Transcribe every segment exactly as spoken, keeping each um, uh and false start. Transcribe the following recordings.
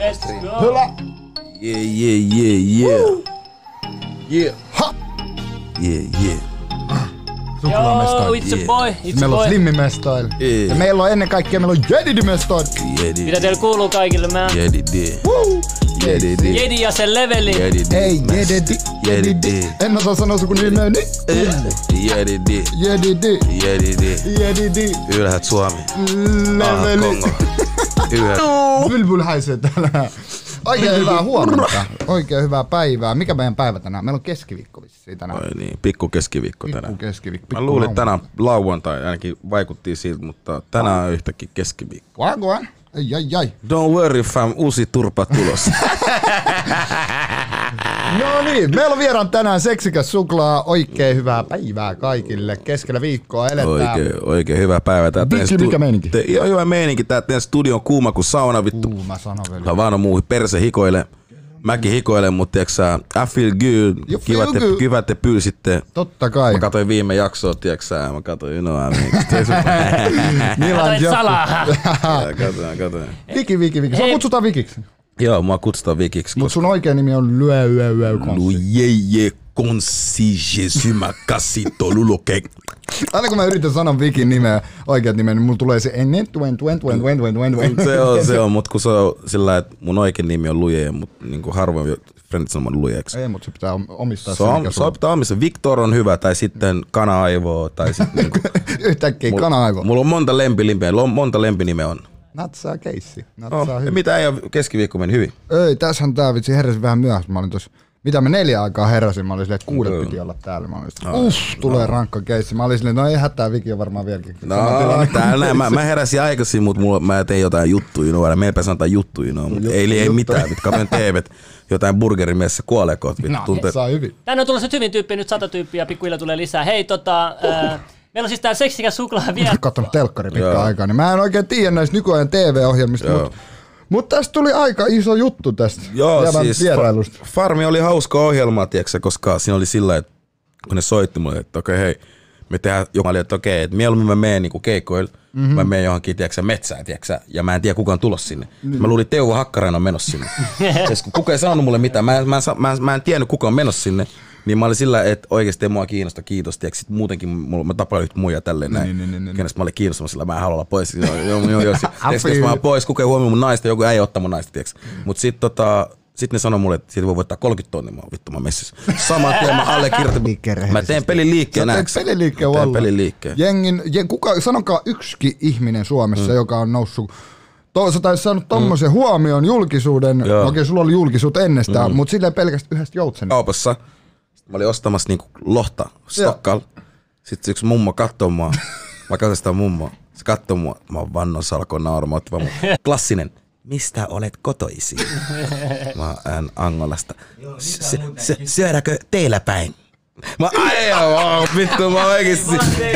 Let's go. Hyvä. Yeah, yeah, yeah, yeah. Woo. Yeah. Ha. Yeah, yeah. Yo, it's a boy, it's meillä a boy. on Slimmi-mestoil. Yeah. Ja meillä on ennen kaikkea meillä on Jedi-mestoil. Jedi. Mitä teillä kuuluu kaikille, man? Jedi D. Woo. Jedi D. Jedi ja sen leveli. Jedi D. Ei, Jedi. Jedi D. En osaa sanoa sun nimeni. Jedi D. Jedi D. Jedi D. Jedi D. Ylhät Suomi. Leveli. Kongo. Ylhät. Bylbul haisee täällä. Oikein hyvää huomenta. Oikein hyvää päivää. Mikä meidän päivä tänään? Meillä on keskiviikko vissiin tänään. Oi niin, pikku keskiviikko tänään. Pikku keskiviikko. Mä luulin, että tänään lauantai, ainakin vaikutti siltä, mutta tänään on yhtäkkiä keskiviikko. Wagwan. Ai ai ai. Don't worry fam, uusi turpa tulossa. No niin, meillä on vieraan tänään seksikäs suklaa. Oikein hyvää päivää kaikille. Keskellä viikkoa eletään. Oikein, oikein hyvä päivä. Tää Vitsi, stu- mikä meininki? Te, ihan hyvä meininki. Tää teidän studio on kuuma kuin sauna vittu. Kuuma sanoveli. Mä vaan on muu perse hikoile. Mäkin hikoilen, mutta tiiäksä, I feel good. You Kiva, feel te, good. kiva, te pyysitte. Totta kai. Mä katsoin viime jaksoa, tiiäksä. Mä katsoin, you know, I mean. Katoit salaa. Katoin, katoin. Viki, Viki, Viki. Sä Hei. kutsutaan Vikiksi. Joo, mua kutsutaan Vikiksi. Mut sun oikea nimi on Lyö, Lyö, Lyö, Konssi. Lujeye konsi Jesu makasito lulokek. Aina kun mä yritän sanoa Vikin nimeä, oikeat nimeä, niin mulla tulee se ennen, tuen, tuen, tuen, tuen, tuen, tuen, tuen. Se on, se on, mut kun se on sillä, että mun oikein nimi on Luje, mut niinku harvoin frendit sanoo mun Lujeeksi. Ei, mut se pitää omistaa Se on, se on pitää omistaa. Victor on hyvä, tai sitten Kana-Aivo, tai sitten niinku. Yhtäkkiä Mulla- kana-aivo. Mulla on monta lempilimpeä, monta lempinimeä on. Natsaa keissi. Natsaa Oh, ja hyvin. mitä ei ole keskiviikko meni hyvin? Ei, tässähän tää vitsi heräsin vähän myöhässä. Mä olin tossa, mitä mä neljä aikaa heräsin, mä olin silleen, että kuudet Joo. piti olla täällä. Mä olin silleen, uff, tulee rankka keissi. Mä olin silleen, no ei hätää, Viki on varmaan vieläkin. No, Sama tilanne. täällä mä, mä heräsin aikaisin, mutta mulla, mä tein jotain juttuja, no, meilläpä sanotaan juttuja, no, mutta ei, ei juttu. mitään. Katsoin T V:t, jotain burgerimies kuolee kohta. No, Tuntuu, saa hyvin. Tänne on tullut nyt hyvin tyyppiä, nyt sata tyyppiä ja pikkuhiljaa tulee lisää. Hei tota, ää, meillä on siis tää seksikäs suklaa vielä. Kattonut telkkari pitkään Joo. aikaa, niin mä en oikein tiedä näistä nykyajan T V-ohjelmista, Joo. mutta mut tästä tuli aika iso juttu tästä Joo, jävän siis vierailusta. Fa- Farmi oli hauska ohjelma, tiiäksä, koska siinä oli sillä, että kun ne soitti mulle, että okei, hei, me tehdään joku, että okei, että mieluummin mä menen niinku keikoille, mm-hmm. mä menen johonkin, tiiäksä, metsään, tiiäksä, ja mä en tiedä kuka on tulossa sinne. Mm-hmm. Mä luulin, että Teuvo Hakkarainen on menossa sinne. Siis kun kuka ei sanonut mulle mitään, mä en, mä, en, mä, en, mä en tiennyt kuka on menossa sinne, niin mä olin sillä, että oikeesti ei mua kiinnosta, kiitos, tiiäksä, sit muutenkin mulla, mä tapaan yhtä muija tälleen näin, Niin, niin, niin, niin. kenestä mä olin kiinnostunut sillä, mä en halua olla pois, joo, joo, joo, joo, tiiäksä, jos mä oon pois, kuka ei huomioi mun naista, joku äijä ottaa mun naista, tiiäksä. Mut sit tota, Sitten ne sanoi mulle, että siitä voi voittaa kolmekymmentä tonnia, mä oon vittu mä messissä. Saman tien mä allekirjoitin. Mä teen peliliikkeen, Sä näetkö? teet peliliikkeen, Teen wallah. peliliikkeen. Jengin, jen, kuka, sanokaa yksikin ihminen Suomessa, mm. joka on noussut, to, sä taisi saanut tommosen mm. huomioon julkisuuden, Joo. okei sulla oli julkisuutta ennestään, mm. mutta silleen pelkästään yhdestä joutsen. Kaupassa. Sitten mä olin ostamassa niinku lohta Stokkal. Sitten yksi mummo kattoo mua. Mä katsoin sitä mummoa. Se kattoo mua. Mä oon vannon salkoon nauramaan. Klassinen. Mistä olet kotoisi? Mä oon Angolasta. Se, se, syödäkö teillä päin? Mä aivan, vittu mä oikeesti.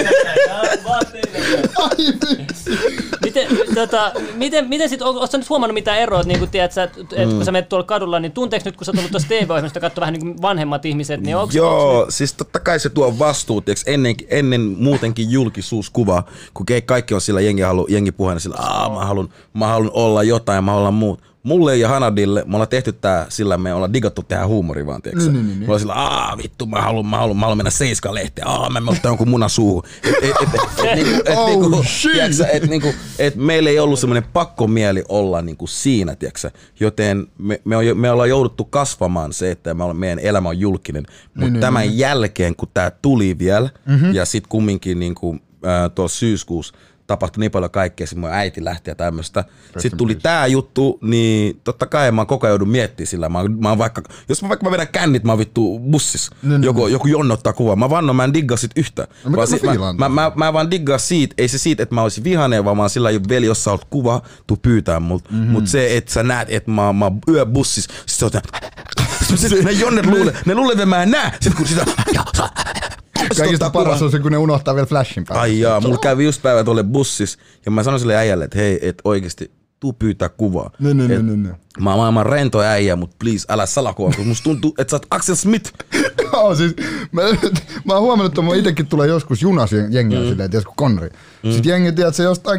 Miten, tota, miten, miten sit, ootko sä nyt huomannut mitään eroa, niin kun, tiedät, sä, et, et, mm. kun sä menet tuolla kadulla, niin tunteeko nyt, kun sä oot tullut tuossa T V-ohjelmasta katsoa vähän niin kuin vanhemmat ihmiset, niin onko Joo, onks, siis totta kai se tuo vastuut, ennen, ennen muutenkin julkisuuskuvaa, kun kaikki on sillä jengi, halu, jengi puheena sillä, aah mä haluan, mä haluan olla jotain, mä haluan muut. Mulle ja Hanadille, me ollaan tehty tää sillä, me ollaan digattu tehdä huumoria vaan, tiiäksä. Niin, niin, niin. Me ollaan sillä, aah vittu, mä haluan, mä haluan, mä haluan mennä Seiska-lehteen, aah mä ottaa jonkun munan suuhun. Et, et, et, et, niinku, et, Oh, niinku, shit. tiiäksä, et, niinku, et meillä ei ollut semmoinen pakkomieli olla niinku siinä, tiiäksä. Joten me, me, on, me ollaan jouduttu kasvamaan se, että me ollaan, meidän elämä on julkinen. Mutta niin, tämän niin. jälkeen, kun tää tuli vielä, mm-hmm. ja sit kumminkin niinku, äh, tuossa syyskuussa, tapahtui niin paljon kaikkea, se mun äiti lähti ja tämmöstä. Sitten tuli tää juttu, niin totta kai mä koko ajan joudun miettimään sillä. Mä, mä oon vaikka, jos mä vaikka mä vedän kännit, mä oon vittu bussissa. No, no, joku, joku jonne ottaa kuvaa. Mä vannon, mä en diggaa sit yhtään. No, Vaan mä sit, mä, fiilaan mä, mä, mä vaan diggaa siitä, ei se siitä, että mä olisin vihainen, vaan mä oon sillä veli, jos sä oot kuva, tuu pyytää multa. Mm-hmm. Mut se, että sä näet, että mä, mä oon yöbussissa, sit sä oot ne jonnet luulee, ne luulee, että mä en näe. Sit kun sitä Kaikista paras on se, kun ne unohtaa vielä flashin päälle. Ai jaa, mulla kävi just päivä tuolle bussissa ja mä sanoin sille äijälle, että hei, et oikeesti tuu pyytää kuvaa. Ne, ne, Et ne, ne, ne. Mä oon maailman rento äijä, mut please älä salakuvaa, kun musta tuntuu, että sä oot Axel Smith. Joo, siis, mä, mä oon huomannut, että mun itekin tulee joskus junas jengiä mm. silleen, tiedätkö, konri. Mm. Sitten jengi tiedät, se jostain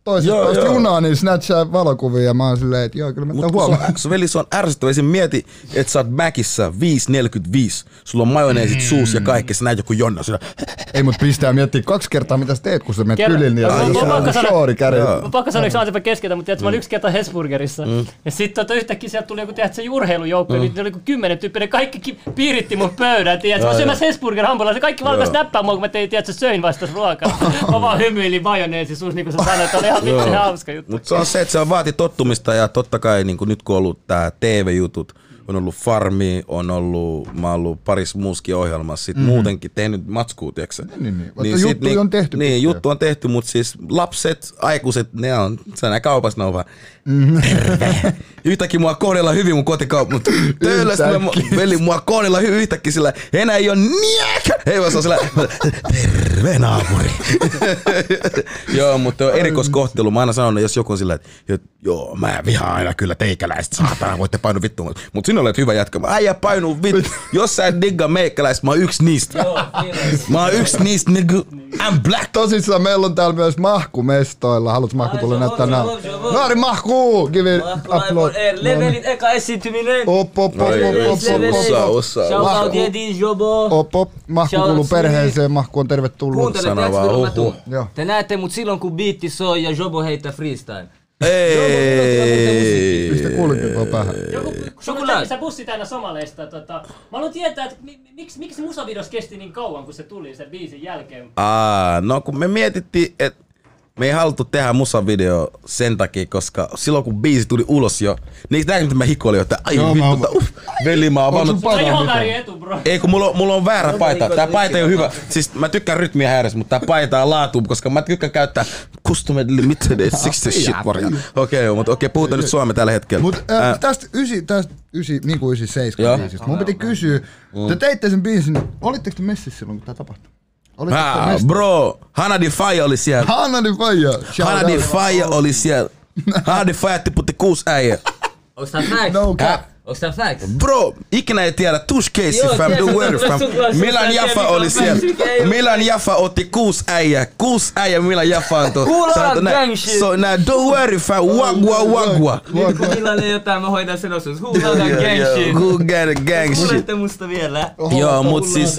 toisesta päästä junaa, niin snatchaa valokuvia ja mä oon silleen, että joo, kyllä mä tämän huomaan. Se veli, se on ärsyttävä. Esim. Mieti, että sä oot Mäkissä viisi neljäkymmentäviisi, sulla on majoneesit mm. suus ja kaikki, sä näet joku Jonna. Sillä... Ei mut pistää miettiä kaksi kertaa, mitä sä teet, kun sä menet kylillä, niin jos on shoori kädellä. Mä pakko sanoa, että mä oon keskeltä, mutta mä olin yksi kerta Hesburgerissa. Mm. Ja sitten tota, yhtäkkiä sieltä tuli joku tiedät, se urheilujoukko, mm. niin oli kuin kymmenen tyyppiä, ne kaikki piiritti mun pöydän. Tiedät, mä syömässä Hesburger-hampulla, se kaikki valkas näppää mua, kun mä tein, tiedät, söin vasta ruokaa. Mä vaan hymyilin majoneesi suus, niin kuin sä sanoit, että oli ihan vitsi hauska juttu. Mutta se on se, että se vaati tottumista ja totta kai niin nyt kun on ollut tää T V-jutut, on ollut Farmi, on ollut, mä oon ollut parissa muuskin ohjelmassa, sit mm. muutenkin tehnyt matskuu, tiiäksä. Niin, niin. niin juttu niin, on tehty. Niin, juttu on tehty, mutta siis lapset, aikuiset, ne on, sä näin kaupassa, ne on vaan, mm. terve. Yhtäkkiä mua kohdellaan hyvin mun kotikauppa, mutta tööllästi veli mua kohdellaan hyvin yhtäkkiä sillä, enää ei oo niäkä. Ei vaan se on sillä, terve naapuri. Joo, mutta erikoiskohtelu, mä aina sanon, jos joku on sillä, että joo, mä vihaan aina kyllä teikäläiset, saatana, voitte painu vittuun. Mut sinä olet hyvä jätkä. Mä äijä painu vittu. Jos sä et digga meikäläistä, mä oon yksi niistä. Mä oon yksi niistä, nigga. I'm black. Tosissaan meillä on täällä myös Mahku mestoilla. Haluatko Mahku tulla näyttää nää? Nuori Mahku! Give it upload. Levelit eka esiintyminen. Op, op, op, op, op, Shoutout Jedin Jobo. Op, op. Mahku kuuluu perheeseen. Mahku on tervetullut. Kuuntele, uhu. Te näette mut silloin kun biitti soi ja Jobo heittää freestyle. Ei. Pistä kuulikin vaan päähän. Joku sä bussi täynnä somaleista. Tota, mä haluan tietää, että miksi, miksi musavideos kesti niin kauan, kun se tuli sen biisin jälkeen? Aa, no kun me mietittiin, että me ei haluttu tehdä musavideo sen takia, koska silloin kun biisi tuli ulos jo, niin näin mitä mä hikoilin, että ai joo, vittu, mä... uff, veli mä oon vannut. Se on ihan väri etu, bro. Ei kun mulla on, mulla on väärä paita, tää paita ei oo hyvä. Siis mä tykkään rytmiä häirissä, mutta tää paita on laatu, koska mä tykkään käyttää custom limited sixty shit varja. Okei, okay, mutta okei, okay, puhutaan nyt suomea tällä hetkellä. Mut äh, tästä ysi, tästä ysi, niinku yhdeksänkymmentäseitsemän biisistä, mun piti kysyä, mm. te teitte sen biisin, olitteko te messissä silloin kun tää tapahtui? Ah, bro, Hanadi Faija oli siellä. Hanadi Faija. Hanadi Faija oli siellä. Hanadi Faija tiputti kuusi äijä. Onks tää facts? No cap. Onks tää facts? Bro, ikinä ei tiedä. Tush Casey fam, the word fam. Milan Jaffa oli siellä. Milan Jaffa otti kuusi äijä. Kuusi äijä Milan Jaffa antoi. Kuulaa gang shit. So now don't worry fam, wagwa wagwa. Nyt kun Milan ei jotain, mä hoidan sen osuus. Kuulaa gang shit. Who got gang shit? Kuulette musta vielä. Joo, mut siis...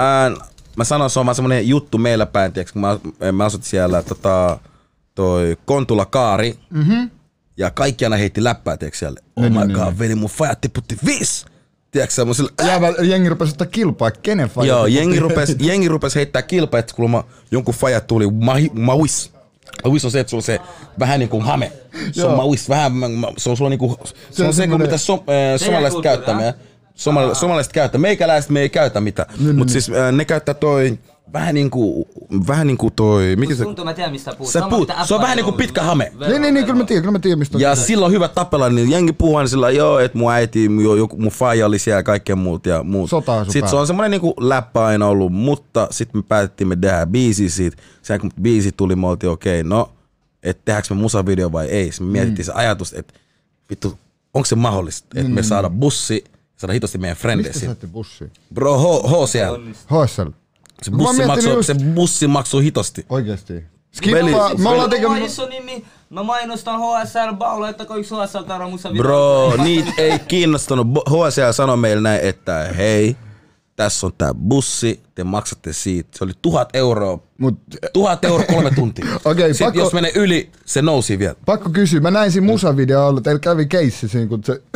Mä sanon, se on vaan semmonen juttu meillä päin, tiiäks, kun mä, mä asut siellä tota, toi Kontula Kaari, mm-hmm. ja kaikki aina heitti läppää, tiiäks, siellä. Oh my god, niin, veli, mun fajat tiputti viis! Tiiäks, sä mun sillä... Jäävä, jengi rupes ottaa kilpaa, kenen fajat? Joo, jengi rupes, jengi rupes heittää kilpaa, että kun jonkun fajat tuli mauis. Mauis on se, että sulla on se vähän niinku hame. Se on mauis, vähän, se on sulla niinku, se on se, kun mitä so, äh, somalaiset käyttää. Somala, somalaiset käyttää. Meikäläiset me ei käytä mitään. Niin, Mut niin. siis äh, ne käyttää toi vähän niinku vähän niinku toi mikä se tuntuu, mä tiedän mistä puhut. Se, puhut, se on vähän niinku pitkä hame. Niin niin niin kyllä mä tiedän, kyllä mä tiedän mistä. Ja silloin hyvä tapella, niin jengi puhuu aina sillä joo, että mun äiti, joku mun faija oli siellä ja kaikkea muut ja muut. Sitten se on semmoinen niinku läppä aina ollut, mutta sitten me päätettiin me tehdä biisi siitä. Sen kun biisi tuli, me oltiin okei, okay, no, että tehdäänkö me musavideo vai ei. Sitten me mietittiin mm. se ajatus, että vittu, onko se mahdollista, että mm. me saada bussi, saada hitosti meidän frendejä. Mistä saatte bussia? Bro, H, H C L. H S L. Se bussi, maksoi, just... se bussi maksoi hitosti. Oikeesti. Skippa, me ollaan tekemässä... Mä mainostan H S L Baulo, että kun yksi H S L tarvaa musta video. Bro, niitä ei kiinnostanut. H S L sanoi meille näin, että hei, tässä on tää bussi, te maksatte siitä. Se oli tuhat euroa. Mut... Tuhat euroa kolme tuntia. Okay, sitten pakko... jos menee yli, se nousi vielä. Pakko kysyä, mä näin siinä musavideolla, teillä kävi keissi siinä, kun se...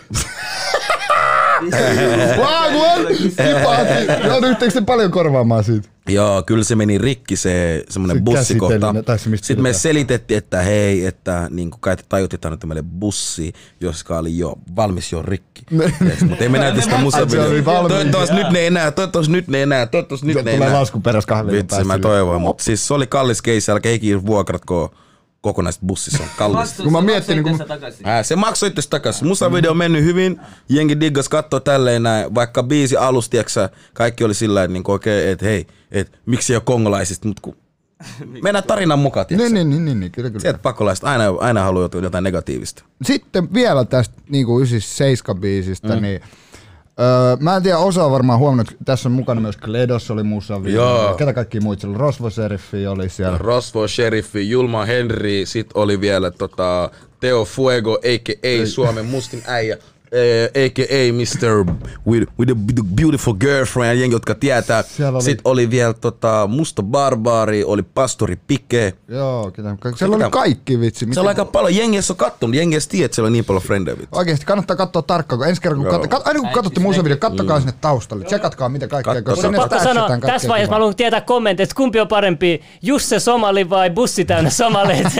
Wagwan! Skipaati! Jouduitteko te paljon korvaamaan siitä? Joo, kyllä se meni rikki se semmonen bussikohta. Sitten me selitettiin, että hei, että niin kai te tajutetaan, että meille bussi, joska oli jo valmis jo rikki. Mutta ei me näytä sitä musavideoa. Toivottavasti nyt ne enää, toivottavasti nyt ne enää, toivottavasti nyt ne enää. Tulee lasku peräs kahville. Vitsi, mä toivon, mutta siis se oli kallis keissi, älkää ikinä vuokratko. Kokonaiset bussissa on kallis. Kun mä miettin, kun... Ää, se maksoi itse takaisin. Musavideo on mennyt hyvin, jengi diggas kattoo tälleen näin, vaikka biisi alusti, tiiäksä, kaikki oli sillä tavalla, että okei, että hei, et, miksi ei ole kongolaisista, mutta kun mennään tarinan mukaan, tiiäksä. Niin, niin, niin, niin, kyllä, kyllä. Sieltä pakolaiset aina, aina haluaa jotain negatiivista. Sitten vielä tästä niin kuin yhdeksänkymmentäseitsemän biisistä, mm. niin Öö, mä en tiedä, osa on varmaan huomannut, että tässä on mukana myös Kledos oli musavi. Ketä kaikki muut siellä? Rosvo Sheriffi oli siellä. Rosvo Sheriffi, Julma Henry, sit oli vielä tota, Teo Fuego, a k a. Suomen mustin äijä. A K A mister with, with, a, with a beautiful girlfriend, jengi, jotka tietää. Oli... Sitten oli vielä tota, Musta Barbaari, oli Pastori Pike. Joo, ketä, siellä oli kaikki vitsi. Se oli aika paljon, jengi on kattonut, jengi ei tiedä, että siellä on niin paljon frendejä. Oikeesti kannattaa katsoa tarkkaan, kun ensi kerran kun kat, kat, aina kun katsotte musavideo, kattokaa mm. sinne taustalle, tsekatkaa mitä kaikkea. Pakko sanoa, tässä vaiheessa mä haluan tietää kommenteista, kumpi on parempi, Jusse Somali vai Bussi täynnä somaleita?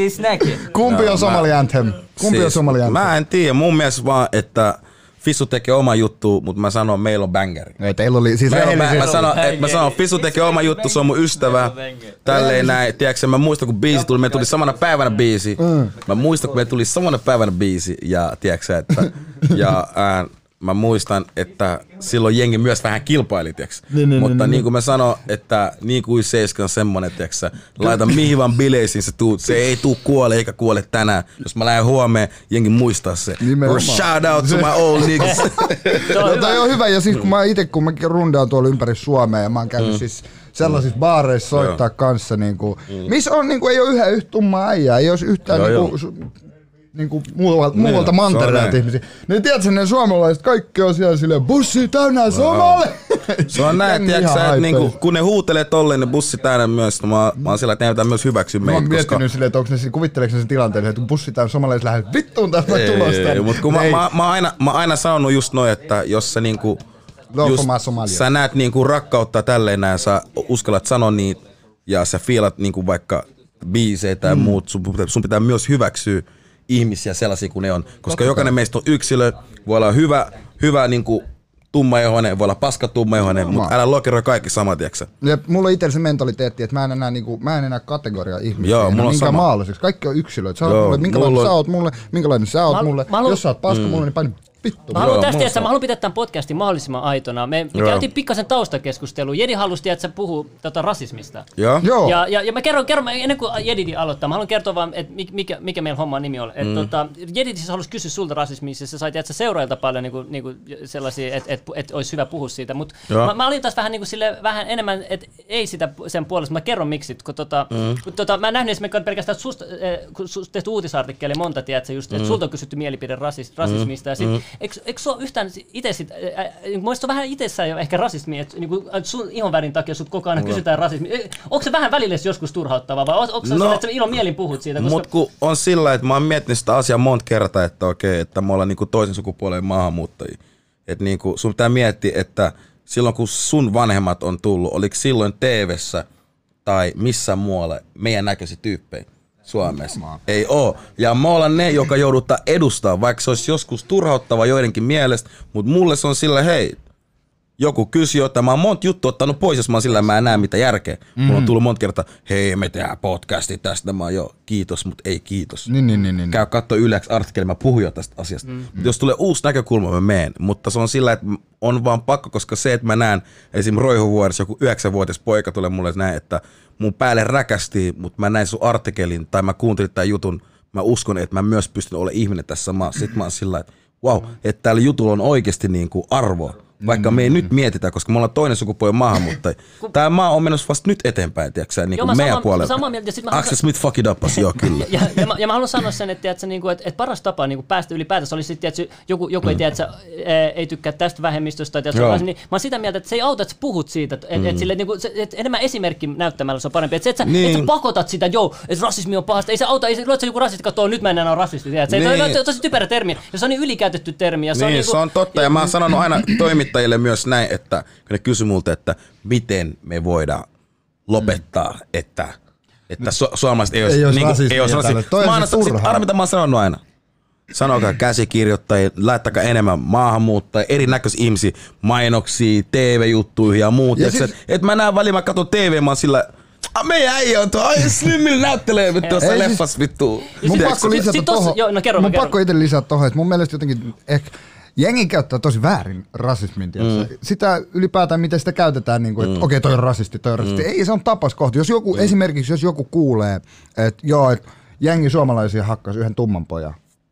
Kumpi on Somali Anthem? Kumpi siis, on Somali Anthem? Mä en tiedä, mun mielestä vaan, että Fisu tekee oma juttu, mutta mä sanon, meillä on bangeri. Ei, teillä oli siis... Meillä on bang, mä sanon, että mä sanon, Fisu tekee oma juttu, se on mun ystävä. Tälleen näin, tiedätkö, mä muistan, kun biisi tuli, me tuli samana päivänä biisi. Mm. Mä muistan, kun me tuli samana päivänä biisi, ja tiedätkö, että... ja, ää, mä muistan, että silloin jengi myös vähän kilpaili, tiiäks. Niin, niin, mutta niin, niin kuin mä sanon, että niin kuin Seiska on semmonen, tiiäks, laita mihin vaan bileisiin se tuut, se ei tuu kuole eikä kuole tänään. Jos mä lähden huomeen, jengi muistaa se. Shout out to my old niggas. No, toi on hyvä, ja siis kun mä ite, kun mä rundaan tuolla ympäri Suomea, ja mä oon käynyt mm. siis sellaisissa mm. baareissa soittaa Joo. kanssa, niinku, mm. missä on, niinku, ei ole yhä yhtä tummaa äijää, ei olisi yhtään Joo, niinku, niinku muualta, muualta mantereelta ihmisiä. Niin tiedätkö, ne suomalaiset kaikki on siellä silleen, bussi täynnä somale! Se on näin, tiedätkö, että niinku, kun ne huutelee tolleen, ne bussi täynnä myös, mä, mä oon sillä, että ne pitää myös hyväksyä meitä. Mä oon miettinyt koska... silleen, että onko ne, kuvitteleeko ne sen tilanteen, että kun bussi täynnä somalaiset lähdet vittuun tästä tulosta. Ei, mutta kun mä, mä, mä, aina, mä aina sanonut just noin, että jos sä niinku, just, sä näet niinku rakkautta tälleen näin, sä uskallat sanoa niitä ja sä fiilat niinku vaikka biisejä tai mm. muut, sun, sun pitää myös hyväksyä ihmisiä sellaisia kuin ne on, koska Totta jokainen meistä on yksilö, voi olla hyvä, hyvä niinku tummaihoinen, voi olla paska tummaihoinen, no, mutta älä lokeroi kaikki samat, tiiäksä. Ja mulla on itsellä se mentaliteetti, että mä en enää, niinku, mä en enää kategoria ihmisiä, Joo, mulla on minkä sama. maalaisiksi. Kaikki on yksilöitä. Sä oot mulle, minkälainen mulla... sä oot mulle, minkälainen sä oot mä, mulle. Mä haluan... Jos sä oot paska mm. mulle, niin paini vittu. Mä haluan tästä tietää, mä haluan pitää tämän podcastin mahdollisimman aitona. Me, me käytiin pikkasen taustakeskustelua. Jedi halusi, että sä puhuu tota, rasismista. Joo. Joo. Ja, ja, ja mä kerron, kerron, ennen kuin Jedidi aloittaa, mä haluan kertoa vaan, että mikä, mikä meidän homman nimi on. Mm. Tota, Jedidi siis halusi kysyä sulta rasismista, sä sait tiedätkö, seuraajilta paljon niin kuin, niin kuin sellaisia, että et, et olisi hyvä puhua siitä. Mutta mä, mä olin taas vähän, niin kuin, sille, vähän enemmän, että ei sitä sen puolesta. Mä kerron miksi. Kun, tota, mm. kun, tota, mä en nähnyt esimerkiksi pelkästään susta, kun susta tehty uutisartikkeli monta, tiedätkö, just, että mm. sulta on kysytty mielipide rasis, rasismista. Ja sit, mm. eikö, eikö se ole yhtään itse sit, äh, äh, muista vähän itsessään jo ehkä rasismi, että niinku, sun ihonvärin takia sut koko ajan kysytään rasismia. Onko se vähän välillä joskus turhauttavaa vai onko se no, sillä, että sä ilon mielin puhut siitä? Koska... Mut kun on sillä, että mä oon miettinyt sitä asiaa monta kertaa, että okei, että me ollaan niinku toisen sukupuolen maahanmuuttajia. Että niinku sun pitää miettiä, että silloin kun sun vanhemmat on tullut, oliko silloin T V:ssä tai missään muualla meidän näköisiä tyyppejä Suomessa? Ei oo. Ja me ollaan ne, joka jouduttaa edustaa, vaikka se olisi joskus turhauttava joidenkin mielestä, mutta mulle se on sillä, hei, joku kysyi jotain, mä oon monta juttua ottanut pois, jos mä oon sillä, mä en näe mitä järkeä. Mm. Mulla on tullut monta kertaa, hei, me tehdään podcasti tästä, mä oon jo, kiitos, mutta ei kiitos. Niin, niin, niin, niin. Käy katsoa Yleäks artikkeli, mä puhun jo tästä asiasta. Mm. Jos tulee uusi näkökulma, mä meen, mutta se on sillä, että on vaan pakko, koska se, että mä näen esim. Roihuvuodessa joku yhdeksänvuotias poika tulee mulle näin, että mun päälle räkästiin, mutta mä näin sun artikkelin tai mä kuuntelin tämän jutun, mä uskon, että mä myös pystyn olemaan ihminen tässä maassa. Sitten mä oon sillä, että wow, että täällä jutulla on oikeasti niinku arvoa. Vaikka me ei mm. nyt mietitä, koska me ollaan toinen sukupuolen maahanmuuttaja. Tämä maa on menossa vasta nyt eteenpäin, tiedätkö niin kuin meidän puolella. Axel Smith fuck it up, joo kyllä. ja, ja, mä, ja mä haluan sanoa sen, että, tiedätkö, niin kuin, että, että paras tapa niin kuin päästä ylipäätänsä olisi, että joku, joku ei, tiedätkö, ei tykkää tästä vähemmistöstä. Tiedätkö, niin, mä oon sitä mieltä, että se ei auta, että sä puhut siitä. Että, mm. että, niin kuin, että enemmän esimerkki näyttämällä se on parempi. Että se, että, sä, niin. että sä pakotat sitä, joo, että rasismi on pahasta. Ei se auta, ei se, luot sä joku rasisti, katsoo, nyt mä en enää ole rasisti. Se niin. on tosi typerä termi, ja se on niin ylikäytetty termi. Ja se, niin, on, se on totta, ja mä oon sanonut aina toimittajille myös näin, että kun ne kysyi multa, että miten me voidaan lopettaa, että, että su- suomalaiset ei olisi, ei niin olisi ei olisi rasismia. Mä aina, aina mitä mä oon sanonut aina. Sanokaa käsikirjoittajia, laittakaa enemmän maahanmuuttajia, erinäköisiä ihmisiä, mainoksia, T V-juttuihin ja muut. Ja siis, että mä näen väliin, mä katson T V, mä oon sillä, ah, meidän äijä on tuo, ai Slimmillä näyttelee vittu jossain leffassa vittu. Mun pakko lisätä tohon, mun pakko itse lisätä tohon, että mun mielestä jotenkin ehkä jengi käyttää tosi väärin rasismin, mm. sitä ylipäätään, miten sitä käytetään, niin kuin, että mm. okei, okay, toi on rasisti, toi on rasisti. Mm. Ei, se on tapas kohti. Jos joku, mm. esimerkiksi jos joku kuulee, että joo, että jengi suomalaisia hakkas yhden tumman pojan,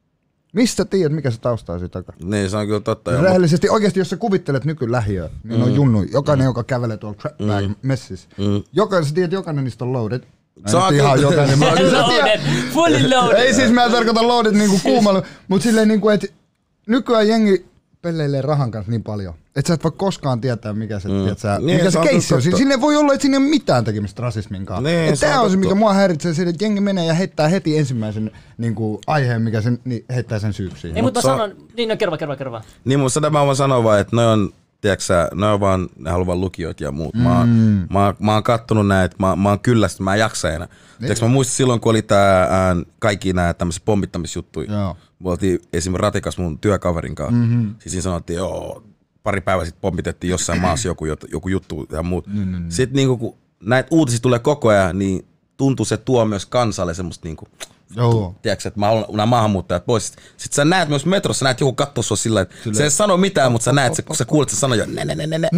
Mistä tiedät, mikä se tausta on siitä takaa? Niin, se on kyllä totta. Ja rehellisesti, oikeasti, jos sä kuvittelet nykylähiöä, niin mm. on junnu. Jokainen, mm. joka kävelee tuolla trap bag mm. messissä. Mm. Jokainen, sä tiedät, jokainen niistä on loaded. Se on ihan jokainen. Loaded, fully loaded. Ei siis mä en tarkoita loaded niinku kuumalla, mutta silleen niinku, että nykyään jengi pelleilee rahan kanssa niin paljon, että sä et voi koskaan tietää, mikä se, mm. tiedätkö, niin, mikä se keissi on. Sinne voi olla, että siinä ei ole mitään tekemistä rasismin kanssa. Niin, tää on se, mikä mua häiritsee, se, että jengi menee ja heittää heti ensimmäisen niin kuin, aiheen, mikä sen, niin heittää sen syyksiin. Ei, mutta mä sanon, niin no kerro, kerro, kerro. Niin, mutta sitä mä voin sanoa vaan, että ne on, tiedätkö, ne on vaan, ne haluaa vaan lukijoita ja muut. Mm. Mä, mä, mä oon kattonut näitä, mä, mä oon kyllästynyt, mä en jaksa enää. Tiedätkö, mä muistin silloin, kun oli tää, ää, kaikki nämä tämmöiset pommittamisjuttuja. Joo. Me oltiin esimerkiksi ratikas mun työkaverin kanssa. Mm-hmm. Siis siinä sanottiin, joo, pari päivää sitten pommitettiin jossain maassa joku, joku juttu ja muut. Mm-hmm. Sitten niinku, kun näitä uutisia tulee koko ajan, niin tuntuu se tuo myös kansalle semmoista niinku, joo. Tiedätkö, että mä olen nämä maahanmuuttajat pois. Sitten sä näet myös metrossa, näet joku kattoo sua sillä, että se ei sano mitään, mutta sä näet, kun sä kuulet, se sanoo jo ne ne ne ne ne.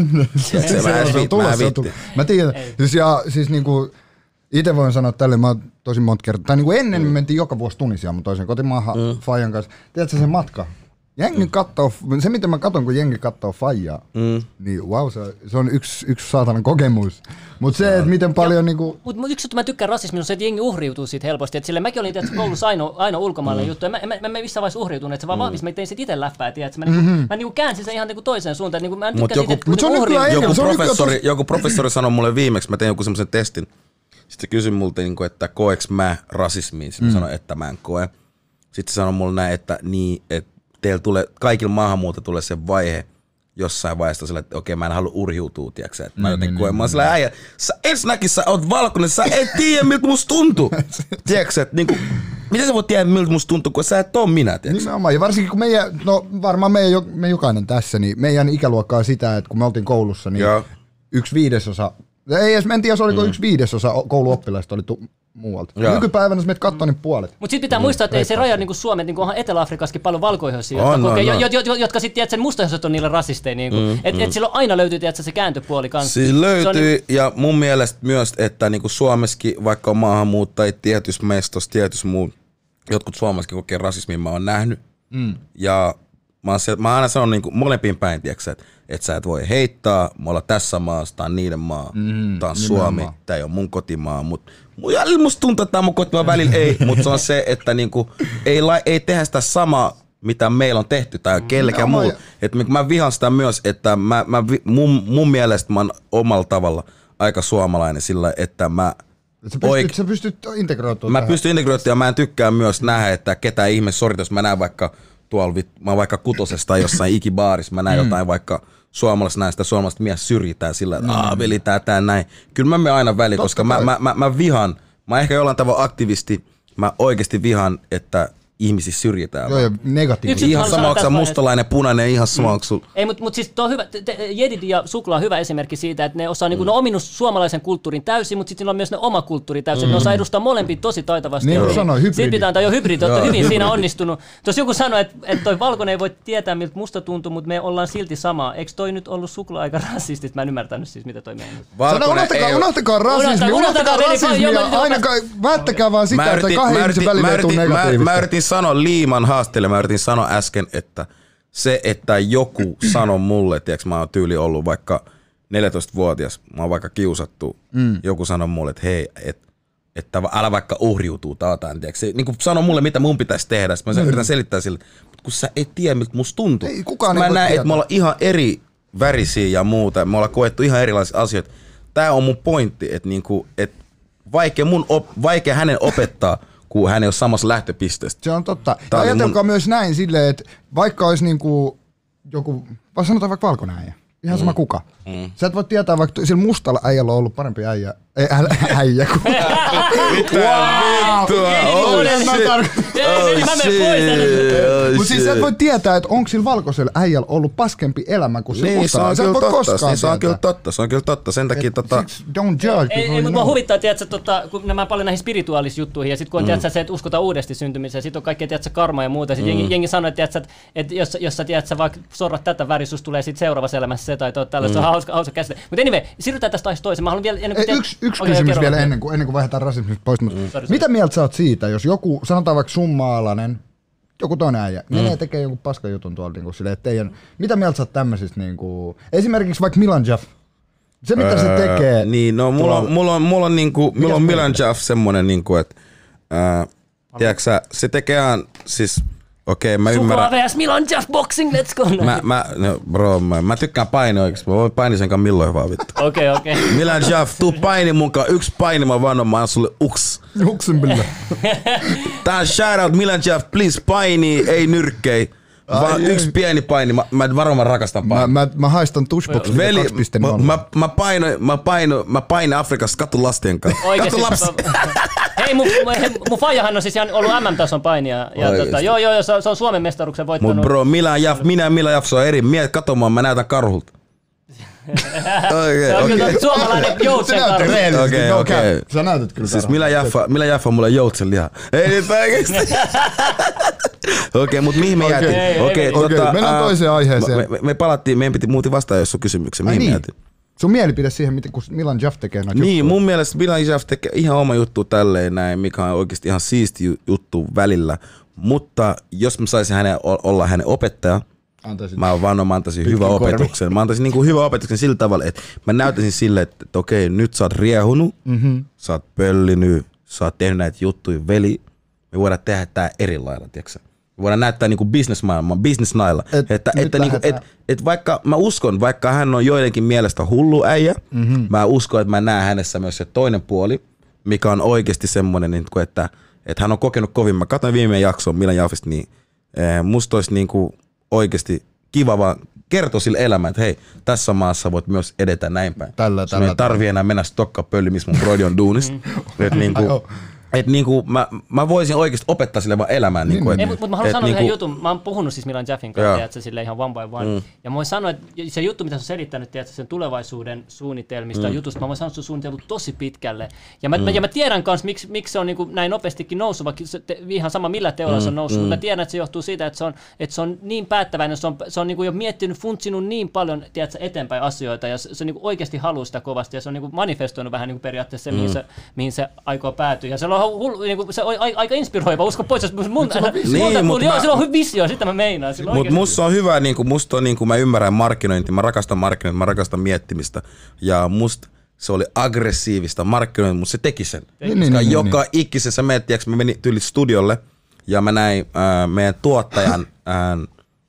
Mä viittiin. Mä tiedän. Siis, ja, siis niinku, itse voin sanoa tälle, mä oon tosi monta kertaa, tai niinku ennen mm. me mentiin joka vuosi Tunisiaan, mutta toisen kotimaahan mm. Fajan kanssa. Tiedätkö se matka? Jengi mm. kattoo, se mitä mä katon, kun jengi kattoo Fajaa, mm. niin wow, se, se on yksi, yksi saatanan kokemus. Mutta se, että miten paljon ja, niinku... Mutta yksi juttu mä tykkään rasismista on se, että jengi uhriutuu siitä helposti. Et sille mäkin olin tietysti koulussa ainoa, ainoa ulkomaalainen mm. juttu, ja mä, mä, mä, mä missään vaiheessa uhriutunut, että se vaan mm. vahvisi, mä tein sit ite läppää, tiedät, mä, niinku, mm-hmm. mä niinku käänsin sen ihan niinku toiseen suuntaan. Niinku, mä tykkään siitä, että joku, joku, professori, joku professori sanoi mulle viimeksi, mä tein joku semmoisen testin, sitten se kysyi multa, että koeks mä rasismiin, sitten mm. sanoin, että mä en koe. Sitten se sanoi mulle näin, että niin, että teillä tulee, kaikilla maahanmuuttajilla tulee se vaihe jossain vaiheessa sillä, että okei, mä en halua urhiutua, tiiäksä, että mä mm, jotenkin koen. Mä oon sillä äijä, sä ensinnäkin sä oot valkoinen, sä et tiedä miltä musta tuntuu. Tiiäksä, että niinku, miten sä voit tiedä miltä musta tuntuu, kun sä et oo minä, tiiäksä. Nimenomaan, ja varsinkin kun meidän, no varmaan meidän, me jokainen tässä, niin meidän ikäluokka on sitä, että kun me oltiin koulussa, niin ja. yksi viidesosa, ei edes, en tiedä, oliko mm. yksi viidesosa kouluoppilaista oli tu- muualta. Ja. Nykypäivänä, jos meitä katsoo, niin puolet. Mutta sitten pitää mm. muistaa, että ei se raja niin kuin Suomen, niin kuin onhan Etelä-Afrikassakin paljon valkoihoisia, jotka, on, kokee, on, jo, jo, jo, jotka sitten tiedät, sen mustahoiset on niillä rasisteja. Niin mm, että mm. et silloin aina löytyy tiedät, se kääntöpuoli kanssa. Siis löytyy, niin... ja mun mielestä myös, että niin kuin Suomessakin, vaikka on maahanmuuttajia tietyssä mestossa, tietyssä muu, jotkut Suomessakin kokee rasismia, mä oon nähnyt. Mm. Ja mä, se, mä aina sanon niin kuin molempiin päin, tiedätkö, että et sä et voi heittää, me ollaan tässä maassa, tää on niiden maa, mm, tää on Suomi, tää ei ole mun kotimaa, mut musta tuntuu, että tää on mun kotimaa välillä, ei, mutta se on se, että niinku, ei, ei tehdä sitä samaa, mitä meillä on tehty tai kellekään muu. Että mä vihaan sitä myös, että mä, mä, mun, mun mielestä mä oon omalla tavalla aika suomalainen sillä, että mä Sä pystyt, oik... sä pystyt integroitumaan. Mä tähän. pystyn integroitumaan ja mä en tykkää myös nähdä, että ketään ihme, sori, jos mä näen vaikka tuolla, mä oon vaikka Kutosessa tai jossain ikibaarissa, mä näen mm. jotain vaikka suomalaisesta näin sitä suomalaista mies syrjitään sillä, että aah, veli tää tää näin. Kyllä mä menen aina väliin, koska mä, mä, mä, mä vihan, mä ehkä jollain tavalla aktivisti, mä oikeasti vihan, että ihmisiä syrjitään. Joo, ja negatiivisesti. Ihan sama, onko sä mustalainen, punainen, ihan sama, onko sul... Ei, mutta mut siis tuo on hyvä, Jedit ja Sukla on hyvä esimerkki siitä, että ne osaa, mm. niinku, ne on ominut suomalaisen kulttuurin täysin, mutta sitten niillä on myös ne oma kulttuuri täysin. Mm. Ne osaa edustaa molempia tosi taitavasti. Niin kuin sanoin, hybridi. Siitä pitää antaa jo hybridi, olette hyvin siinä onnistunut. Tuossa joku sanoi, että, että toi valkoinen ei voi tietää, miltä musta tuntuu, mutta me ollaan silti samaa. Eikö toi nyt ollut Sukla aika rasistista? Mä en ymmärtänyt siis, mitä toi meinaa. Unohtakaa, unohtakaa rasismi, unohtakaa rasismia, ainakaan välttäkää vaan sitä, että kahden ihmisen välillä ei tule negatiivista. Mä yritin sanoa Liiman haasteelle, mä yritin sanoa äsken, että se, että joku sanoo mulle, tiiäks, mä oon tyyli ollut vaikka neljätoistavuotias, mä oon vaikka kiusattu, mm. joku sanoo mulle, että hei, et, että älä vaikka uhriutuu taataan, tiiäks, niin kuin sanoo mulle, mitä mun pitäisi tehdä, sitten mä mm. yritän selittää sille, mutta kun sä et tiedä, miltä musta tuntuu. Ei, kukaan mä ei näen, että me ollaan ihan eri värisiä ja muuta, me ollaan koettu ihan erilaisia asioita. Tää on mun pointti, että niinku, et vaikea, mun op, vaikea hänen opettaa, kun hän ei ole samassa lähtöpisteestä. Se on totta. Ja ajatelkaa mun... myös näin silleen, että vaikka olisi niinku joku, vai sanotaan vaikka valkoinen äijä, ihan sama mm. kuka. Mm. Sä et voi tietää, vaikka sillä mustalla äijällä on ollut parempi äijä, ei ä, äijä kuin... Mitä vittua? Oh shit. Mutta siis sä et voi tietää, että onko sillä valkoisella äijällä ollut paskempi elämä kuin se mustalla. Sä et voi koskaan se on kyllä totta, se on kyllä totta. Sen takia tota... Don't judge. Ei, mutta mua huvittaa, tiedätkö, tota, kun nämä paljon näihin spirituaalisjuttuihin, ja sitten kun on, tiedätkö, se, että uskotaan uudesti syntymiseen, sitten on kaikkea, tiedätkö, karma ja muuta. Sitten jengi, jengi sanoo, että, tiedätkö, että jos, jos sä, tiedätkö, vaikka sorrat tätä väri, sus tulee sitten seuraavassa elämässä se tai tällaista. Se on hauska, hauska käsite. Mutta anyway, siirrytään tästä aiheesta toiseen. Mä haluan vielä... Ennen kuin Ei, yksi yksi okay, kysymys vielä ennen kuin, ennen kuin vaihdetaan rasismista pois. Mm. Mitä mieltä sä oot siitä, jos joku, sanotaan vaikka summaalainen, joku toinen äijä, mm. menee tekee jonkun paskan jutun tuolla niinku silleen, että teidän, mitä mieltä sä oot tämmöisistä niinku, esimerkiksi vaikka Milan Jaff, se mitä öö, se tekee. Niin, no mulla on, mulla on, mulla on niinku, mulla on Milan Jaff semmonen niinku, että äh, tiedätkö sä, se tekee siis, okei, okay, mä ymmärrän. Suklaa vs Milan Jaff boxing, let's go. Mä, mä, no, bro, mä, mä tykkään paini oikeesti, mä voin paini sen kanssa milloin vaan vittu. Okei, okei. Okay, okay. Milan Jaff, tuu paini munkaan, yksi paini mä vannon, mä annan sulle uks. Uksen pillä. Tää on shout out Milan Jaff, please paini, ei nyrkkei. Vaan yksi pieni paini, mä, mä varon mä rakastan paini. Mä, mä, mä haistan Tushbox Veli, mä, mä, mä, painoin, mä, painoin, mä painoin Afrikassa katu lasten kanssa. Katu lapsi. Hei, mun, mun faijahan on siis ollut M M-tason painija. Ja tota, joo, joo, se on Suomen mestaruksen voittanut. Mut bro, Milan Jaff, minä ja Milan Jaff, se on eri. Miet katomaan, mä näytän karhulta. Se on kyllä suomalainen joutsen karhu. Okei, okei. Sä näytät kyllä siis Milan Jaffa, Milan Jaffa on mulle joutsen liha. Ei nyt oikeesti. Okei, mut mihin me jäätiin? Okei, mennään toiseen aiheeseen. Me, me, me palattiin, meidän piti muutin vastaan, jos on kysymyksiä. Mihin me jäätiin? Sun mielipide siihen, miten kun Milan Jaff tekee noita Niin, juttuja. mun mielestä Milan Jaff tekee ihan oma juttu tälleen näin, mikä on oikeasti ihan siisti juttu välillä. Mutta jos mä saisin hänen, olla hänen opettaja, antaisin. Mä vaan mä antaisin hyvän opetuksen. Mä antaisin niinku hyvän opetuksen sillä tavalla, että mä näytäisin sille, että, että okei, nyt sä oot riehunut, mm-hmm. sä oot pöllinyt, sä oot tehnyt näitä juttuja, veli. Me voidaan tehdä tää eri lailla, tiiäksä. Me voidaan näyttää niinku businessmaailman, business-nailla. Et, että, että niinku, et, et vaikka mä uskon, vaikka hän on joidenkin mielestä hullu äijä, mm-hmm. mä uskon, että mä näen hänessä myös se toinen puoli, mikä on oikeasti semmoinen, että, että hän on kokenut kovin. Mä katsoin viime jaksoa Milan Jaffista, niin musta olisi niinku oikeasti kiva vaan kertoa sille elämään, että hei, tässä maassa voit myös edetä näin päin. Tällä, tällä, ei tarvii enää mennä stokkapölli, missä mun broidi on duunissa. että niinku, et niinku, mä, mä voisin oikeasti opettaa sille vaan elämään. Niin, niinku, et, mutta mä haluan sanoa niinku, yhden jutun. Mä oon puhunut siis Milan Jaffin kanssa, tiedätkö, sille ihan one by one. Mm. Ja mä voin sanoa, että se juttu, mitä sä oot selittänyt, tiedätkö, sen tulevaisuuden suunnitelmista mm. jutusta, mä voin sanoa, että se on suunniteltu tosi pitkälle. Ja mä, mm. ja mä tiedän kanssa, miksi, miksi se on niinku näin nopeastikin noussut, vaikka se te, ihan sama millä teolla mm. se on noussut. Mm. Mutta mä tiedän, että se johtuu siitä, että se on, että se on niin päättäväinen, se on, se on niinku jo miettinyt, funtsinut niin paljon, tiedätkö, eteenpäin asioita, ja se, se niinku oikeasti haluaa sitä kovasti, ja se on niinku manifestoinut vähän niinku periaatteessa se, mm. mihin, se, mihin se aikoo päätyä. Ja se on hullu, niinku, se on aika inspiroiva, usko pois, jos mun, niin, mutta joo, sillä on visio, sitä mä meinaan. Mutta musta on hyvä, niinku, musta on, niinku, mä ymmärrän markkinointia, mä rakastan markkinointia, mä rakastan miettimistä, ja musta se oli aggressiivista markkinointia, mutta se teki sen. Niin, koska niin, joka niin. ikisessä, mä, tiiäks, mä menin tyyli studiolle, ja mä näin äh, meidän tuottajan äh,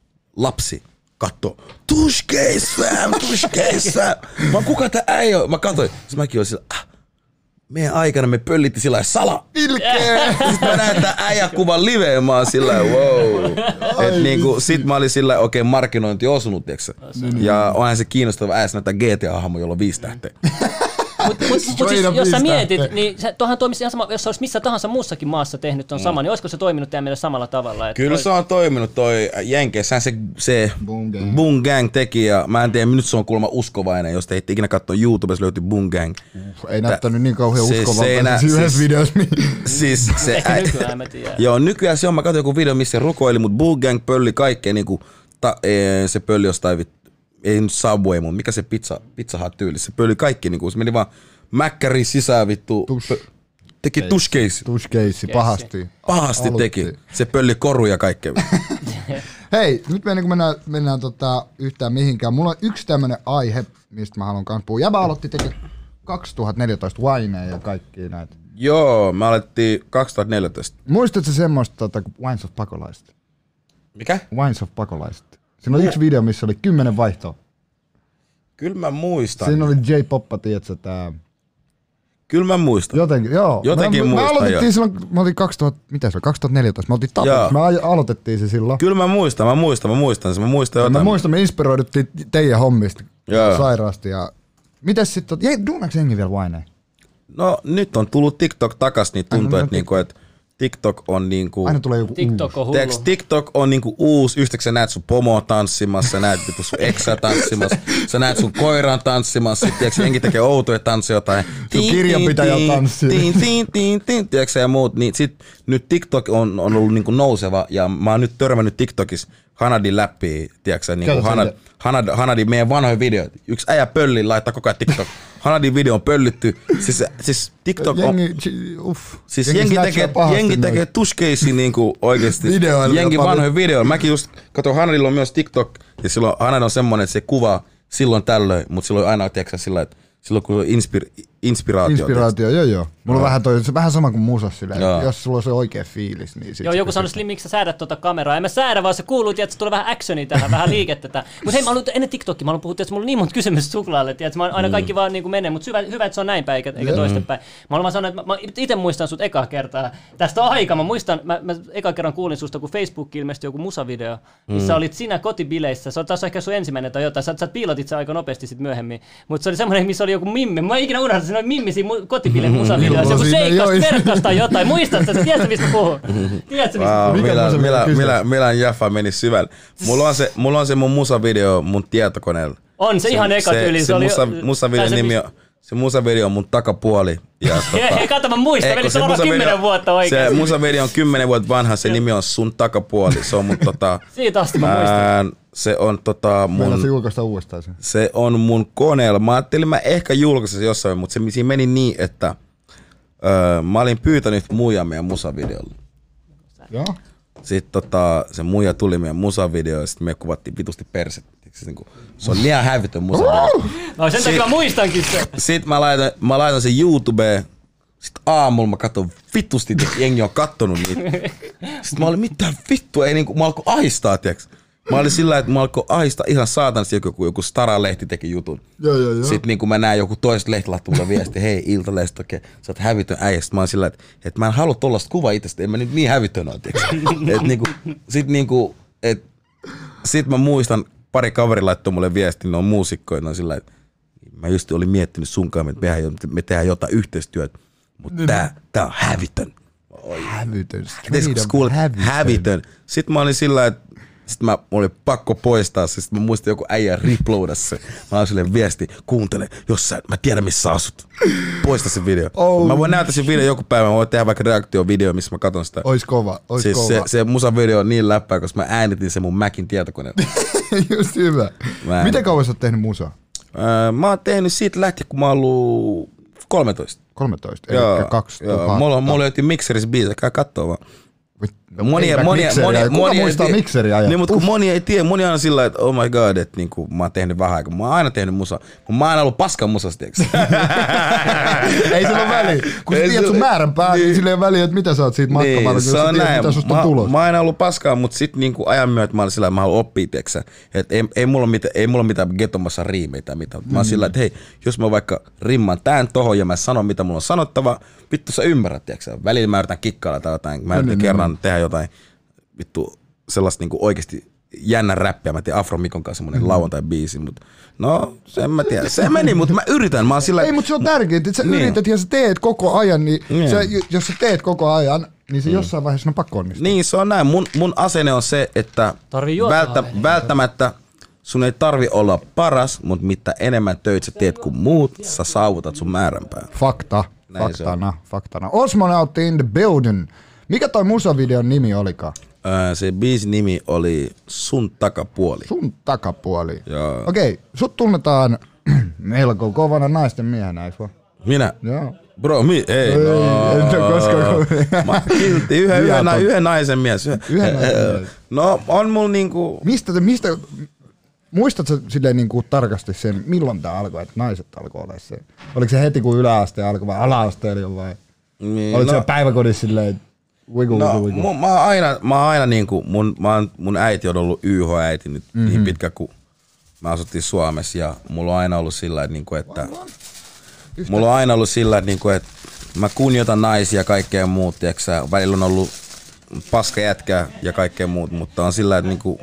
lapsi katso, Tushcase fam, Tushcase fam. Mä kuka tää äijä on? Mä katsoin, sit mäkin olin sillä, ah, meidän aikana me pöllitti sillä lailla sala. Ilkeä! Sitten mä näin tää äijäkuvan liveen, mä oon sillä wow. Et niinku, sit mä olin sillä okei, okay, markkinointi osunut, tiiäksä. Ja onhan se kiinnostava äijä näyttää G T A-hahmo, jolla on viisi tähteä. Mutta mut, mut siis, jos sä mietit, niin se, tuohan toimisi ihan sama, jos se olisi missä tahansa muussakin maassa tehnyt ton mm. sama, niin olisiko se toiminut teidän mielestä samalla tavalla? Että Kyllä toi... se on toiminut toi Jenkeissähän se, se Boom Gang. Boom Gang teki, ja mä en tiedä, nyt se on kuulemma uskovainen, jos te ette ikinä katsoa YouTubessa löytyy Boom Gang. Uh, ei näyttänyt niin kauhean se, uskovalta siis yhdessä videossa. Siis se, Ehkä nykyään mä tiedän. Joo, nykyään se on, mä katsoin joku video, missä se rukoili, mutta Boom Gang pölli kaikkea, niin kuin, ta, ee, se pölli jostain vittu, ei nyt Subway, mutta mikä se pizza, pizza hut tyyli, se pölli kaikki, niin kuin, se meni vaan Mäkkäri sisään vittu, Tush. teki tushkeissi. Tushkeissi, pahasti. Pahasti Alutti. teki. Se pölli koruja kaikkea. Hei, nyt me ennen kuin mennään, mennään tota yhtään mihinkään. Mulla on yksi tämmönen aihe, mistä mä haluan kanssa puhua. Jäbä aloitti tekemään kaksituhattaneljätoista Wineja ja kaikkia näitä. Joo, me alettiin kaksituhattaneljätoista. Muistatko semmoista tota, Wines of Pakolaiset? Mikä? Wines of Pakolaiset. Siinä oli yksi video, missä oli kymmenen vaihtoa. Kyllä mä muistan. Siinä oli J-Poppa, tietsä, tää... Kyllä mä muistan. Jotenkin, joo. Jotenkin me, muistan, me aloitettiin jo. silloin, me oltiin kaksituhatta, mitä se oli, kaksituhattaneljätoista, me oltiin tapetissa, me aloitettiin se silloin. Kyllä mä muistan, mä muistan, mä muistan se, mä muistan jotain. Mä muistan, me inspiroiduttiin teidän hommista joo. sairaasti ja... Mites sit, jäi, duunaaks jengi vielä Wineja? No nyt on tullut TikTok takas, niin tuntuu, että niinku, et TikTok on niinku... Aina tulee joku TikTok on hullu. Teeks, TikTok on niinku uusi, yhtäkkiä sä näet sun pomoa tanssimassa, sä näet vittu sun eksä tanssimassa, sä näet sun koiran tanssimassa, sit tiiäks jengi tekee outoja tanssia jotain. Sun kirjanpitäjä tanssia. Tiiäks ja muut, niin sit nyt TikTok on, on ollut niinku nouseva ja mä oon nyt törmännyt TikTokissa Hanadin läppiä, tiedätkö niinku Hanad, Hanad, Hanadin meidän vanhoja videoita. Yksi äijä pölli laittaa koko ajan TikTok. Hanadin video on pöllitty. Siis, siis TikTok on... Jengi, uff. Siis jengi, jengi tekee, jengi tekee tushkeisiin niinku oikeesti. Jengi vanhoja videoita. Mäkin just, kato Hanadilla on myös TikTok. Ja silloin Hanad on semmonen, että se kuvaa silloin tällöin, mutta silloin aina tiedätkö sillä, että silloin kun on inspir, inspiraatio. Inspiraatio, joo joo. Mulla on vähän, toi, se vähän sama kuin musas silleen, jos sulla on se oikea fiilis. Niin joo, joku sanoi Slim, miksi sä säädät tuota kameraa. En mä säädä, vaan se kuuluu, että tulee vähän actionia tähän, vähän liikettä tähän. Mutta hei, mä olen ennen TikTokia, mä olen puhuttu, että mulla on niin monta kysymystä suklaalle, että mä aina kaikki vaan niin kuin menee, mutta hyvä, hyvä, että se on näin päin, eikä, eikä toistepäin. Mä olen vaan sanonut, että mä, mä itse muistan sut ekaa kertaa. Tästä on aika, mä muistan, mä, mä eka kerran kuulin susta, kun Facebook ilmestyi joku musavideo, missä mm. olit sinä kotibileissä. Se on taas ehkä sun ensimmäinen tai jotain, sä, sä piilotit sen aika nopeasti sit myöhemmin. Mutta se oli semmoinen, missä oli joku mimmi. Mä en ikinä unohda, se oli mimmi siinä kotibileen musavideossa. Joku seikkasta, verkkasta tai jotain. Muistat sä, tiedätkö mistä mä puhun? Tiedätkö mistä puhun? Millä, millä Jaffa meni syvälle. Mulla on se, mulla on se mun musavideo mun tietokoneella. On se, se ihan eka tyyli. Se, se, se musa, musavideon nimi on, se musavideo on mun takapuoli. Ja tota, hei, kato mä muistan, veli, se on varmaan kymmenen vuotta oikein. Se musavideo on kymmenen vuotta vanha, se nimi on Sun takapuoli. Se on mun tota... Siitä asti mä muistan. Se on tota mun... Meillä se julkaista uudestaan se. Se on mun koneella. Mä ajattelin, mä ehkä julkaisin se jossain, mutta se siinä meni niin, että öö, mä olin pyytänyt muijaa meidän musavideolle. Joo. Sitten tota, se muija tuli meidän musavideo ja sitten me kuvattiin vitusti perset. Se on liian hävytön musavideo. No sen takia mä muistankin se. Sitten mä laitan, mä laitan sen YouTubeen. Sitten aamulla mä katson vitusti, että jengi on kattonut niitä. Sitten mä olin, mitä vittua, ei niinku, mä alkoi ahistaa, tiiäks. Mä olin sillä, että mä alkoi ahistaa ihan saatanasti joku, kun joku Stara-lehti teki jutun. Joo, joo, joo. Sitten niin kun mä näen joku toista lehti laittaa mulle viesti, hei Iltalehti, okei, sä oot hävytön äijä. Sitten mä olin sillä, että, että mä en halua tollaista kuvaa itsestä, en mä nyt niin hävytön ole. Et niinku, sit niinku, et, sit mä muistan, pari kaveri laittoi mulle viesti, ne on muusikkoja, ne on sillä, että mä just olin miettinyt sunkaan, että me, me tehdään jotain yhteistyötä, mutta tää, tää on hävytön. Hävytön. Hävytön. hävytön. Sitten mä olin sillä, että sitten mä olin pakko poistaa se, sitten mä muistin joku äijä reploadas se. Mä olin silleen viesti, kuuntele, jos sä, mä tiedän missä sä asut. Poista se video. Oh. Mä voin näyttää sen video joku päivä, mä voin tehdä vaikka reaktiovideo, missä mä katson sitä. Ois kova, ois siis kova. Se, se musavideo on niin läppää, koska mä äänitin sen mun Macin tietokoneella. Just hyvä. Mä Miten kauan sä oot tehnyt musaa? Öö, mä oon tehnyt siitä lähtien, kun mä oon ollut kolmetoista. kolmetoista, eli kaksituhatta. Mulla, mulla löytyi mikserissä biisä, käy kattoo vaan. Monia, monia, monia, Kuka monia muistaa mikseriä? Niin, mutta kun moni ei tiedä, moni on sillä, että oh my god, että niinku, mä oon tehnyt vähän aikaa. Mä oon aina tehnyt musaa, mutta mä oon aina ollut paskan musasta, tiiäks? Ei sillä ole väliä. Kun sä tiedät sun määränpää, niin sillä ei ole väliä, että mitä sä oot siitä matkamalla, niin, kun sä tiedät, mitä susta on tulossa. Mä oon aina ollut paskaa, mutta sit niinku ajan myötä mä olin sillä, että mä haluan oppia, tiiäks? Että ei, ei mulla ole mitään, ei mulla mitään getomassa riimejä tai mitään. Mä oon sillä, että hei, jos mä vaikka rimman tän tohon ja mä sanon, mitä mulla on sanottava, vittu sä ymmärrät, tiiäks? Välillä mä yritän kikkailla tai jotain, mä yritän kerran tehdä jotain vittu sellaista niinku oikeesti jännän räppiä. Mä tein Afro Mikon kanssa semmonen mm. lauantai-biisi, mut no sen mä tiedän. Se meni, mut mä yritän. Mä oon sillä... Ei, mut se on tärkeää, että sä niin. yrität ja sä teet koko ajan, niin niin. Sä, jos sä teet koko ajan, niin se mm. jossain vaiheessa on pakko onnistua. Niin, se on näin. Mun, mun asenne on se, että välttä, välttämättä sun ei tarvi olla paras, mut mitä enemmän töitä sä teet kuin muut, sä saavutat sun määränpään. Fakta. Näin faktana, faktana. Osmonautti in the building. Mikä toi musavideon nimi olikaan? Öö, se biisin nimi oli Sun takapuoli. Sun takapuoli. Okei, okay, sut tunnetaan melko kovana naisten miehenä, eikö vaan? Minä? Joo. Bro, mi- ei, ei no. En ole koskaan. Mä kiltti yhden, yhden, na- yhden naisen mies. Yhden naisen mies. No, on mulla niinku... Mistä, mistä, muistatko silleen niinku tarkasti sen, milloin tää alkoi, että naiset alkoi olla se? Oliko se heti kun yläaste alkoi vai ala-asteella vai? Niin, oliko no, se päiväkodissa silleen, wigu, no, wigu, wigu? Mä oon aina, mä oon aina niinku, mun, mä oon, mun äiti on ollut Y H-äiti nyt mm-hmm. niin pitkä kuin mä asuttiin Suomessa ja mulla on aina ollut sillä, että, niinku, että mulla on aina ollut sillä, että, niinku, että mä kunnioitan naisia ja kaikkea muut, tiiäksä, välillä on ollut paska jätkää ja kaikkea muut, mutta on sillä, että niinku,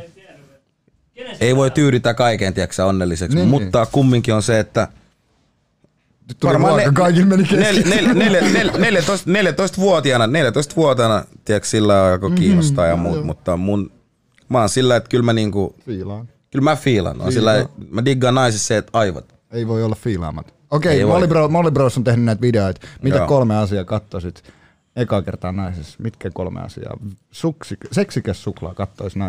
ei voi tyydytä kaiken, tiiäksä, onnelliseksi, niin, mutta niin. Kumminkin on se, että varmaan ne, kaikille meni kesken. neljätoistavuotiaana, neljätoistavuotiaana, tiiäks, sillä alkoi kiinnostaa mm-hmm, ja muut, joo. Mutta mun, mä oon sillä, että kyllä mä niinku, fiilaan. Kyllä mä fiilan, on sillä, mä diggaan naisissa se, että aivot. Ei voi olla fiilaamat. Okei, okay, Molly, Bro, Molly Bros on tehnyt näitä videoita. Mitä joo. kolme asiaa katsoisit eka kertaa naisessa? Mitkä kolme asiaa? Suksi, seksikäs suklaa kattois naisessa?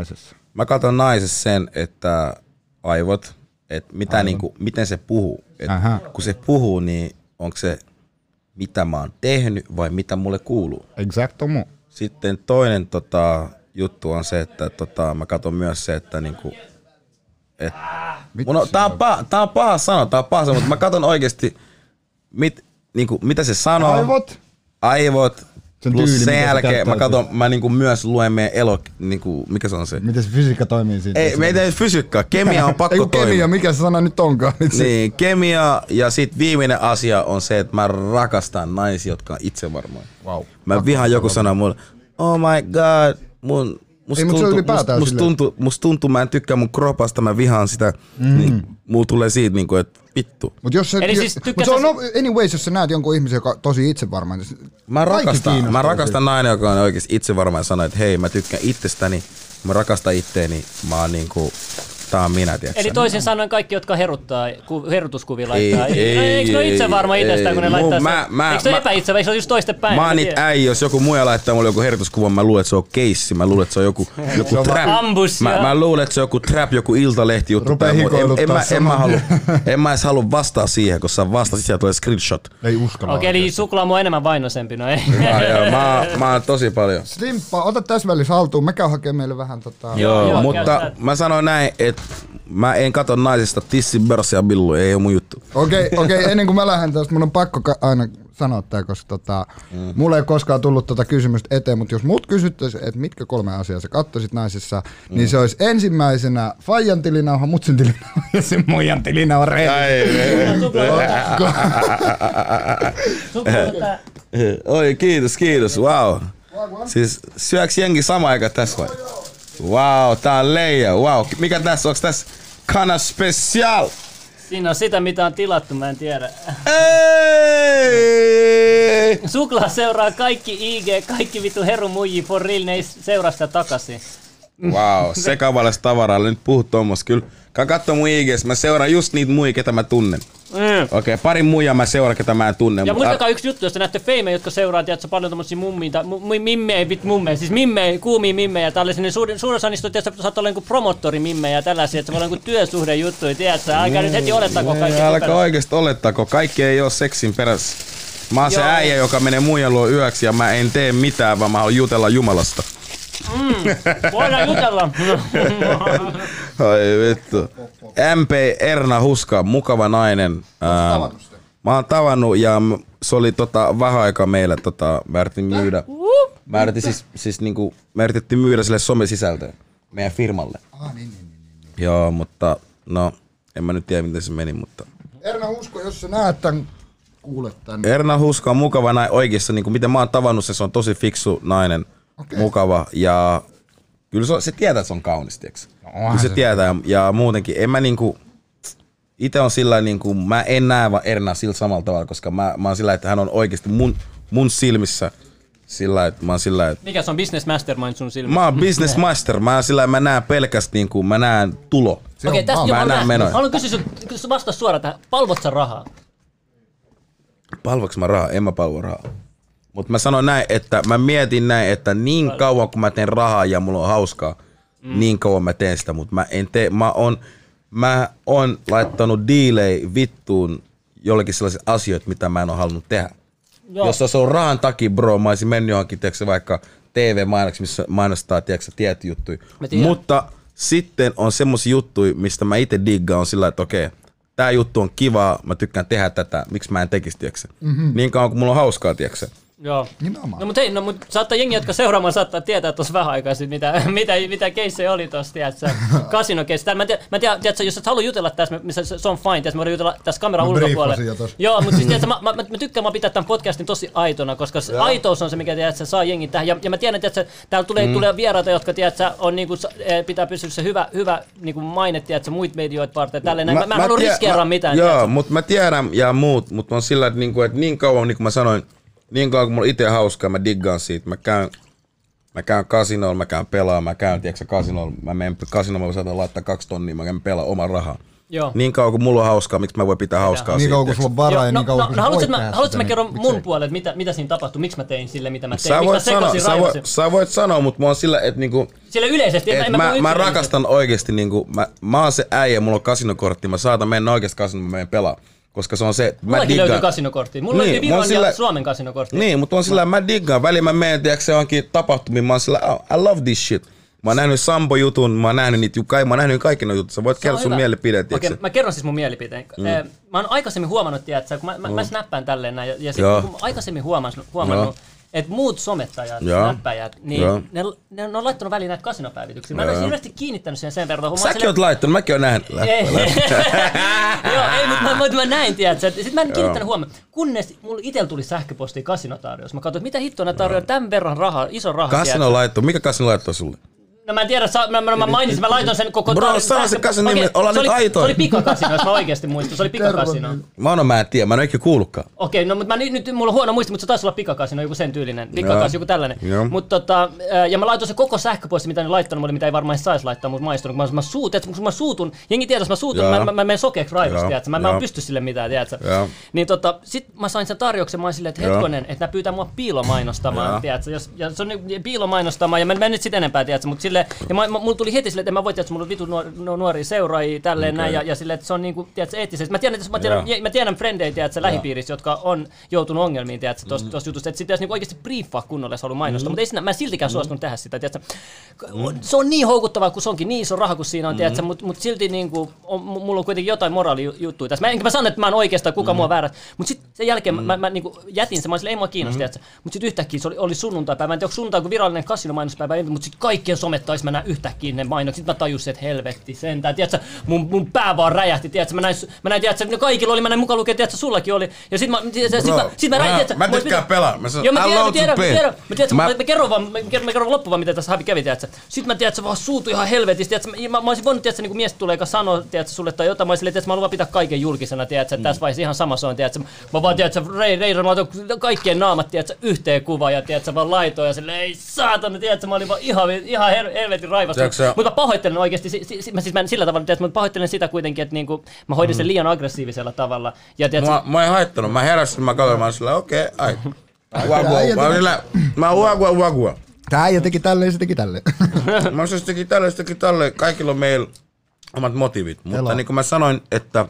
mä katson naisessa sen, että aivot, että mitä niinku, miten se puhuu. Et kun se puhuu, niin onko se mitä mä oon tehnyt vai mitä mulle kuuluu. Exactement. Sitten toinen tota, juttu on se, että tota, mä katson myös se, että niinku, et, no, tää, on paha, tää on paha sanoa, tää on paha sanoa, mutta mä katson oikeesti, mit, niinku, mitä se sanoo. Aivot. Aivot. Sen Plus tyyli, sen jälkeen mä katson, mä niinku myös luen meidän elo, niinku, mikä se on se? Miten se fysiikka toimii siinä? Ei, me ei tehdä fysiikkaa, kemia on pakko toimia. Kemia, mikä se sana nyt onkaan? Niin, kemia ja sit viimeinen asia on se, että mä rakastan naisia, jotka on itsevarmoja. Wow. Mä vihaan joku sanoo mulle, oh my god, mun, musta, ei, tuntuu, musta, musta, tuntuu, musta tuntuu, mä en tykkää mun kropasta, mä vihaan sitä, mm. niin mulla tulee siitä niinku, että vittu. Mut jos se, Eli jos, siis mut se on, no, anyways, jos sä näet jonkun ihmisen, joka on tosi itsevarma, niin mä rakastan, mä rakastan nainen, joka on oikeesti itsevarma ja sanoo, että hei, mä tykkään itsestäni, mä rakastan itteeni, mä oon niinku, tää on minä, tiiäksä. Eli toisin sanoen kaikki, jotka heruttaa, ku, herutuskuvia laittaa. Ei, ei, no, eikö ne ole itse varma itsestään, kun ne laittaa mä, sen? mä, Eikö se mä, epäitsevä? Eikö se ole just toistepäin? Mä oon niitä äijä, jos joku muija laittaa mulle joku herutuskuva, mä luulen, että se on keissi, mä luulen, että se on joku, joku on trap. ambus, mä, mä luulen, että se on joku trap, joku iltalehti juttu. Rupee En, en, mä, en, mä halu, en mä edes halua vastaa siihen, koska sä vastasit, siellä tulee screenshot. Ei uskalla. Okei, okay, eli suklaa on enemmän vainosempi, no ei. Mä, joo, mä, mä oon tosi paljon. Slimppa, ota tässä välissä haltuun, mä käyn hakemaan meille vähän tota... Joo, joo, mutta mä sanoin näin, että mä en katso naisista tissi, börssi ja billu, ei oo mun juttu. Okei, okay, okei, okay, ennen kuin mä lähden tästä, mun on pakko ka- aina sanoa tää, koska tota, mm. mulle ei koskaan tullut tota kysymystä eteen, mutta jos mut kysyttäisiin, että mitkä kolme asiaa sä kattoisit naisissa, mm. niin se olisi ensimmäisenä faijan tilinauha, mutsin tilinauha ja se muijan tilinauha reili. Oi, kiitos, kiitos, wow. Siis syöks jengi sama aika tässä vai? Wow, tää on leija, wow. Mikä tässä, onks tässä kana special? Siinä on sitä, mitä on tilattu, mä en tiedä. Ei! Suklaa seuraa kaikki I G, kaikki vitu heru muiji for real, ne ei seuraa sitä takaisin. Wow, sekavalle tavaralle, nyt puhut tommoista kyllä. Katso mun I G:ssä, mä seuraan just niitä muija, ketä mä tunnen. Mm. Okei, okay, pari muijaa mä seuraan, ketä mä en tunne. Ja muistakaa yksi juttu, jos te näette feimejä, jotka seuraa, tiedätkö, paljon tommosia mummiita, mimmejä, vit mummejä, siis mimmejä, kuumia mimmejä. Tää oli sinne suurin osa niistä, tiedätkö, saat olla joku promottori mimmejä ja tällaisia, että se voi olla joku työsuhdejuttuja, tiedätkö, älkää mm. nyt heti olettako kaikki. Älkää oikeesti olettako, kaikki ei oo seksin perässä. Mä oon se äijä, joka menee muijan luo yöksi ja mä en tee mitään, vaan mä haluan jutella Jumalasta. Mm, voidaan jutella. Ai vittu. M P Erna Huska, mukava nainen. Ää, mä oon tavannut ja se oli tota, vähän aikaa meillä, tota, mä yritin myydä. Mä yritin siis, siis niinku, mä yritettiin myydä sille somesisältöä meidän firmalle. Ah, niin, niin, niin, niin. Joo, mutta no, en mä nyt tiedä miten se meni, mutta... Erna Husko, jos sä näet tän, kuulet tän. Erna Huska on mukava nainen oikeassa, niinku miten mä oon tavannut se, se on tosi fiksu nainen. Okay. Mukava ja kyllä se, se tietää, että se on kaunis, tiiäks? No, kyllä se, se tietää ja, ja muutenkin en mä niinku, ite on sillä niinku, mä en näe vaan Erna sillä samalla tavalla, koska mä, mä oon sillä, että hän on oikeesti mun, mun silmissä sillä, että mä oon sillä, että... Mikä se on business mastermind sun silmissä? Mä oon business master, mä oon sillä, että mä näen pelkästään niinku, mä näen tulo. Okei, okay, tästä jo mä näen. Haluan kysyä sun, vastaa suoraan tähän, palvot sä rahaa? Palvoks mä rahaa? En mä palvo rahaa. Mutta mä sanon näin, että mä mietin näin, että niin kauan kun mä teen rahaa ja mulla on hauskaa, mm. niin kauan mä teen sitä, mutta mä en tee, mä on, mä on laittanut diilei vittuun jollekin sellaisia asioita, mitä mä en ole halunnut tehdä. Joo. Jos se on rahan takia, bro, mä olisin mennyt johonkin, tiiäksä, vaikka T V-mainoksi, missä mainostaa, tiiäksä, tietty juttuja. Mutta sitten on semmosia juttuja, mistä mä itse diggaan, on sillä, että okei, tää juttu on kivaa, mä tykkään tehdä tätä, miksi mä en tekisi, tiiäksä. Mm-hmm. Niin kauan kun mulla on hauskaa, tiiäksä. Joo. No mut hei, no mut saattaa jengi, jotka seuraamaan saattaa tietää tossa vähän aikaisin, mitä, mitä, mitä keissejä oli tossa, tiedätkö, kasinokeissa. Mä tiedän, mä tiedän, tiedätkö, jos et halua jutella tässä, missä se on fine, tiedätkö, me voidaan jutella tässä kameran ulkopuolella. Joo, mutta siis tiedätkö, mä, mä, mä tykkään mä pitää tämän podcastin tosi aitona, koska se aitous on se, mikä tiedätkö, saa jengi tähän. Ja, ja mä tiedän, että täällä tulee, mm. tulee vieraita, jotka tiedätkö, on niinku, pitää pysyä se hyvä, hyvä niinku maine, tiedätkö, muita medioita varten. Tälleen, mä, mä, mä en halua riskeeraa mitään. Joo, mutta mä tiedän ja muut, mutta on sillä, että, niinku, että niin kauan, niin kuin mä sanoin, niin kauan kun mulla itse hauskaa, mä diggaan siitä. Mä käyn, mä käyn kasinoilla, mä käyn pelaamaan, mä käyn tiiäksä kasinoilla. Mä menen kasinoilla, mä saatan laittaa kaksi tonnia, mä käyn pelaa oman rahaa. Joo. Niin kauan kuin mulla on hauskaa, miksi mä voin pitää hauskaa Niin siitä. kauan kuin sulla on varaa ja no, niin kauan no, kuin no, sä voit mä, tehdä haluatko sitä, mä kerron niin mun miksei? puolet, mitä, mitä siinä tapahtui, miksi mä tein sille, mitä mä tein, Sä voit, miksi mä sanoa, sekoisin, sä, voit, raivasin. sä voit sanoa, mutta mä oon sillä, että niinku, Sille yleisesti, et en mä, mä, mä, mä, mä rakastan oikeesti, niinku, mä, mä oon se äijä, mulla on kasinokortti, mä saatan mennä oikeesti kasinoon, mä menen pelaa. Koska se on se, mä Mullakin diggaan. löytyy kasinokortti. Mulla Niin, löytyy mä oon Viron sillä- ja Suomen kasinokortti. Niin, mutta on sillä, mä diggaan. Väliin mä menen, tiedätkö, se onkin tapahtumiin. Mä oon sillä, oh, I love this shit. Mä oon nähnyt Sampo-jutun, mä oon nähnyt niitä, kai, mä oon nähnyt kaikki noita jutut. Sä voit kertoa sun mielipiteen, Okei, tiedätkö? mä kerron siis mun mielipiteen. Mm. Mä oon aikaisemmin huomannut, tiedätkö, kun mä, mä, mä snappaan tälleen näin, ja, ja sit, Joo. kun mä aikaisemmin huomannut, huomannut että muut somettajat, Joo. snappajat, niin ne, ne, ne on laittanut väliin näitä kasinopäivityksiä. Mä en olisi hirveästi kiinnittänyt siihen sen verran. Säkin oot laittanut, mäkin oon nähnyt. Ei, Joo, ei, mutta mä, mä, mä näin, tiedätkö. Sitten mä en kiinnittänyt huomioon. Kunnes mulla itsellä tuli sähköpostiin kasinotarjous. Mä katsoin, mitä hittoa ne tarjoaa tämän verran rahaa, ison rahaa. Kasino laitto, mikä kasino laittoi sulle? No mä en tiedä, sa- mä, mä, mä mainitsin, mä laitoin sen koko... Bro, tar- sano se sähkö- kasino nimi, Okei, ollaan se nyt oli- aitoja. Se oli pikakasino, jos mä oikeesti muistan. Se oli pikakasino. Mä oon, mä en tiedä, mä en ole ikinä kuullutkaan. Okei, no mutta mä nyt, nyt mulla on huono muisti, mutta se taisi olla pikakasino, joku sen tyylinen. Pikakasino, joku tällainen. Joo. Mutta tota, ää, ja mä laitoin se koko sähköposti, mitä ne laittanut mulle, mitä ei varmaan saisi laittaa, mutta maistunut. Kun mä, mä suutun, kun mä suutun, jengi tiedä, jos mä suutun, Joo. mä, mä, mä menen sokeeksi raivosta, Joo. tiedätkö? Mä, mä en Joo. pysty sille mitään, tiedätkö? Joo. Niin tota, sit mä sain sen tarjouksen, mä olin silleen, että Joo. hetkonen, että nää pyytää mua piilomainostamaan, Joo. tiedätkö? Jos, ja se on niin- piilomainostamaan, ja mä en mene nyt sit enempää, tiedätkö? Mutta silleen, ja mä, mä, mulla tuli heti silleen, että mä voin, tiedätkö, mulla on vitu nuor, nuoria seuraajia, tälleen Okei. näin, ja, ja silleen, että se on niinku, tiedätkö, eettisesti. Mä tiedän, että jos mä tiedän, Joo. mä tiedän frendejä, tiedätkö, lähipiirissä, jotka on joutunut ongelmiin, tiedätkö, tosta, Mm. tosta jutusta, että sit pitäisi niinku oikeasti briefaa kunnolla, jos haluaa mainostaa, mutta ei siinä, mä en siltikään Mm. suostunut tehdä sitä, tiedätkö. Se on niin houkuttavaa, kun se onkin niin iso raha, kun siinä on, tiedätkö, mutta mut silti niinku, on, mulla on kuitenkin jotain moraalijuttuja tässä. Mä enkä mä sano, että mä en oikeastaan kuka mua väärät, mutta sitten sen jälkeen mä, mä, mä niinku jätin sen, mä olin silleen, ei mua kiinnosta, tiedätkö. Mutta sitten yhtäkkiä se oli, oli sunnuntai-päivä, en tiedä, onko sunnuntai kuin virallinen kasinomainospäivä, mutta sitten kaikkien somettais mä näin yhtäkkiä ne mainokset. Sitten mä tajusin, että helvetti sentään, tiedätkö, mun, mun pää vaan räjähti, tiedätkö, mä näin, mä näin, tiedätkö, ne kaikilla oli, mä näin mukaan lukea, tiedätkö, sullakin oli. Ja sit mä, tiedätkö, sit mä, sit mä näin, tiedätkö. Mä mulla tykkään piti- pelaa. Mä sanon, Joo, mä I tiedän, love mä tiedän, to mä play. tiedän, mä tiedän, Mä- mä, mä kerron vaan, mä kerron, mä kerron loppuun vaan, mitä tässä Havi kävi, tiedätkö. Sitten mä tiedätkö, vaan suutui ihan helvetistä, tiedätkö, mä, mä, mä olisin voinut, tiedätkö, niin kuin mies tulee, joka sanoo, tiedätkö, sulle tai jotain, mä olisin, tiedätkö, mä haluan pitää kaiken julkisena, tiedätkö, että tässä vaiheessa ihan sama se on, tiedätkö. Mä vaan, tiedätkö, rei, rei, mä otan kaikkien naamat, tiedätkö, yhteen kuvaan ja tiedätkö, vaan laitoin ja silleen, ei saatana, tiedätkö, mä olin vaan ihan, ihan her- helvetin raivastunut. Tiedätkö sä- Mutta mä pahoittelen oikeasti, si, si, si, mä, siis mä en sillä tavalla, tiedätkö, mä pahoittelen sitä kuitenkin, että niinku, mä hoidin sen liian aggressiivisella tavalla. Ja tiedätkö, Mä, mä en haittanut, mä heräsin, mä katsoin, mä olin sillä, okei, ai. Wagua, mä olin sillä, mä wagua, wagua. Tää äijä teki tälleen, se teki tälleen. Mä olisin, se teki tälle, se teki tälle, kaikilla on meillä omat motiivit. Mutta Elo. niin kuin mä sanoin, että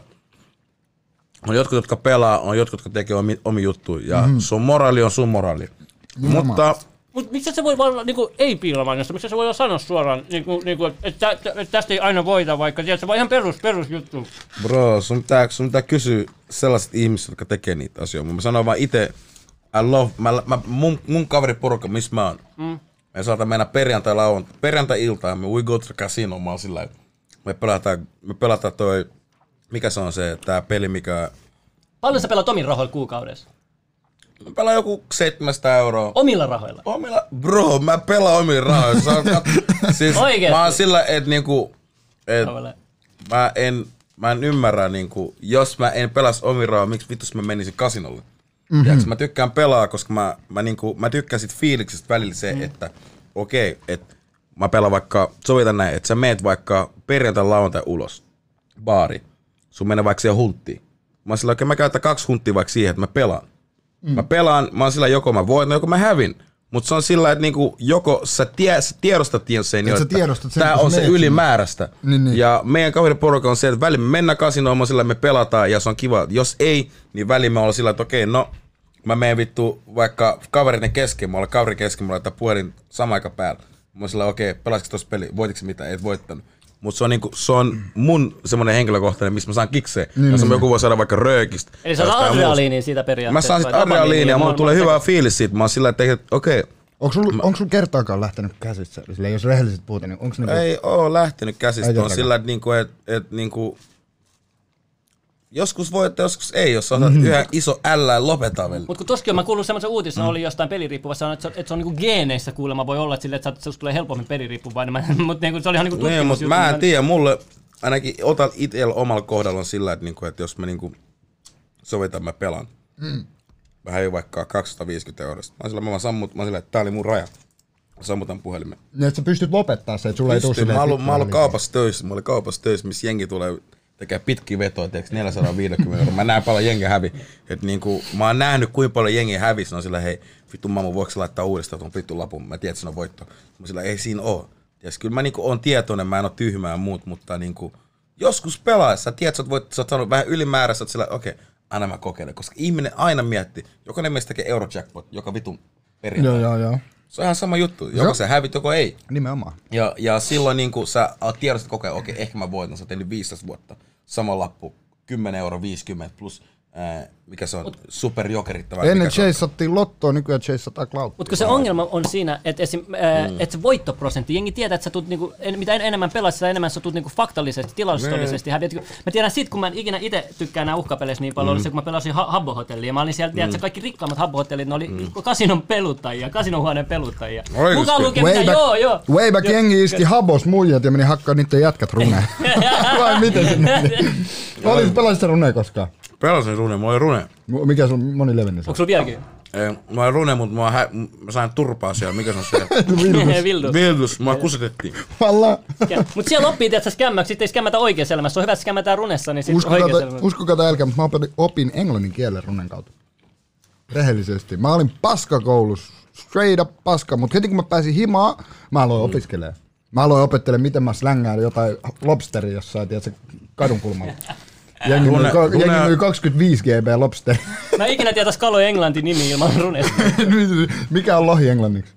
on jotkut, jotka pelaa, on jotkut, jotka tekee omi, omi juttuja. Ja mm-hmm. sun moraali on sun moraali. Nimenomaan. Mutta Mutta miksi se voi olla niinku, ei piilomainosta, miksi se voi olla sanoa suoraan, niinku, niinku, että et, et tästä ei aina voida, vaikka tiedät, se vaan ihan perus, perusjuttu. bro, sun pitää, sun pitää kysyä sellaiset ihmiset, jotka tekee niitä asioita. Mä sanon vaan itse, I love, mä, mä, mun, mun kaveriporukka, missä mä oon. Mm. Me saatan mennä perjantai lauantai, perjantai-iltaan, me we go to the casino, mä oon sillä me pelataan, me pelataan toi, mikä se on se, tää peli, mikä... Paljon sä pelaat omin rahoilla kuukaudessa? Mä pelaan joku seitsemänsataa euroa. Omilla rahoilla? Omilla, bro, mä pelaan omilla rahoilla. Sä oot kat- siis Oikeesti? mä oon sillä, että niinku, et Tavallaan. mä en, mä en ymmärrä niinku, jos mä en pelas omilla rahoilla, miksi vittus mä menisin kasinolle? Mm-hmm. Tiedätkö, mä tykkään pelaa, koska mä, mä, niinku, mä tykkään sit fiiliksestä välillä se, mm. että okei, okay, että mä pelaan vaikka, sovitan näin, että sä meet vaikka perjantai lauantai ulos, baari, sun menee vaikka siihen hunttiin. Mä oon sillä, okei, okay, mä käytän kaksi hunttia vaikka siihen, että mä pelaan. Mm. Mä pelaan, mä oon sillä joko mä voitan, joko mä hävin. Mutta se on sillä, että niinku, joko sä, tie, sä tiedostat sen, jo, sä että tiedostat sen, tää kun on sä se meet ylimääräistä. Niin, niin. Ja meidän kaveriporukka on se, että väliin me mennään kasinoon, mä sillä me pelataan ja se on kiva. Jos ei, niin väliin me ollaan sillä, että okei, no mä menen vittu vaikka kaverinen kesken, mä olen kaverin kesken, mä laittaa puhelin sama aika päällä. Mä oon sillä, okei, pelasitko tossa peli, voititko mitä, et voittanut. Mutta se on, niinku, se on mun semmonen henkilökohtainen, missä mä saan kikseen. Mm. Jos joku voi saada vaikka röökistä. Eli sä saat adrenaliinia siitä periaatteessa? Mä saan sit adrenaliinia ja mulla tulee hyvä fiilis siitä. Mä oon sillä, että okei. Okay. Onko sulla onko sul kertaakaan lähtenyt käsistä? Silleen, jos rehelliset puhutaan, niin onko niinku... Ei oo lähtenyt käsistä. Ei On sillä, että niinku, et, et, niinku, joskus voi, että joskus ei. Jos on mm-hmm. yhä iso ällää, lopetaan vielä. Mutta kun toskin mä kuullut semmoisen uutisen, mm. oli jostain peliriippuvassa, että se, että se on niinku geeneissä kuulemma voi olla, että, sille, että susta tulee helpommin peliriippuvainen, mutta niinku, se oli ihan niinku Niin, mutta tutkimusjuttu. mä en tiedä, mulle ainakin otan itsellä omalla kohdalla sillä, että, niinku, että jos mä niinku sovitan, mä pelaan. Mm. Mä häin vaikka kaksisataaviisikymmentä eurosta. Mä sillä, mä vaan sammut, mä sillä, että tää oli mun raja. Mä sammutan puhelimen. Niin, että sä pystyt lopettaa se, että sulla ei tuu Pystyn, silleen... mä olin, mä olin pikkuhiljaa. kaupassa töissä, mä olin kaupassa töissä, missä jengi tulee tekee pitkiä vetoja, teeks neljäsataaviisikymmentä euroa. Mä näen paljon jengiä hävi. Et niinku, mä oon nähnyt kuinka paljon jengiä hävisi. No sillä hei, vittu mamma, voiko laittaa uudestaan tuon vittu lapun? Mä tiedän, että siinä on voitto. Mä sillä ei siinä oo. Ties, kyllä mä niinku oon tietoinen, mä en oo tyhmää ja muut, mutta niinku, joskus pelaessa, tiedät, sä oot, sä oot saanut vähän ylimääräistä, sillä okei, okay, aina mä kokeilen. Koska ihminen aina miettii, jokainen meistä tekee Eurojackpot, joka vitun perjantai. Joo, joo, joo. Se on ihan sama juttu. Joko sä hävit, joko ei. Nimenomaan. Ja, ja silloin niin kun sä tiedostat koko ajan, okei, okay, ehkä mä voitan, sä oot tehnyt viisitoista vuotta. Sama lappu, kymmenen euroa viisikymmentä plus, ää, mikä se on, Mut, superjokerittava. Ennen chaseattiin lottoa, nykyään chaseataan cloud. Mutta se ongelma on siinä, että esim, ää, mm. et se voittoprosentti, jengi tietää, että sä tulet, niinku, en, mitä enemmän pelaat, sitä enemmän sä tulet niinku faktallisesti, tilastollisesti häviät. Mä tiedän sit, kun mä en ikinä itse tykkään nää uhkapeleissä niin paljon, mm. oli se, kun mä pelasin ha- Habbo-hotellia, ja mä olin siellä, tiedät, mm. kaikki rikkaammat Habbo-hotellit, ne oli mm. kasinon peluttajia, kasinohuoneen peluttajia. Mukaan lukee, mitä joo, joo. Way back jengi iski Habos muijat ja meni hakkaa niitten jätkät runeen. Vai miten se meni? Olis pelasit sä runeen koskaan? Pelasin rune, mulla oli rune. Mikä sun moni levinne? Onko sulla vieläkin? Ei, mulla oli rune, mutta mä, hä- mä sain turpaa siellä. Mikä se on siellä? Vildus. Vildus. Vildus. Mua kusetettiin. Valla. Mut siellä oppii, että sä skämmäksi, sit ei skämmätä oikeassa elämässä. Se on hyvä, että skämmätään runessa, niin sit oikeassa elämässä. Uskokaa tai älkää, mutta mä opin, opin englannin kielen runen kautta. Rehellisesti. Mä olin paskakoulussa. Straight up paska, mutta heti kun mä pääsin himaan, mä aloin mm. opiskelemaan. Mä aloin opettelemaan, miten mä slängään jotain lobsteria jossain, tiedätkö, kadun kulmalla. Jengi myi, rune, jengi myi kaksikymmentäviisi gigabyte lobster. Mä en ikinä tietäis kalojen englanti nimi ilman runesta. Mikä on lohi englanniksi?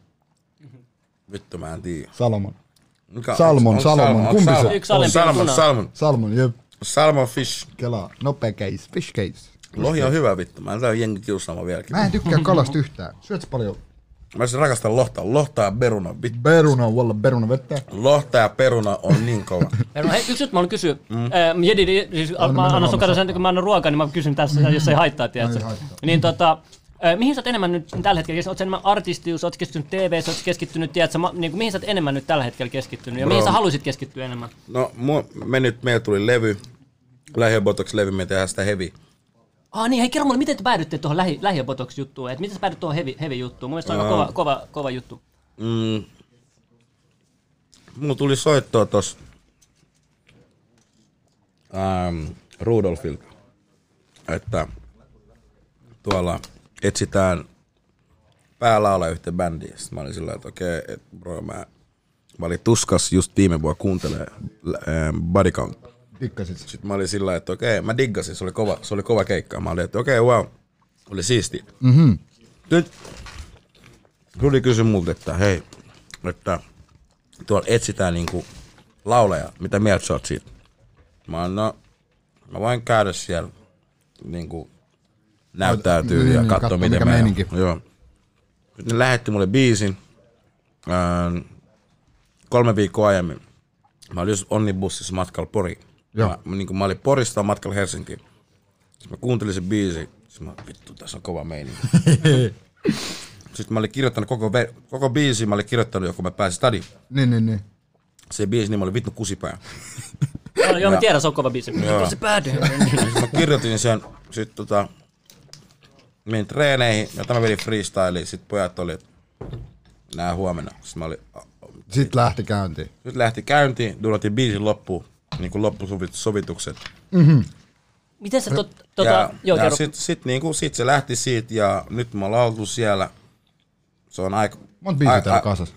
Vittu mä en tiedä. Salmon. Mikä, Salmon, on, Salmon. Salmon. Kumpi se? Yksi alempi on Salmon, Salmon. Salmon, jep. Salmon fish. Kelaa, nopea case, fish case. Lohi on hyvä vittu, mä en saa jengi kiusaamaan vieläkin. Mä en tykkää kalasta yhtään. Syötkö paljon? Mä siis rakastan lohtaa. Lohta ja peruna. Vittu. Peruna, walla peruna vettä. Lohta ja peruna on niin kova. Peruna, hei, yksi juttu mä haluan kysyä. Mm. Äh, Jedi, siis anna mä annan sun kato sen, kun mä annan ruokaa, niin mä kysyn tässä, mm-hmm. jos ei haittaa, tiedätkö? Ei haittaa. Niin tota, äh, mihin sä oot enemmän nyt tällä hetkellä? Oot sä enemmän artistius, oot keskittynyt T V, oot keskittynyt, tiedätkö? Ma, niin kuin, mihin sä oot enemmän nyt tällä hetkellä keskittynyt? Ja Bro. Mihin sä haluisit keskittyä enemmän? No, me nyt, meillä tuli levy. Lähiöbotox-levy, me tehdään sitä heavy. Ah niin, hei kerro mulle, miten te päädytte tuohon lähi- lähiöbotox-juttuun? Et miten sä päädyt tuohon heavy, heavy juttuun? Mun mielestä se on aika kova, kova, kova juttu. Mm. Mulla tuli soittoa tossa ähm, Rudolfilta, että tuolla etsitään päälaulaja yhteen bändiin. Sitten mä olin sillä, että okei, okay, että bro, mä, mä olin tuskas just viime vuonna kuuntelemaan ähm, Body Count. Diggasit. Sitten mä olin sillä, että okei, okay, mä diggasin, se oli kova, se oli kova keikka. Mä olin, että okei, okay, wow, oli siisti. Mm-hmm. Nyt Rudi kysyi multa, että hei, että tuolla etsitään niinku laulaja, mitä mieltä sä oot siitä? Mä oon, no, mä voin käydä siellä niinku näyttäytyy niin, ja katsoa katso, miten mä joo. Nyt ne lähetti mulle biisin ähm, kolme viikkoa aiemmin. Mä olin just Onnibussissa matkalla Poriin. Mä, niin mä olin Porista matkalla Helsinkiin. Sitten mä kuuntelin sen biisin. Sitten mä vittu, tässä on kova meininki. Sitten mä olin kirjoittanut koko, koko biisin, mä olin kirjoittanut jo, kun mä pääsin stadiin. Niin, niin, niin. Se biisi nimi oli Vittu Kusipää. Joo, joo, mä tiedän, se on kova biisi. Vittu se päädy. Mä kirjoitin sen, sit tota, menin treeneihin, ja tämä vedin freestyliin, sit pojat oli, että nää huomenna. Sitten mä olin, Sitten lähti käyntiin. Sitten lähti käyntiin, duulattiin biisin loppuun, niin kuin loppusovitukset. Mm-hmm. Miten sä tot, tota, ja, joo, ja sit, sit, niinku, sit se lähti siitä ja nyt mä ollaan oltu siellä. Se on aika... Monta biisiä täällä kasassa?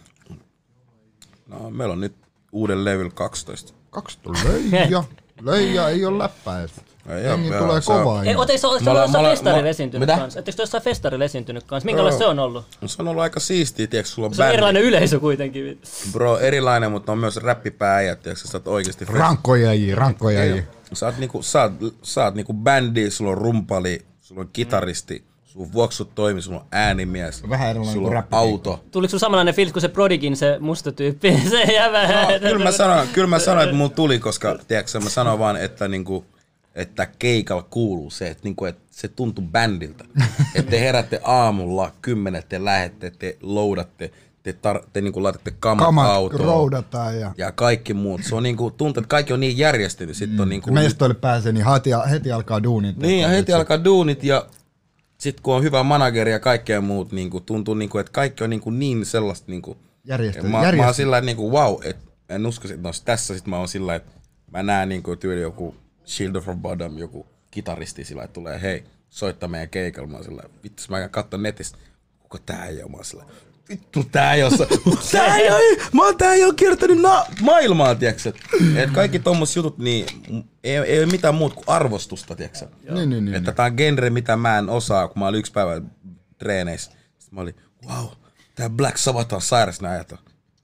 No meillä on nyt uuden level kaksitoista. kaksitoista löijä. Löijä ei oo läppää edes. Jengi tulee kovaa. Ei, ootteko te jossain festarilla esiintynyt kanssa? Ootteko te jossain festarilla esiintynyt kanssa? Minkälaista se on ollut? Se on ollut aika siistiä, tiiäks, sulla on se on bändi. Erilainen yleisö kuitenkin. Bro, erilainen, mutta on myös räppipääjät, tiiäks, sä oot oikeesti... Rankkojäjiä, rankkojäjiä. Sä oot niinku, sä oot, sä oot niinku bändi, sulla on rumpali, sulla on kitaristi, sun vuoksut toimii, sulla on äänimies, sulla on auto. Tuliko sun samanlainen fiilis kuin se Prodigin, se musta tyyppi? Se jävä. No, kyllä mä sanoin, kyllä mä sanoin, että mulla tuli, koska tiiäks, mä sanoin vaan, että niinku... että keikalla kuuluu se, että, niinku, että se tuntuu bändiltä. Että te herätte aamulla kymmenet, te lähette, te loadatte, te, tar- te niinku laitatte kamat, kamat autoon. Ja... ja kaikki muut. Se on niinku, tuntuu, että kaikki on niin järjestetty. Sitten mm. on niinku, mestoille pääsee, niin heti, heti alkaa duunit. Niin, ja heti alkaa duunit ja sitten kun on hyvä manageri ja kaikkea muut, niinku, tuntuu, niinku, että kaikki on niinku niin sellaista. Niinku, järjestetty. Mä, mä oon sillä tavalla, niinku, wow, että en usko, että no, tässä sit mä oon sillä että mä näen niinku, tyyli joku Shield of Bottom joku kitaristi sillä, että tulee hei, soittaa meidän keikalla. Mä oon sillä, vittu, mä käyn katsoa netistä, kuka tää ei oo, mä oon sillä, vittu tää ei oo, tää ei oo, mä oon tää ei oo kirjoittanut na- maailmaa, tiiäksä. Et kaikki tommoset jutut, niin ei, ei oo mitään muuta kuin arvostusta, tiiäksä. Niin, niin, niin. Että tää on genre, mitä mä en osaa, kun mä olin yksi päivä treeneissä. Sitten mä olin, wow, tää Black Sabbath on sairas nää ajat.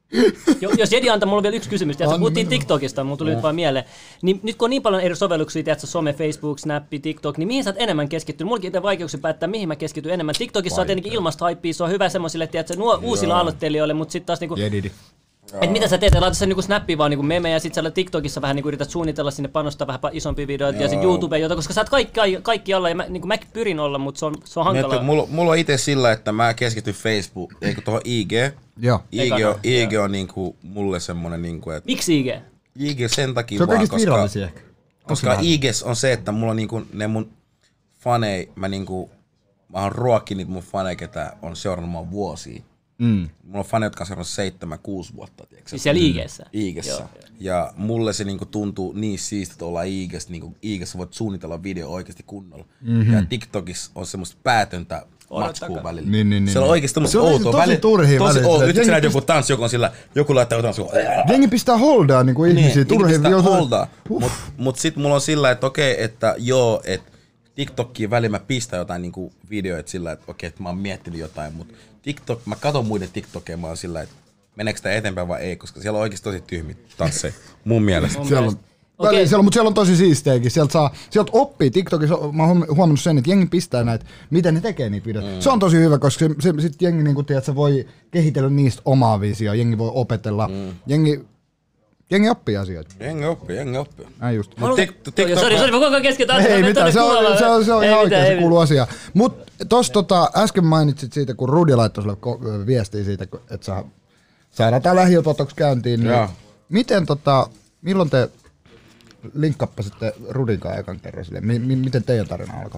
Jos Jedi antaa mulle vielä yksi kysymys, tiedätkö, puhuttiin TikTokista, mulla tuli no. nyt vaan mieleen, niin nyt kun on niin paljon eri sovelluksia, tiedätkö, some, Facebook, Snappi, TikTok, niin mihin sä oot enemmän keskittynyt? Mullakin itse vaikeuksia päättää, mihin mä keskityn enemmän. TikTokissa on tietenkin ilmasta haippia, se on hyvä semmoisille, tiedätkö, nuo uusilla aloittelijoille, mutta sitten taas niinku... Jedidi. Et mitä sä teet? Laita sen niinku Snappiin vaan niinku memejä ja sit sä TikTokissa vähän niinku yrität suunnitella sinne, panostaa vähän isompia videoita ja sit YouTubeen jotain, koska sä oot kaikki, kaikki alla ja mä, niinku mäkin pyrin olla, mutta se on, se on hankalaa. Miettä, mulla, mulla on itse sillä, että mä keskityn Facebook, eikö tuohon I G. Joo. I G on, I G on niinku mulle semmonen niinku, että... Miksi I G? I G sen takia se on vaan, koska... ehkä. Koska I G on se, että mulla on niinku ne mun fanei, mä niinku... Mä oon ruokki niitä mun faneja, ketä on seurannut mua vuosia. Mm. Mulla on faneja, jotka on seurannut seitsemän, kuusi vuotta. Tiiäksä? Siis siellä I G:ssä? I G:ssä. Ja mulle se niinku tuntuu niin siistiä, että ollaan I G:ssä. Niinku I G:ssä voit suunnitella video oikeasti kunnolla. Mm-hmm. Ja TikTokissa on semmoista päätöntä matskua välillä. Niin, niin, niin. Se on oikeasti tämmöistä outoa. Tosi turhia tosi välillä. outoa. Nyt sä näet joku tanssi, joku on sillä, joku laittaa jotain sua. Jengi pistää holdaa niinku ihmisiä niin, turhia. Jengi pistää holdaa. Mut, mut sit mulla on sillä, että okei, että joo, että TikTokkiin väliin mä pistän jotain niinku videoita sillä, että okei, että mä oon miettinyt jotain, mutta TikTok, mä katon muiden TikTokeja, mä oon sillä, että meneekö tää eteenpäin vai ei, koska siellä on oikeesti tosi tyhmiä tansseja, mun mielestä. Siellä on, okay. väliin, siellä on, mutta siellä on tosi siistejäkin, sieltä saa, sieltä oppii TikTokissa, mä oon huomannut sen, että jengi pistää näitä, miten ne tekee niitä videoita. Mm. Se on tosi hyvä, koska se, se, sit jengi niinku, tiedät, se voi kehitellä niistä omaa visioa, jengi voi opetella, mm. jengi, jengi oppii asioita. Jengi oppii, jengi oppii. Näin just. Sori, sori, mä koko ajan keskitän. Ei mitään, se on, se on, se on ihan oikein, se kuuluu asiaan. Mut tos tota, äsken mainitsit siitä, kun Rudi laittoi sulle viestiä siitä, että saa, saadaan tää lähiototoksi käyntiin, niin ja. Miten tota, milloin te linkkappasitte Rudinkaan ekan kerran silleen? M- m- miten teidän tarina alkoi?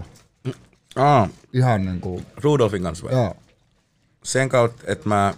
Aa, ihan niinku... Rudolfin kanssa vai? Joo. Sen kautta, että mä...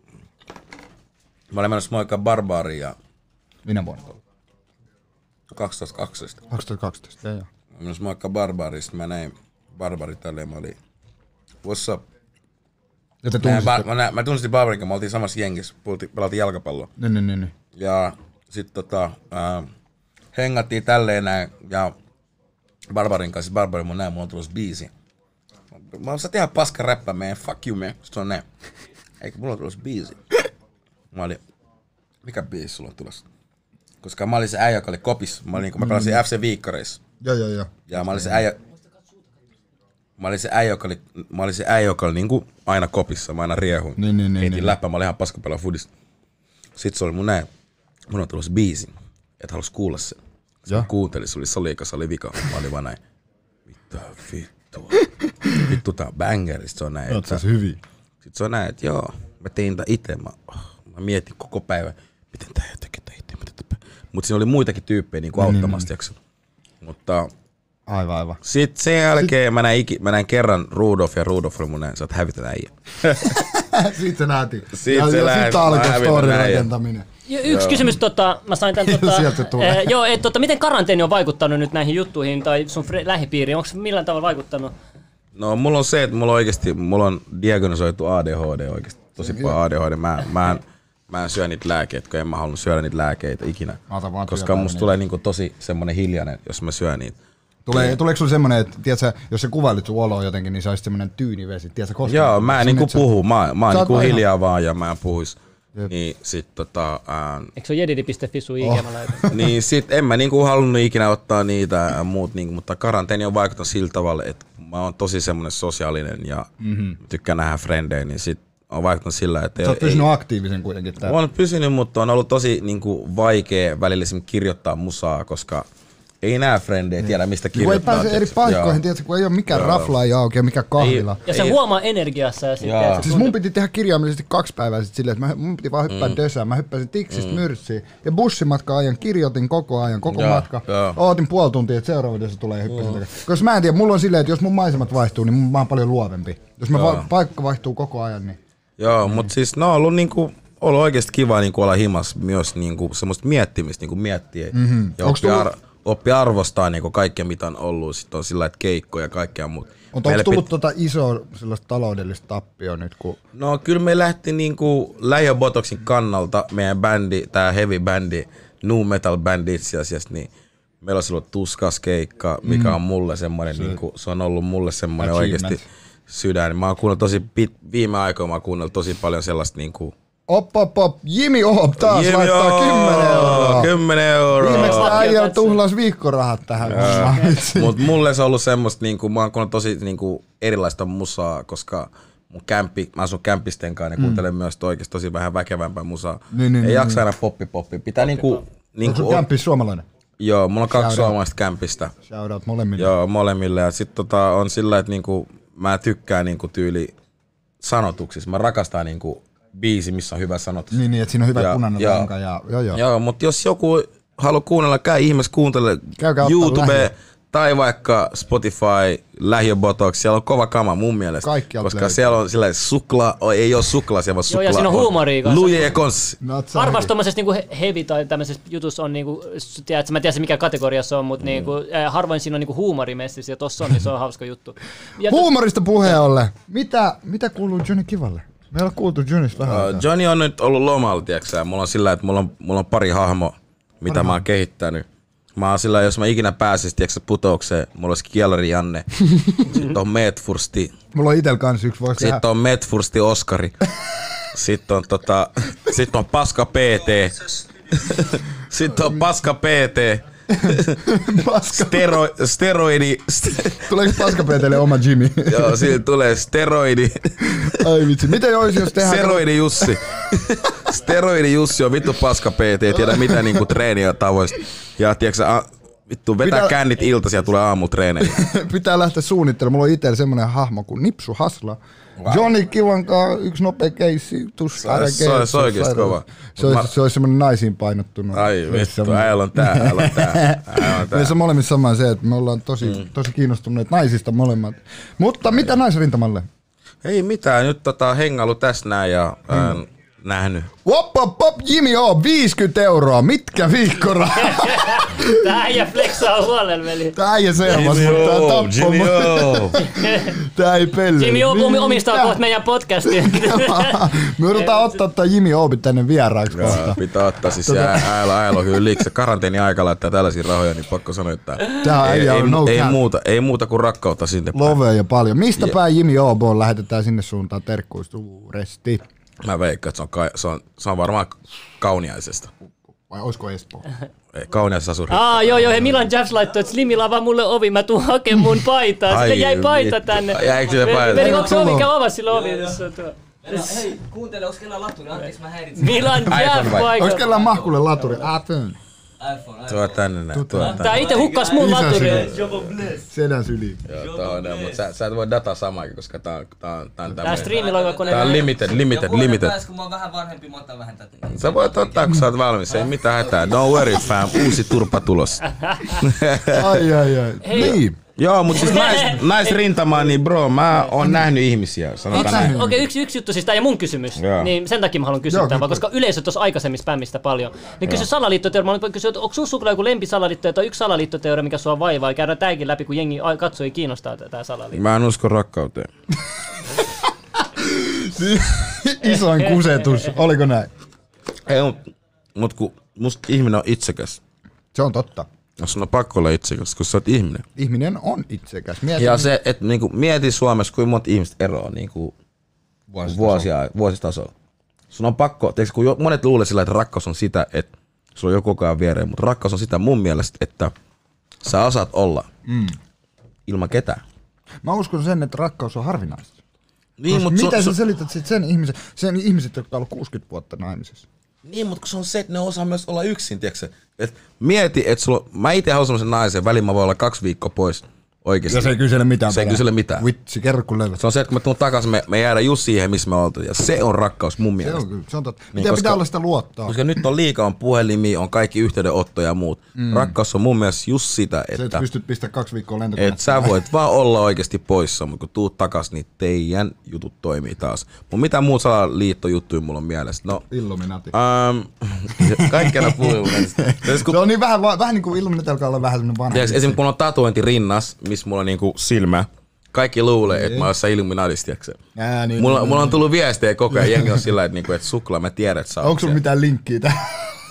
Mä olin menossa moikkaa Barbariin ja... Minä vuonna? kaksituhattakaksitoista. kaksituhattakaksitoista, joo joo. Mä olin menossa moikkaa Barbariin, sit mä näin Barbarin tälleen, mä olin... What's up? Ja te tunsitte? Mä, mä, mä tunnistin Barbarin, me oltiin samassa jengissä, pelattiin jalkapalloa. Niin, niin, niin. Ja sit tota... Ää, hengattiin tälleen näin, ja Barbarin kanssa, Barbarin mun näin, mulla on tulossa biisi. Mä oon, sä tehdä paska räppää, man, fuck you, man. Sitten on näin. Eikö mulla on tulossa biisi? Mä olin, mikä biisi sulla on tulossa? Koska mä olin se äijä, joka oli kopis. Mä, olin, mä pelasin mm. F C Viikkareissa. Joo, joo, joo. Ja mä olin se äijä, mä olin se äijä, joka oli, mä olin se äijä, joka oli niinku aina kopissa, mä aina riehuin. Niin, niin, heitin niin, läppää, mä olin ihan paska pelaa fudista. Sitten se oli mun näin, mun on tulossa biisi. Että halus kuulla sen. Se kuunteli, se oli solikas, se oli vika. Mä olin vaan näin, mitä vittua. Vittu tää on bangeri, sit se on näin. Oot sä hyviä. Sit se on näin, että joo, mä tein tää ite. Mä, oh, mä mietin koko päivän, miten tää teki tää ite. Mut siinä oli muitakin tyyppejä niinku auttamasta, mm. Mutta... Aivan, aivan. Sitten sen jälkeen Sit... mä, näin iki, mä näin kerran Rudolf ja Rudolf oli mun näin, sä oot hävitän äijä. Siitä se nähtiin. Siitä se lähti. Sitten alkoi storin rakentaminen. Ja yksi joo. kysymys, tota, mä sain tän, tota, eh, joo, et, tota, miten karanteeni on vaikuttanut nyt näihin juttuihin tai sun fre- lähipiiriin? Onko se millään tavalla vaikuttanut? No mulla on se, että mulla oikeesti, mulla on diagnosoitu A D H D oikeesti, tosi paljon A D H D. Mä, mä, en, mä en syö niitä lääkkeitä, kun en mä halunnut syödä niitä lääkkeitä ikinä. Koska musta tulee niinku tosi semmonen hiljainen, jos mä syön niitä. Tulee, tuleeko sulla semmonen, että tiiätkö, jos sä kuvailit sun oloa jotenkin, niin se olisi semmonen tyynivesi, tiiätkö, koska... Joo, mä en niinku puhu, mä, mä oon niinku hiljaa vaan ja mä en puhuis. Jep. Niin sit tota... Ähm, eikö se ole jedidi piste fi sun I G? Oh. Niin sit en mä niinku halunnut ikinä ottaa niitä ja muut niinku, mutta karanteeni on vaikuttanut sillä tavalla, että mä oon tosi semmonen sosiaalinen ja mm-hmm. tykkään nähdä frendejä, niin sit on vaikuttanut sillä, että... Sä oot pysynyt aktiivisen kuitenkin täällä. Oon pysynyt, mutta on ollut tosi niinku vaikea välillä kirjoittaa musaa, koska ei nää frendejä tiedä mistä kirjoittaa. Kun ei pääse eri paikkoihin, tiedätkö, kun ei ole mikään raflaaja auki ja mikä kahvila. Ja se huomaa energiassa. Ja sitten, siis mun piti tehdä kirjaimellisesti kaksi päivää sitten silleen, että mä, mun piti vaan hyppää mm. dösään. Mä hyppäsin tiksistä mm. myrssiin ja bussimatka ajan kirjoitin koko ajan, koko ja, matka. Ja. Ootin puoli tuntia, että seuraava dössä tulee ja hyppäsin. Mm. Koska mä en tiedä, mulla on silleen, että jos mun maisemat vaihtuu, niin mä oon paljon luovempi. Jos mä va- paikka vaihtuu koko ajan, niin... Joo, mm. mutta siis no on ollut niinku... ollut oikeesti kiva niinku olla himas myös niinku semmoista miettimistä niinku miettiä. Mm-hmm. Ja oppia, ar- oppi arvostaa niinku kaikkea mitä on ollut. Sitten on sillä että keikkoja ja kaikkea muuta. Mutta onko tullut pit... tota isoa sellaista taloudellista tappia nyt? Kun... No kyllä me lähti niinku Lähiö Botoksin kannalta meidän bändi, tää heavy bändi, nu metal bändi itse asiassa, niin meillä on silloin tuskas keikka, mikä mm. on mulle semmoinen, se, niinku, se on ollut mulle semmoinen oikeesti sydän. Mä oon kuunnellut tosi, pit, viime aikoina mä oon kuunnellut tosi paljon sellaista niinku... Op, op, op, Jimmy Op taas Jimmy laittaa kymmenen euroa. kymmenen euroa. Viimeksi äijä tuhlas viikkorahat tähän. Mut mulle se on ollut semmoista, niinku, mä oon kuunnellut tosi niinku, erilaista musaa, koska mun kämpi, mä asun kämpisten kanssa, niin kuuntelen mm. myös oikeesti tosi vähän väkevämpää musaa. Niin, niin, Ei niin, jaksa niin. aina poppi poppi. Pitää niinku... Onko niinku, sun kämpis suomalainen? Joo, mulla on kaksi Shout suomalaista kämpistä. Shoutout molemmille. Joo, molemmille. Ja sit tota, on sillä, että niinku, mä tykkään niinku, tyyli sanotuksissa. Mä rakastan niinku, biisi, missä on hyvä sanotus. Niin, niin että siinä on hyvä ja, punainen lanka. Ja, joo, joo. joo, mutta jos joku haluaa kuunnella, käy ihmeessä kuuntele YouTube tai vaikka Spotify, Lähiö Botox, siellä on kova kama mun mielestä. Kaikkialta koska löytyy. Siellä on sillä suklaa, ei ole suklaa, siellä vaan suklaa. Joo, ja siinä on huumoria kanssa. Luje konssi. Harvassa tommosessa niinku heavy tai tämmöisessä jutussa on niinku, tiedätkö, mä en tiedä mikä kategoria se on, mutta mm. niinku, harvoin siinä on niinku huumorimessissä ja tossa on, niin se on hauska juttu. Ja Huumorista puheen ollen. Mitä, mitä kuuluu Johnny Kivalle? Me ei ole kuultu Johnnysta vähän. Uh, Johnny on nyt ollut lomalla, tiiäksä. Mulla on sillä, että mulla on, mulla on pari hahmoa, mitä Pari mä oon kehittänyt. Mä oon sillä, jos mä ikinä pääsis, tiiäksä, putoukseen, mulla olisi Kielari Janne. Sitten on Medfursti. Mulla on itel kans yksi, voisi Sitten on Medfursti Oskari. Sitten on tota, sitten on Paska P T. Sitten on Paska P T. Paska. Stero, steroidi. Tuleeko Paska P T:lle oma Jimmy? Joo, sillä tulee steroidi. Ai vitsi, mitä olisi jos tehdään? Steroidi Jussi. Steroidi Jussi on vittu Paska P T, ei tiedä mitä niinku treeniä tavoista. Ja tiiäksä, a, vittu vetää Pitää... kännit iltaisin ja tulee aamutreeneihin. Pitää lähteä suunnittelemaan. Mulla on itsellä semmonen hahmo kuin Nipsu Hasla. Wow. Johnny Kivan kanssa yksi nopea keissi, tuska keissi. Se olisi oikeesti kova. Se olisi, se olisi semmoinen naisiin painottunut. Ai vittu, äijällä on tää, äijällä on tää. Meissä on molemmissa sama se, että me ollaan tosi, mm. tosi kiinnostuneet naisista molemmat. Mutta mitä naisrintamalle? Ei mitään, nyt tota hengailu tässä näin ja mm. äh, nähnyt. Wop, wop, wop, Jimmy O, viisikymmentä euroa, mitkä viikkorahat? Tää äijä flexaa huolella, veli. Tää äijä seurasi, mutta tää tappoi. Jimmy O. Tää ei pelle. Jimmy O omistaa kohta meidän podcastia. Me yritetään ottaa tää Jimmy O tänne vieraaksi kohta. Pitää ottaa siis tota... äällä äällä kyllä liiksä. Karanteeni aika laittaa tällaisia rahoja, niin pakko sanoa, että tää ei, ei, no ei, muuta, ei muuta kuin rakkautta sinne päin. Lovea ja paljon. Mistä yeah. päin Jimmy O lähetetään sinne suuntaan terkkuista suuresti? Mä veikkaan, että se on, ka- se on, se on varmaan Kauniaisesta. Vai olisiko Espoo? Ei, Kauniaisessa asuu. Aa, joo, joo, hei Milan Jeffs laittoi, että Slimilla avaa mulle ovi, mä tuun hakemaan mun paitaa. Sitten jäi paita tänne. Jäikö se paita? Veli, onko se ovi? Käy avaa sillä ovi. Hei, kuuntele, onks kellään laturi? Anteeksi, mä häiritsin. Milan Jeff paikalla. Onks kellään mahkulle laturi? iPhone. Tuo tänne näin. Tää ite hukkas mun laturi. Sedän syli. Joo, tää on näin, mut sä, sä et voi dataa samaakin, koska tää on tää on tää on Tää striimiloiva kone. Tää on limited, limited, limited. Joku kun mä oon vähän vanhempi, mä otan vähän tätä. Sä voit ottaa, kun sä oot valmis, ei mitään hätää. Don't worry fam, uusi turpa tulos. Ai ai ai. Niin. Joo, mut siis nais, naisrintamaa, niin bro, mä oon nähnyt ihmisiä, sanotaan näin. Okei, okay, yksi, yksi juttu, siis tää ei mun kysymys, yeah. niin sen takia mä haluan kysyä tämän, koska yleisö tuossa aikaisemmin spämmistä paljon. Niin kysy salaliittoteoria, mä haluan kysyä, että onko sun sulla joku lempisalaliittoteoria tai yksi salaliittoteoria, mikä sua vaivaa, ja käydään tääkin läpi, kun jengi katsoi kiinnostaa tää salaliitto. Mä en usko rakkauteen. Isoin kusetus, oliko näin? Ei, mut, mut kun musta ihminen on itsekäs. Se on totta. No sun on pakko olla itsekäs, kun sä oot ihminen. Ihminen on itsekäs. Mieti, ja se, että niinku, mieti Suomessa, kuinka monta ihmistä eroaa niinku, vuosia, vuositasolla. Sun on pakko, teikö, kun monet luulee sillä, että rakkaus on sitä, että sulla on joku koko ajan viereen, mutta rakkaus on sitä mun mielestä, että sä osaat olla mm. ilman ketään. Mä uskon sen, että rakkaus on harvinaista. Niin, mut miten sun, sä selität sit sen ihmisen, sen ihmiset, jotka on ollut kuusikymmentä vuotta naimisessa? Niin, mutta kun se on se, että ne osaa myös olla yksin, tiiäksä. Et mieti, että sulla, mä itse haluan semmosen naisen, väliin mä voin olla kaksi viikkoa pois. Oikeesti. Ja se ei kysele mitään. Se ei kysele mitään. Vitsi, kerro kun löydät. Se on se, että kun me tuun takaisin, me, me jäädään just siihen, missä me oltiin. Ja se on rakkaus mun mielestä. Se on kyllä, se on totta. Niin, Miten koska, pitää olla sitä luottaa? Koska nyt on liikaa, on puhelimia, on kaikki yhteydenottoja ja muut. Mm. Rakkaus on mun mielestä just sitä, että... Se, että pystyt pistämään kaksi viikkoa lentokoneesta. Että sä voit vaan olla oikeasti poissa, mutta kun tuut takas, niin teidän jutut toimii taas. Mutta mitä muut salaliittojuttuja mulla on mielessä? No, Illuminati. Ähm, kaikkea puhuu. Se on niin vähän, vähän niin kuin Illuminati alkaa olla vähän sellainen vanha. Esimerkiksi kun on tatuointi rinnas, missä mulla on niinku silmä. Kaikki luulee, että mä oon jossain Illuminatista. Ää, niin, mulla, niin, mulla on niin. tullut viestejä koko ajan. Jengi on sillä, että, niinku, että suklaa, mä tiedän, että sä oot. Onko sulla mitään linkkiä tähän?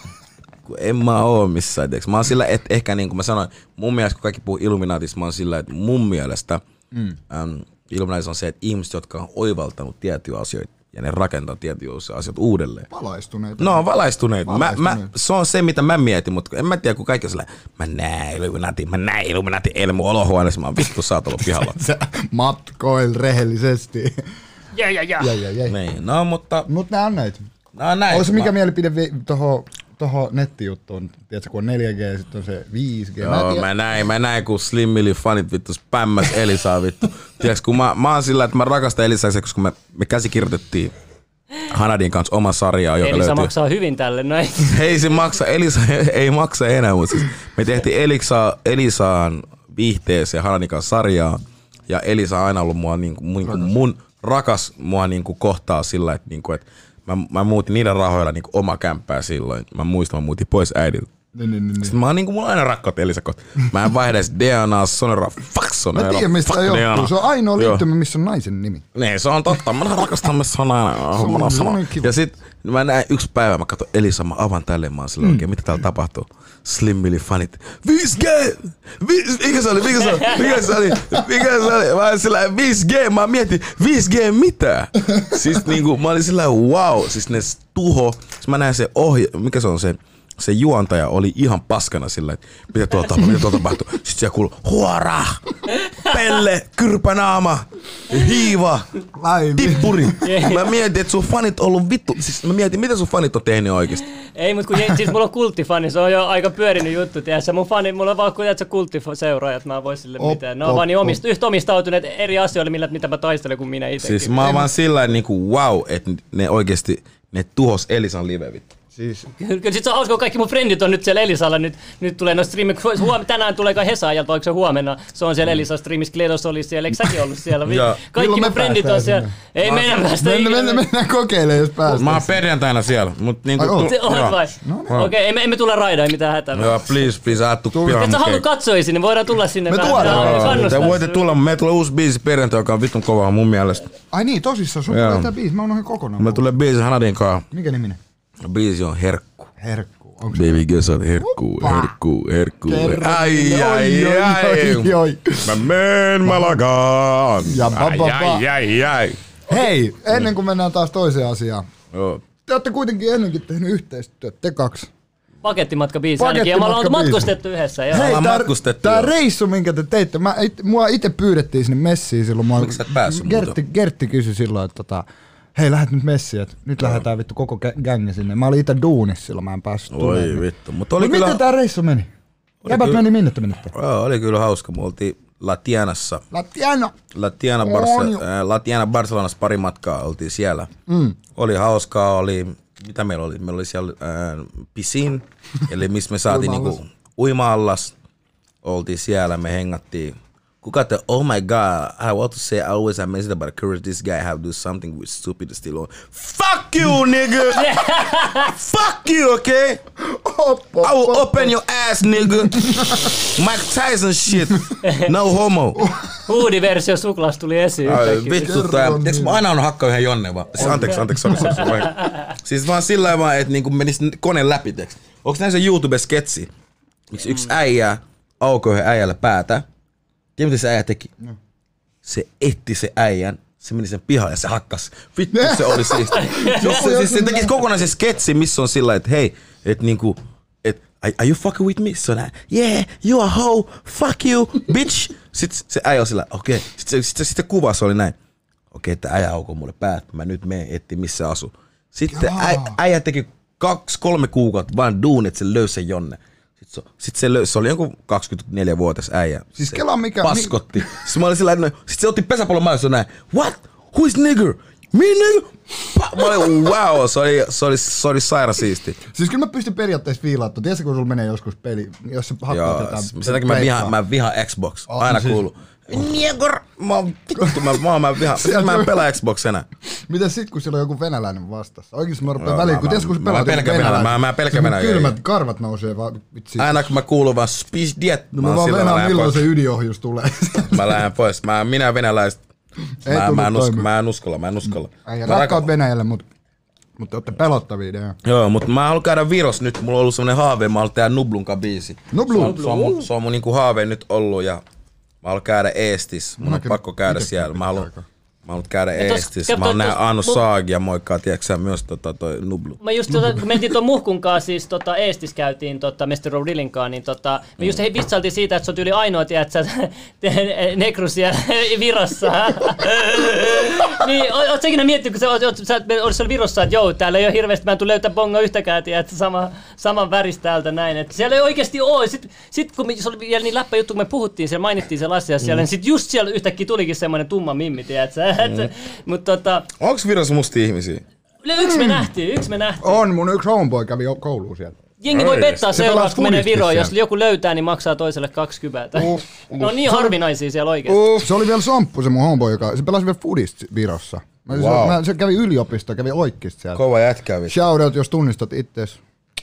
En mä oo missään. Tiiäks. Mä oon sillä, että ehkä niin kuin mä sanoin, mun mielestä kun kaikki puhuu Illuminatista, mä oon sillä, että mun mielestä mm. äm, Illuminatista on se, että ihmiset, jotka on oivaltanut tiettyjä asioita ja ne rakentaa tiettyjä asioita uudelleen. Valaistuneita. No, valaistuneita. valaistuneita. Mä, mä, se on se, mitä mä mietin, mutta en mä tiedä, kun kaikki on sillä, mä näen Illuminati, mä näen Illuminati, eilen mun olohuoneessa, mä oon vittu, sä oot ollut pihalla. Sä matkoil rehellisesti. Ja, ja, ja. Jäi, jäi, jäi. Niin, no, mutta... Mut nää on näitä. No, näin. Olis mikä mä... mielipide vi- toho, toho nettijuttuun? Tiedätkö, kun on neljä G, sit on se viisi G. Joo, mä näin, mä näin, kun Slim Millin fanit vittu spämmäs Elisaa vittu. Tiedätkö, kun mä, mä oon sillä, että mä rakastan Elisaa, koska me, me käsikirjoitettiin Hanadin kanssa oma sarjaa, joka Elisa löytyy. maksaa hyvin tälle, no ei. Hei, se maksaa, Elisa ei maksa enää, mutta siis me tehtiin Elisa, Elisaan viihteeseen Hanadin kanssa sarjaa, ja Elisa on aina ollut mua, niinku, mun, rakas. mun rakas mua niinku, kohtaa sillä, että, niinku, että mä, mä muutin niiden rahoilla niinku, oma kämppää silloin. Mä muistan, mä muutin pois äidiltä. Niin, niin, niin. Sitten mä oon niinku, mulla on aina rakkaut Elisa kohta. Mä en vaihda edes D N A, Sonera, fuck Sonera. Mä tiedän, mistä se johtuu. Se on ainoa liittymä, missä on naisen nimi. Niin, se on totta. Mä rakastan, missä on aina sana. Ja sit mä näin yksi päivä, mä katson Elisa, mä avan tälleen, mä oon silleen, mm. oikein, mitä täällä tapahtuu? Slim Millin fanit. viisi G! Mikä se oli? Mikä se oli? Mikä se oli? Mikä se oli? Mä olin sillä viisi G, mä mietin, viisi G mitä? Siis niinku, mä olin sillä wow, siis ne tuho. Siis mä näin se ohje, mikä se on se? Se juontaja oli ihan paskana sillä, että mitä tuolla tapahtuu, mitä tuolla tapahtuu. Sitten siellä kuului, huora, pelle, kyrpänaama, hiiva, tippuri. Mä mietin, että sun fanit on ollut vittu. Siis mä mietin, mitä sun fanit on tehnyt oikeesti. Ei, mutta kun siis mulla on kulttifani, se on jo aika pyörinyt juttu, tiedätkö? Mun fani, mulla on vaan kun kulttiseuraajat, mä vois sille mitään. Ne on vaan niin omist, yhtä omistautuneet eri asioille, millä, mitä mä taistelen kuin minä itsekin. Siis mä oon vaan sillä niinku wow, että ne oikeesti, ne tuhos Elisan live vittu. Siis. Kyllä sit se on hauska, kun kaikki mun frendit on nyt siellä Elisalla. Nyt, nyt tulee no striimi. Huom- tänään tulee kai Hesaajalta, oliko se huomenna? Se on siellä Elisa striimissä. Kledos oli siellä. Eikö säkin ollut siellä? Kaikki mun frendit on siellä. Ei meidän päästä mennä, mennä, mennään kokeilemaan, jos päästään. Mä oon perjantaina siellä. Mut niinku, Ai, se olet vai? Okei, okay, emme, emme tule raidaan, ei mitään hätää. Joo, please, please, aattu pihan. Et sä halua katsoa sinne, voidaan tulla sinne. Me vähän. tuodaan. Te voitte tulla, me tulee uusi biisi perjantai, joka on vittun kova mun mielestä. Ai niin, tosissaan, sun tulee tää biisi, mä unohdin kokonaan. Me tulee biisi Hanadin kanssa. Mikä niminen? Biisi on Herkku. Herkku. Baby girl, sä oot herkku, herkku, herkku. Ai, ai, ai. Mä menen Malagaan. Ja ba, ba, ba. Ai, ai, ai. Hei, ennen kuin mennään taas toiseen asiaan. Joo. Te ootte kuitenkin ennenkin tehnyt yhteistyötä, te kaksi. Pakettimatka biisi ainakin, ja me ollaan matkustettu yhdessä. Joo. Hei, tää, matkustettu, tää joo. reissu, minkä te teitte, mä, it, mua ite pyydettiin sinne messiin silloin. Mua, Miksi sä et päässyt Gertti, Gertti kysyi silloin, että tota, hei, lähdet nyt messiin, että nyt lähdetään vittu koko gängi sinne. Mä olin ite duunissa silloin, mä en päässyt tulemaan. Oi vittu, mutta oli Mut kyllä... miten tää reissu meni? Jäbät kyllä- meni minne te menitte? Joo, oli kyllä hauska. Me oltiin Latianassa. Latiano. Latiana, On Barce- jo. äh, Latiana Barcelonassa pari matkaa oltiin siellä. Mm. Oli hauskaa, oli, mitä meillä oli? Meillä oli siellä äh, piscine, eli missä me saatiin Uima-allas. niinku uima-allas. Oltiin siellä, me hengattiin. Kuka te, oh my god, I want to say I always amazed about the courage this guy have to do something with stupid still on. Fuck you, nigga! Fuck you, okay? I will open your ass, nigga. Mike Tyson shit. No homo. Huudi-versio suklaasta tuli esiin. Ai, yhtäkkiä. vittu tää. Tiedätkö mä aina on hakkaa yhden Jonne vaan. Siis anteeksi, anteeksi, sorry, sorry, sorry. Siis vaan sillä lailla vaan, että niinku menis kone läpi, tiiäks. Onks näin se YouTube-sketsi? Yksi, yksi äijä aukoi yhden äijälle päätä. Tiedä mitä se äijä teki? No. Se etti se äijän, se meni sen pihalle ja se hakkas. Vittu se oli siisti. Siis se, siis se teki kokonaisen sketsi, missä on sillä, että hei, että niinku, että are you fucking with me? Se on näin, yeah, you a hoe, fuck you, bitch. Sitten se äijä on sillä, okei. Okay. Sitten sit, sit, sit se kuva se oli näin, okei, okay, että äijä aukoo mulle päät, mä nyt menen etsiä missä asu. Sitten äijä, äijä teki kaksi, kolme kuukautta vaan duunit, että se löysi sen Jonne. Sitten se, sit se, lö- se oli joku kaksikymmentäneljävuotias äijä. Siis kela mikä... Paskotti. Mi- Sitten mä olin sillä no, sit se otti pesäpallon maissa näin. What? Who is nigger? Me nigger? Pa- mä olin wow, se oli, se oli, se oli saira siisti. Siis kyllä mä pystyn periaatteessa viilaamaan. Tiedätkö kun sulla menee joskus peli, jos sä hakkaat jotain... Sen takia mä vihaan, mä vihaan Xbox. Oh, Aina siis... kuuluu. Nigger! Mä oon vittu, mä, mä, mä vihaan. Mä en pelaa Xbox enää. Mitäs sit kun siellä on joku venäläinen vastassa? Oikeesti mä rupean väliin, kun tiedätkö kun sä pelaat joku venäläinen. Mä, mä pelkän venäläinen. Kylmät karvat nousee vaan vitsi. Aina kun mä kuulun vaan spizdiet. No mä vaan venään milloin se ydinohjus tulee. Mä lähden pois. Mä, minä venäläiset. Mä, mä, en usko, mä en uskalla, mä en uskalla. Ei rakkaut Venäjälle, mut, mut te ootte pelottavia. Ne. Joo, mutta mä haluan käydä Viros nyt. Mulla on ollut semmonen haave, mä haluan tehdä Nublunka biisi. Nublu? Se on, se on mun, se on mun niinku haave nyt ollut ja mä haluan käydä Eestis. Mun on pakko käydä siellä. Mä haluan, mä haluan käydä Eestis. Mä haluan nähdä Anu Saagia moikkaa, tiedätkö sä myös tota toi Nublu. Mä just tota, kun mentiin tuon Muhkunkaan, siis tota Eestis käytiin tota mister Rodillinkaan, niin tota, me just hei vitsailtiin siitä, että se on tyyli ainoa, tiedätkö Nekrus siellä Virossa. Niin, oot sä ikinä miettinyt, kun sä oot, sä oot siellä Virossa, että joo, täällä ei ole hirveästi, mä en tule löytää bonga yhtäkään, tiedätkö, sama, saman väristä täältä näin. Että siellä ei oikeesti oo. Sitten sit, kun se oli vielä niin läppä juttu, kun me puhuttiin siellä, mainittiin se asia siellä, mm. niin sit just siellä yhtäkkiä tulikin semmoinen tumma mimmi, tiedätkö. Mm. Mut tota... Onks Virossa mustia ihmisiä? Yksi me nähtiin, yksi me nähtiin. On, mun yksi homeboy kävi kouluun siellä. Jengi voi bettaa seuraavaksi, kun menee Viroon. Jos joku löytää, niin maksaa toiselle kaksikymmentä. Uh, uh. Ne on niin harvinaisia siellä oikeesti. Uh. Se oli vielä somppu se mun homeboy, joka se pelasi vielä foodista Virossa. Mä, wow. mä, se kävi yliopisto, kävi oikeesti siellä. Kova jätkä. Shoutout, jos tunnistat ittees.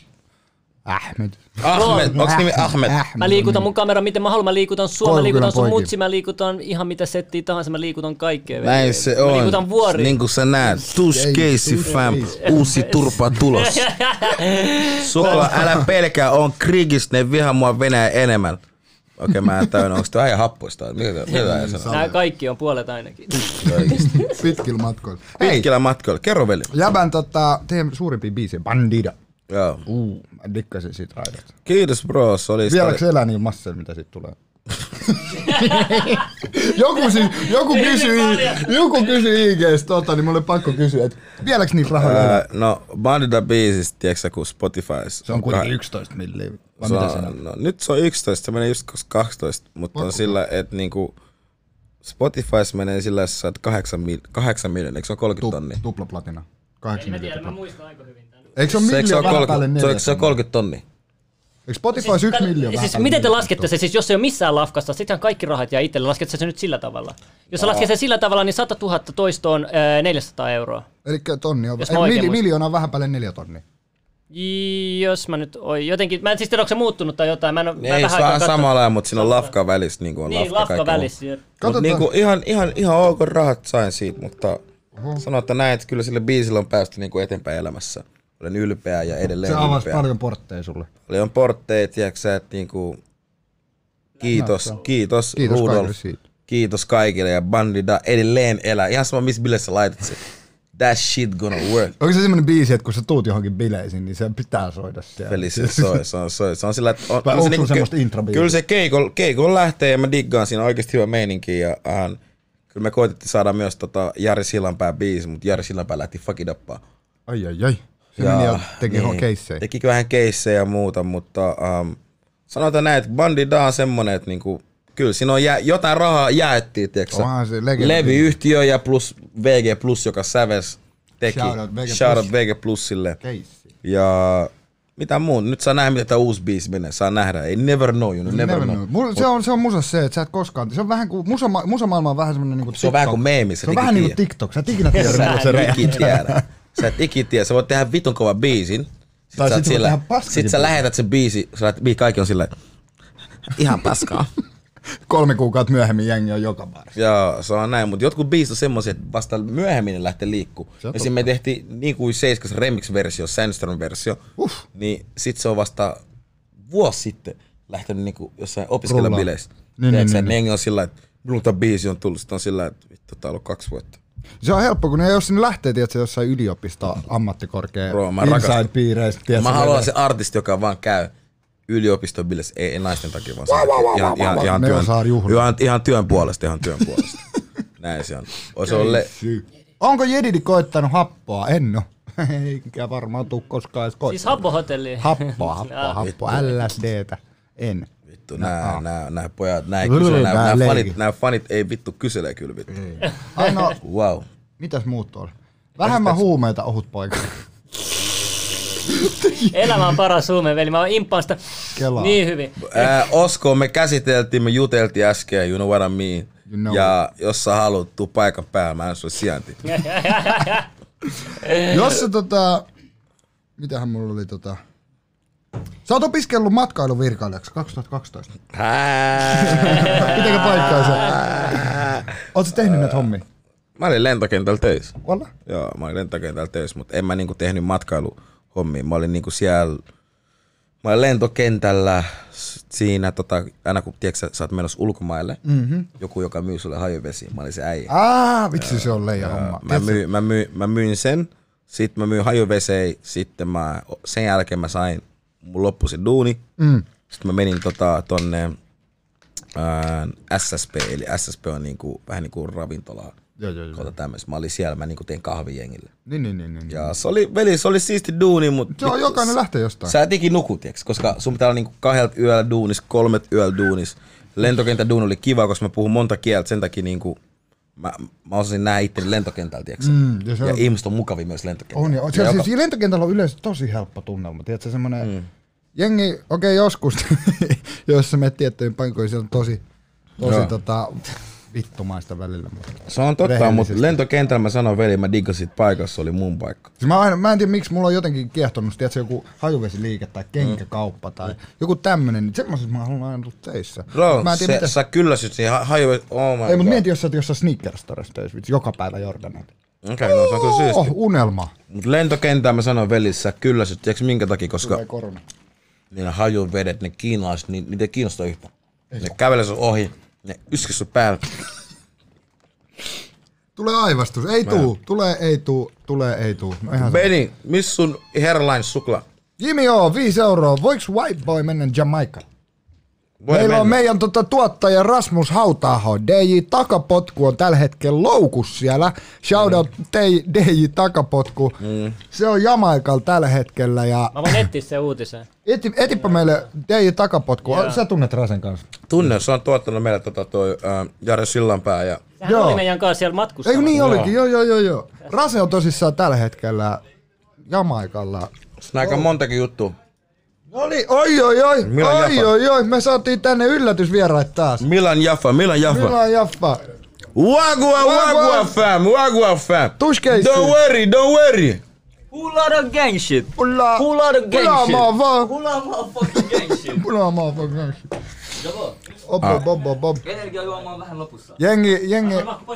Ahmed. Ahmed, onks nimi Ahmed? Ahmed. Mä liikutan mun kameran miten mä haluan, mä liikutan sua, mä liikutan sun mutsi, mä liikutan ihan mitä settiä tahansa, mä liikutan kaikkea. Näin se on. Mä liikutan vuori. Niin kuin sä näet, tush Casey fam, uusi turpa tulos. Sukla, älä pelkää, on Krigis, ne vihaa mua Venäjä enemmän. Okei, mä en täynnä, onks tää ihan happoista? Mitä tää sanoo? Nää kaikki on puolet ainakin. Pitkillä matkoilla. Pitkillä matkoilla, kerro veli. Jäbän tota, teidän suurimpia biisejä, Bandida. Joo. Uh, mä dikkasin siitä raidasta. Kiitos bro, se oli... Vieläks elää niin masseilla, mitä siitä tulee? joku siis, joku kysyi, joku kysyi I G:stä tota, niin mulle oli pakko kysyä, että vieläks niitä rahoja elää? No, Bandida biisistä, tiiäksä, kun Spotifys... Se on kuitenkin yksitoista milliä. Se on, no, nyt se on yksitoista, se menee just kaksitoista, mutta on sillä, että niinku... Spotifys menee sillä, että sä saat kahdeksan miljoonaa, eikö se ole kolmekymmentä tonnia? Tupla platina. kahdeksan Ei mä tiedä, mä muistan aika hyvin tämän. Eikö se ole miljoona vähän päälle neljä? Se on kolmekymmentä tonnia. Eikö Spotifys yksi miljoona? Siis miten te laskette se, siis jos ei ole missään lafkasta, sittenhän kaikki rahat jää itselle, laskette se nyt sillä tavalla? Jos sä lasket sen sillä tavalla, niin sata tuhatta toisto on neljäsataa euroa. Elikkä tonni on, Jos ei, mili, miljoona on vähän päälle neljä tonnia. Jos mä nyt oi jotenkin, mä en siis tiedä, onko se muuttunut tai jotain, mä en, mä ei, se on samalla, mutta siinä on lafka välissä, niin kuin on niin, lafka, lafka välissä. Mutta niin kuin ihan, ihan, ihan ok rahat sain siitä, mutta uh-huh. Sanoin, että näin, että kyllä sille biisille on päästy niin kuin eteenpäin elämässä. Olen ylpeä ja edelleen ylpeä. Se avasi paljon portteja sulle. Paljon portteja, tiedätkö että niinku... Kiitos, no, kiitos, kiitos Rudolf. Kaikille kiitos kaikille ja Bandida edelleen elää. Ihan sama, missä bileissä laitat se. That shit gonna work. Onko se semmonen biisi, että kun sä tuut johonkin bileisiin, niin se pitää soida siellä? Eli se soi, se on, soi. Se on sillä, että... On, on se niinku, semmoista introbiisiä? Kyllä se keikon, keikon lähtee ja mä diggaan siinä oikeasti hyvä meininki. Ja, äh, kyllä me koitettiin saada myös tota Jari Sillanpää biisi, mutta Jari Sillanpää lähti fuck it uppaa. Ai ai ai. Se ja, meni ja teki niin, keissejä. Teki vähän keissejä ja muuta, mutta ähm, sanotaan näin, että Bandida on semmonen, että niinku, kyllä siinä on jä, jotain rahaa jaettiin, tiiäksä. Levyyhtiö ja plus V G Plus, joka säves teki. Shoutout V G Plusille. Keissi. Ja mitä muun, nyt saa nähdä, mitä tää uusi biisi menee, saa nähdä. Ei never know, you know, never, never know. know. Se on, se on musas se, että sä et koskaan, se on vähän kuin, musa, musamaailma on vähän semmonen niinku TikTok. Se on vähän kuin meemi, se on vähän niinku TikTok, sä et ikinä tiedä, mitä se räjähtää. Sä et ikinä tiedä, sä voit tehdä vitun kova biisin, sit, tai sit, sillä, sit sä lähetät sen biisi, sä lähet, kaikki on sillä ihan paskaa. Kolme kuukautta myöhemmin jengi on joka baarissa. Joo, se on näin, mutta jotkut biisit on semmosia, että vasta myöhemmin ne lähtee liikkuu. Esimerkiksi me tehtiin niin kuin seiskas remix-versio, Sandstone-versio, uh. niin sit se on vasta vuosi sitten lähtenyt niinku jossain opiskelijabileissä. Niin, niin, niin, jengi on sillä, että minulla tämä biisi on tullut, sit on sillä, että vittu, tää on ollut kaksi vuotta. Se on helppo, kun ne jos sinne lähtee, tiedätkö, jossain yliopisto, ammattikorkea, inside-piireissä. Mä haluan se artisti, joka vaan käy yliopiston bileissä, ei, ei naisten takia, vaan wow, ihan, ihan, ihan, ihan, työn, ihan, ihan työn puolesta, ihan työn puolesta. Näin se on. Le- Onko Jedidi koittanut happoa? En oo. Eikä varmaan tuu koskaan edes koittaa. Siis Habbo-hotelli. Happoa, happoa, happoa, L S D:tä. En. Vittu, nää, nää, nää pojat, nää ei kysele, nää, nää, fanit, nää fanit ei vittu kyselee kyllä vittu. Aino, wow. Mitäs muut on? Vähemmän huumeita, ohut poika. Elämä on paras huume, veli. Mä imppaan sitä Kelaa. Niin hyvin. Ää, Osko, me käsiteltiin, me juteltiin äsken, you know what I mean. You know. Ja jos sä haluat, tuu paikan päällä, mä en sulle sijainti. Jos se tota... Mitähän mulla oli tota... Sä oot opiskellut matkailuvirkailijaksi kaksituhattakaksitoista. Mitenkä paikkaa se? Oot sä tehnyt näitä hommia? Mä olin lentokentällä töissä. Valla? Joo, mä olin lentokentällä töissä, mutta en mä niinku tehnyt matkailuhommia. Mä olin niinku siellä... Mä olin lentokentällä siinä, tota, aina kun tiedätkö, sä oot menossa ulkomaille, mm-hmm. joku, joka myy sulle hajuvesiä. Mä olin se äijä. Aa, vitsi se on leija homma. Mä, myy, mä, myy, mä myin sen, sitten mä myin hajuvesejä, sitten mä, sen jälkeen mä sain, mun loppui se duuni. Mm. Sitten mä menin tota, tonne ää, S S P, eli S S P on niinku, vähän niinku ravintola. Joo, joo, joo. Mä olin siellä, mä niinku tein kahvijengille. Niin, niin, niin, niin. Ja se oli, veli, se oli siisti duuni, mutta... Se on jokainen lähtee jostain. Sä et ikin nuku, tiiäks, koska sun pitää olla niinku kahdelta yöllä duunis, kolmet yöllä duunis. Lentokentän duuni oli kiva, koska mä puhun monta kieltä, sen takia niinku... Mä, mä osasin nähdä itteni lentokentällä, tiiäks. Mm, ja, ja on... ihmiset on mukavia myös lentokentällä. On, ja, ja siellä, joka... siis lentokentällä on yleensä tosi helppo tunnelma, tiiätkö, semmonen... Mm. Jengi, okei okay, joskus, jos sä menet tiettyihin paikkoihin, siellä on tosi, tosi tota... vittumaista välillä. Se on totta, mutta lentokentällä mä sanon veli, mä diggasin siitä paikassa, se oli mun paikka. Siis mä, aina, mä en tiedä miksi, mulla on jotenkin kiehtonut, tiedätkö, joku hajuvesiliike tai kenkäkauppa tai mm. joku tämmönen, niin semmoisessa mä haluan aina olla töissä. Bro, mä en tiedä, se, mitä... sä kylläsyt siihen hajuvesi, oh my Ei, mutta mieti, jos sä oot jossain Sneaker-storessa töissä, joka päivä Jordanilta. Okei, okay, no se on kyllä syystä. Oh, unelma. Mut lentokentällä mä sanon veli, sä kylläsyt, tiedätkö minkä takia, koska niillä hajuvedet, ne kiinalaiset, ni, niitä ei kiinnosta yhtään. Ne kävelee sun ohi, ne yskis sun päällä. Tulee aivastus. Ei tuu. Tulee, ei tuu. Tulee, ei tuu. No ihan Benny, missä sun Hairlines suklaa? Jimmy O, viisi euroa. Voiks White Boy mennä Jamaica? Voi Meillä mennä. On meidän tota, tuottaja Rasmus Hauta-aho. D J Takapotku on tällä hetkellä loukus siellä. Shoutout mm. D J Takapotku. Mm. Se on Jamaikalla tällä hetkellä. Ja... Mä voin etsiä sen uutisen. Eti, etipä meille D J Takapotku. Yeah. Sä tunnet Rasen kanssa? Tunne, se on tuottanut meille tota, toi äh, Jare Sillanpää. Ja... Sehän joo. Oli meidän kanssa siellä matkussa. Eikö niin olikin? Joo, joo, joo. joo. Rase on tosissaan tällä hetkellä Jamaikalla. Se on aika oh. montakin juttua. No niin, oi oi oi, Milan oi Jaffa. oi oi, me saatiin tänne yllätysvieraita taas. Milan Jaffa, Milan Jaffa. Milan Jaffa. Wagua, wagua fam, wagua fam. Tushkeissi. Don't worry, don't worry. Who lot of gang shit? Pula, Who lot of gang pula shit? Maa vaan. Who lot of fucking gang shit? Pula maa fucking gang shit. Jabo. Obo, bobo, bob. Energiajuoma on vähän lopussa. Jengi, jengi.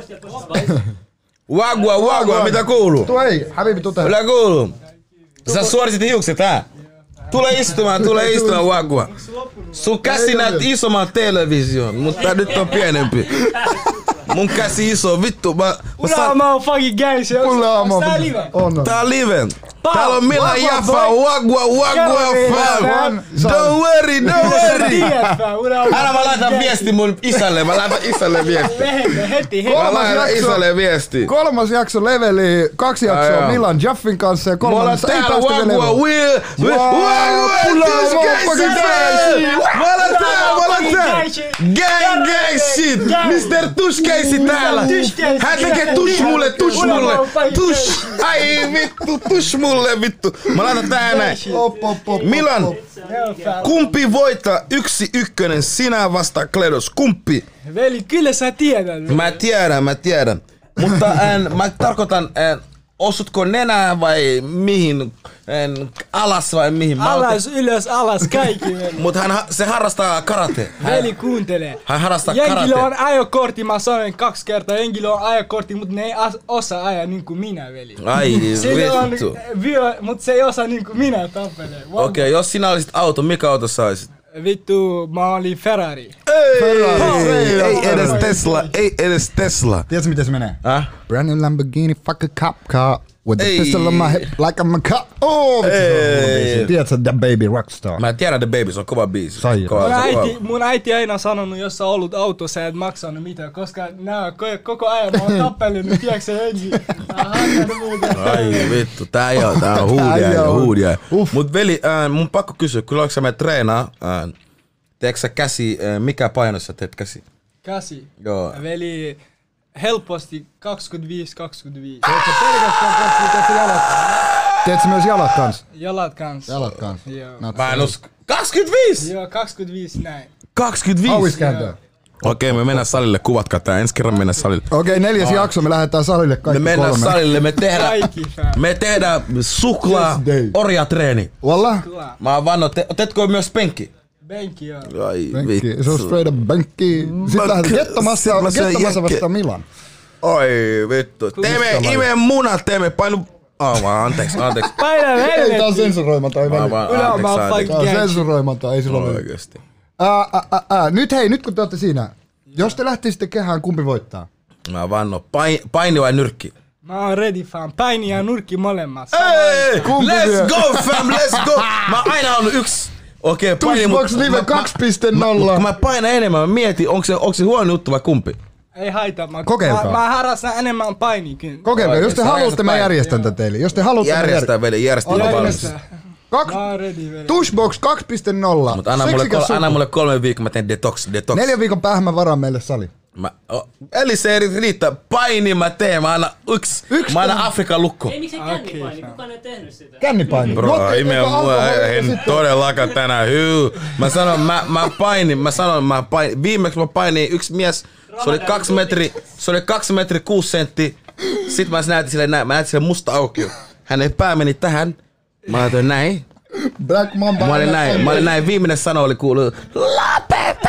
Wagua, wagua, mitä kuuluu? Tuo ei, hävipi tuu tähän. Mitä kuuluu? Sä suorisit hiukset, hää? Tule istumaan, tule istumaan, Wagua. Sun käsi näyt isomman television, mutta nyt on pienempi. Mun käsi iso, vittu. Mä, Ulama on fucking gang shit. Ulama on live. Tää on live. Täällä on Milan Jaffa, Wagua, Wagua fam. Don't worry, don't worry. Älä mä laitan viesti mun isälle, mä laitan isälle viesti. Heti, heti. Mä laitan isälle viesti. Kolmas jakso leveli, kaksi jaksoa Milan Jaffin kanssa ja kolmas ei päästä Wagua, Will, Wagua, Tushkeissi. Mä olen täällä, mä olen täällä. Gang, gang shit. mister Tushkeissi täällä. Hän tekee tush mulle, tush mulle. Tush. Ai vittu, tush mulle. Vittu. Mä laitan tää näin. Milan, kumpi voittaa yksi ykkönen? Sinä vastaan Kledos. Kumpi? Veli, kyllä sä tiedät. Mä tiedän, mä tiedän. Mutta en, mä tarkoitan, en, osutko nenään vai mihin? En, alas vai mihin? Mä alas, otin... ylös, alas, kaikki veli. Mutta hän se harrastaa karate. Hän, veli kuuntelee. Hän harrastaa Jenkillä karate. on ajokortti, mä sanoin kaksi kertaa. Jenkillä on ajokortti, mutta ne ei osaa ajaa niin kuin minä, veli. Ai vittu. Mutta se ei osaa niin kuin minä, tappelee. Okei, okay, jos sinä olisit auto, mikä auto saisit? Vittu, mä olin Ferrari. Ei, ei edes Tesla, ei edes Tesla. Tiedätkö miten se menee? Äh? Brand new Lamborghini fuck a cop car with the Ei. pistol on my hip like I'm a cop. Oh, vitsi se on huono biisi. Tiedätkö The Baby Rockstar? Mä tiedän The Baby, se on kova biisi. Sai. Kova, Mun se on äiti, kova. mun äiti aina sanonut, jos sä ollut autossa ja et maksanut mitään, koska nää ko- koko ajan mä oon tappellut, tiedätkö se henki? Ai vittu, tää ei oo, tää on huudia ja huudia. Mut veli, äh, mun pakko kysyä, kyllä onko sä menet treenaa, äh, teekö sä käsi, äh, mikä painossa teet käsi? Käsi. Joo. Veli, helposti kaksikymmentäviisi kaksikymmentäviisi. Teetkö pelkästään kanssa, teetkö jalat? Teetkö myös jalat kans? Jalat kans. Jalat kans. Joo. Not Mä en so. usko. kaksikymmentäviisi! Joo, kaksikymmentäviisi näin. kaksikymmentäviisi! Always kääntää. Okei, me mennään salille, kuvatkaa tää, ensi kerran mennään salille. Okei, neljäs jakso, me lähdetään salille Me kaikki mennään kolme. salille, me tehdään, Kaikki fam. me tehdään suklaa Yes, day. orjatreeni. Walla? Kyllä. Mä oon vannut, te, teetkö myös penkki? Benki joo. Ai Benkki, se on straight up benkki. Sitten lähdetään kettomassa, Sit mä söin kettomassa jekke. vastaan Milan. Oi vittu. Teemme ime munat, teemme painu... Oh, vaan anteeksi, anteeksi. Paina Ei, tää on helvetti. sensuroimata, ei Mä väliä. vaan Ylä- anteeksi, mä anteeksi. Tää on Gangsta. sensuroimata, ei silloin väliä. Oikeesti. Ää, ää, ää, ää. Nyt hei, nyt kun te ootte siinä. Jos te lähtisitte kehään, kumpi voittaa? Mä vannon. Paini, paini vai nyrkki? Mä oon ready fam. Paini ja nurkki molemmat. Hey, Kumpi let's vie? go fam, let's go! Mä oon aina ollut yksi. Okei, paini, mut... Tushbox Live mä- kaksi piste mä- nolla. Kun mä painan enemmän, mä mietin, onko se, onko se huono juttu vai kumpi? Ei haita. Mä, Kokeilkaa. Mä, mä harrastan enemmän paini kyllä. Kokeilkaa, jos te Oikeesti, haluatte, mä järjestä järjestän tätä teille. Jos te haluatte, mä järjestän. Järjestää veli, järjestää mä valmis. Järjestä. Kaksi. Mä oon ready veli. Tushbox kaksi piste nolla. Mut anna mulle, Seksikäs kol, suku. anna mulle kolme viikkoa, mä teen detox, detox. Neljän viikon päähän mä varaan meille sali. Mä, oh, eli se ei riittää. Paini mä teen, mä annan yksi. Yksi Mä annan tehdään. Afrikan lukko. Ei miksei Okei, kännipaini, fam. kukaan ei tehnyt sitä. Kännipaini. Bro, Juotte- ime juotte mua, alkoholia ja en sitten- todellakaan tänään. Hyy. Mä sanon, mä, mä painin, mä sanon, mä painin. Viimeksi mä painin yksi mies, se oli kaksi metri, se oli kaksi metri kuusi sentti. Sit mä näytin sille näin, mä näytin sille musta aukio. Hänen pää meni tähän. Mä laitoin näin. Black Mamba. Mä olin näin, mä olin näin. Viimeinen sana oli kuuluu, lopeta!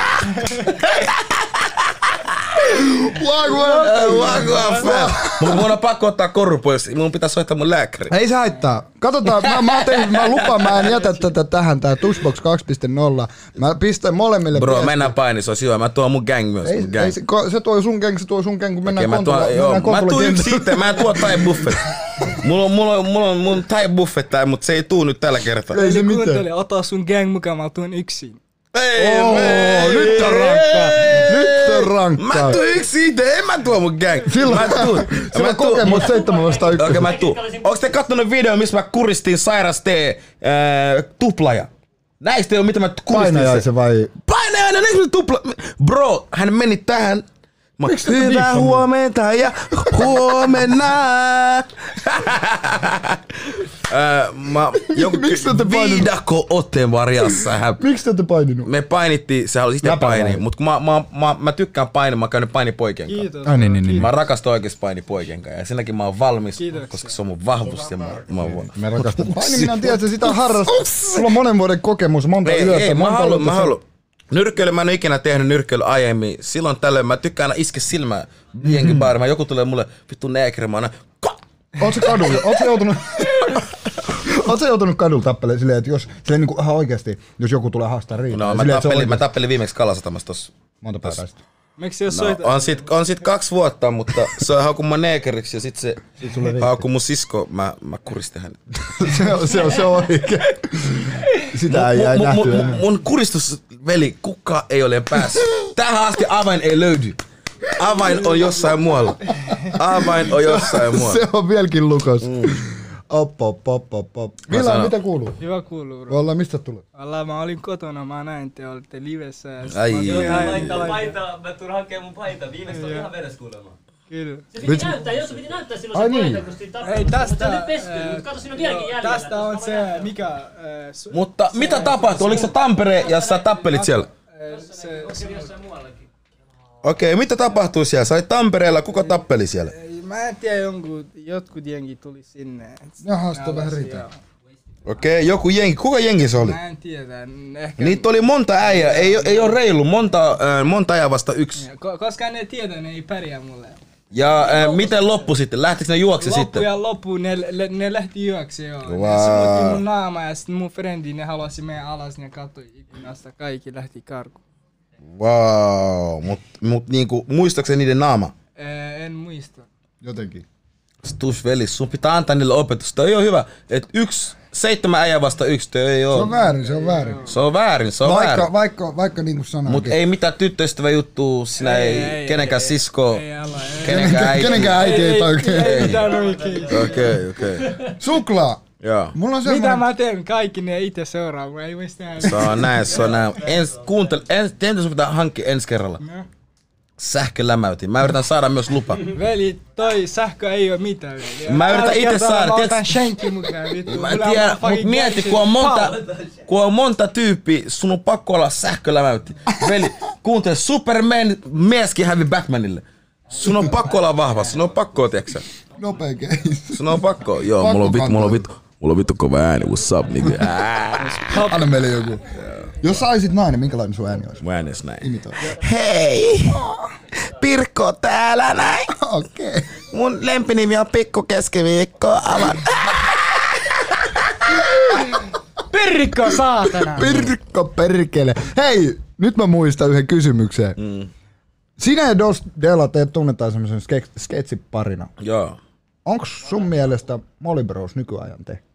Wagwan. Wagwan fam. Mut mun on pakko ottaa korru pois. Mun pitää soittaa mun lääkäri. Ei se haittaa. Katsotaan, mä, mä, tein, mä lupaan, mä en jätä tätä tähän, tää Tushbox kaksi piste nolla. Mä pistän molemmille Bro, viestiä. mennään paini, se on hyvä. Mä tuon mun gang myös. Ei, mun gang. ei, se, ko- se tuo sun gang, se tuo sun gang, kun mennään Okei, mä kontolla. tuon, joo, mennään mä kontolla tuun yksi kentälle. itse, mä en tuo Thai buffet. Mulla on, mulla on, mulla on mun Thai buffet tää, mut se ei tuu nyt tällä kertaa. Ei se Eli mitään. kuuntele, ota sun gang mukaan, mä tuun yksin. Ei, Oo, ei, nyt on rankkaa. Nyt on Mä rankkaa. tuun yksi itse, en mä tuo mun gang. Silloin, Mä tuun. silloin Mä tuun. kokemus seitsemän vastaan ykkösen. Okei, mä tuun. Onks te kattonut video, missä mä kuristin sairasteen äh, tuplaja? Näistä ei oo mitä mä kuristin sen. Painajaisen vai? Painajainen, näinkö se tupla? Bro, hän meni tähän. Mä, Miksi tätä hyvää diiffaa huomenta ja huomenna. Äh, mä, joku Miksi te ette painanut? viidakko otteen varjassa. Hän, Miksi te ette paininut? me painittiin, se oli itse Läpä paini, vai? mut kun mä, mä, mä, mä tykkään painia, mä oon käynyt painipoikien kanssa. Kiitos. Ai niin, niin, niin. Mä rakastan oikeesti painipoikien kanssa ja senkin mä oon valmis, Kiitoksia. koska se on mun vahvuus ja mä, mä oon Me rakastamme. Painiminen on tietysti sitä harrastaa. Sulla on monen vuoden kokemus, monta Ei, yötä. ei, mä monta haluan, mä yötä. haluan. Nyrkkeily, mä en ole ikinä tehnyt nyrkkeily aiemmin. Silloin tällöin mä tykkään aina iske silmään jenkin baarimaan. Joku tulee mulle vittu neekri, mä aina ka- Oot sä kadulla? Oot sä joutunut... Oot sä joutunut kadulla tappeleen silleen, että jos... Silleen niinku ihan oikeesti, jos joku tulee haastaa riitaa. No, mä silleen, että se on tappelin, mä oikeesti- tappelin viimeksi Kalasatamassa tossa. Monta päivää sitten. Miksi jos No, soita? on sit, on sit kaksi vuotta, mutta se haukui mun neekeriksi ja sit se haukui mun sisko. Mä, mä kuristin hänet. se, on, se, on, se on oikein. Sitä ei jäi mun, nähtyä. mun, mun, mun kuristus, veli, kukaan ei ole päässyt. Tähän asti avain ei löydy. Avain on jossain muualla. Avain on jossain muualla. Se on vieläkin lukos. Mm. Op, op, op, op, op. Milan, sanon- mitä kuuluu? Hyvä kuuluu, bro. Ollaan, mistä tulee? Alla, mä olin kotona, mä näin, te olitte livessä. Ja sit Ai. mä tulin Joo, näin, Laittaa näin. paita, mä tuun hakee mun paita. Viimeksi oli ihan veres kuulemma. Kyllä. Se piti näyttää, jos se piti näyttää silloin Ai se niin. paita, kun siinä tappeli. Ei Mutta tästä... nyt pestynyt, ää, mutta kato siinä on vieläkin joo, jäljellä. Tästä on Tuossa se, näyttää. mikä... ää, su- Mutta mitä tapahtui? Oliko se Tampere ja sä tappelit siellä? ää, se, Se oli jossain muuallakin. Okei, mitä tapahtui siellä? Sä olit Tampereella, kuka tappeli siellä? Mä en tiedä, jonkun, jotkut jengi tuli sinne. Jaha, sitä on vähän riitä. Okei, joku jengi. Kuka jengi se oli? Mä en tiedä, ehkä... Niitä oli monta äijää, ei, ei ole reilu, monta, äh, monta äijää vasta yksi. Ko- koska ne tiedä, ne ei pärjää mulle. Ja äh, miten loppu sitten? Lähtikö ne juokse Loppu sitten? ja loppu, ne, ne, ne lähti juokse joo. Wow. Ne sumutti mun naama ja sitten mun frendi, ne halusi mennä alas, ne katsoi ikkunasta, kaikki lähti karkuun. Wow, mut, mut niinku, muistaakseni niiden naama? En muista. Jotenkin. Stush veli, sun pitää antaa niille opetusta. Ei oo hyvä, että yksi, seitsemän äijä vasta yksi, ei oo. Se on väärin, se on väärin. Se on väärin, se on vaikka, väärin. Vaikka, vaikka niinku sanaa. Mut ei mitään tyttöystävä juttuu, sinä ei, ei, ei kenenkään ei, sisko, ei, ala, ei. kenenkään äiti. Kenenkään äiti ei oikein. Ei mitään oikein. Okei, okei. Suklaa. Joo. Mulla on semmoinen... Mitä mä teen? Kaikki ne itse seuraamaan, ei muista näin. Se on näin, se on näin. Ens, kuuntele, ens, entä sun pitää hankkia ensi kerralla? No. Sähkölämmäytin. Mä yritän saada myös lupa. Veli, toi sähkö ei oo mitään, veli. Mä yritän itse saada. Mä otan shenki mukaan, vittu. Mä en tiedä, mut mieti, kun on monta, kun on monta tyyppiä, sun on pakko olla sähkölämmäytin. Veli, kuuntele, Superman mieskin hävi Batmanille. Sun on pakko olla vahva, sun on pakko, tiiäksä? Nopea keis. Sun on pakko. Joo, pakko mulla on vittu, mulla on vittu. Mulla on vittu kova ääni, what's up, nigga? Anna meille joku. Jos saisit nainen, minkälainen sun ääni olisi? Mun ääni olisi näin. Imitoi. Hei! Pirkko täällä näin. Okei. Okay. Mun lempinimi on Pikku Keskiviikko. Avan. Pirkko saatana! Pirkko perkele. Hei, nyt mä muistan yhden kysymyksen. Mm. Sinä ja Dos Della teet tunnetaan semmoisen ske- sketsiparina. Joo. Onks sun mielestä Molly Bros nykyajan te?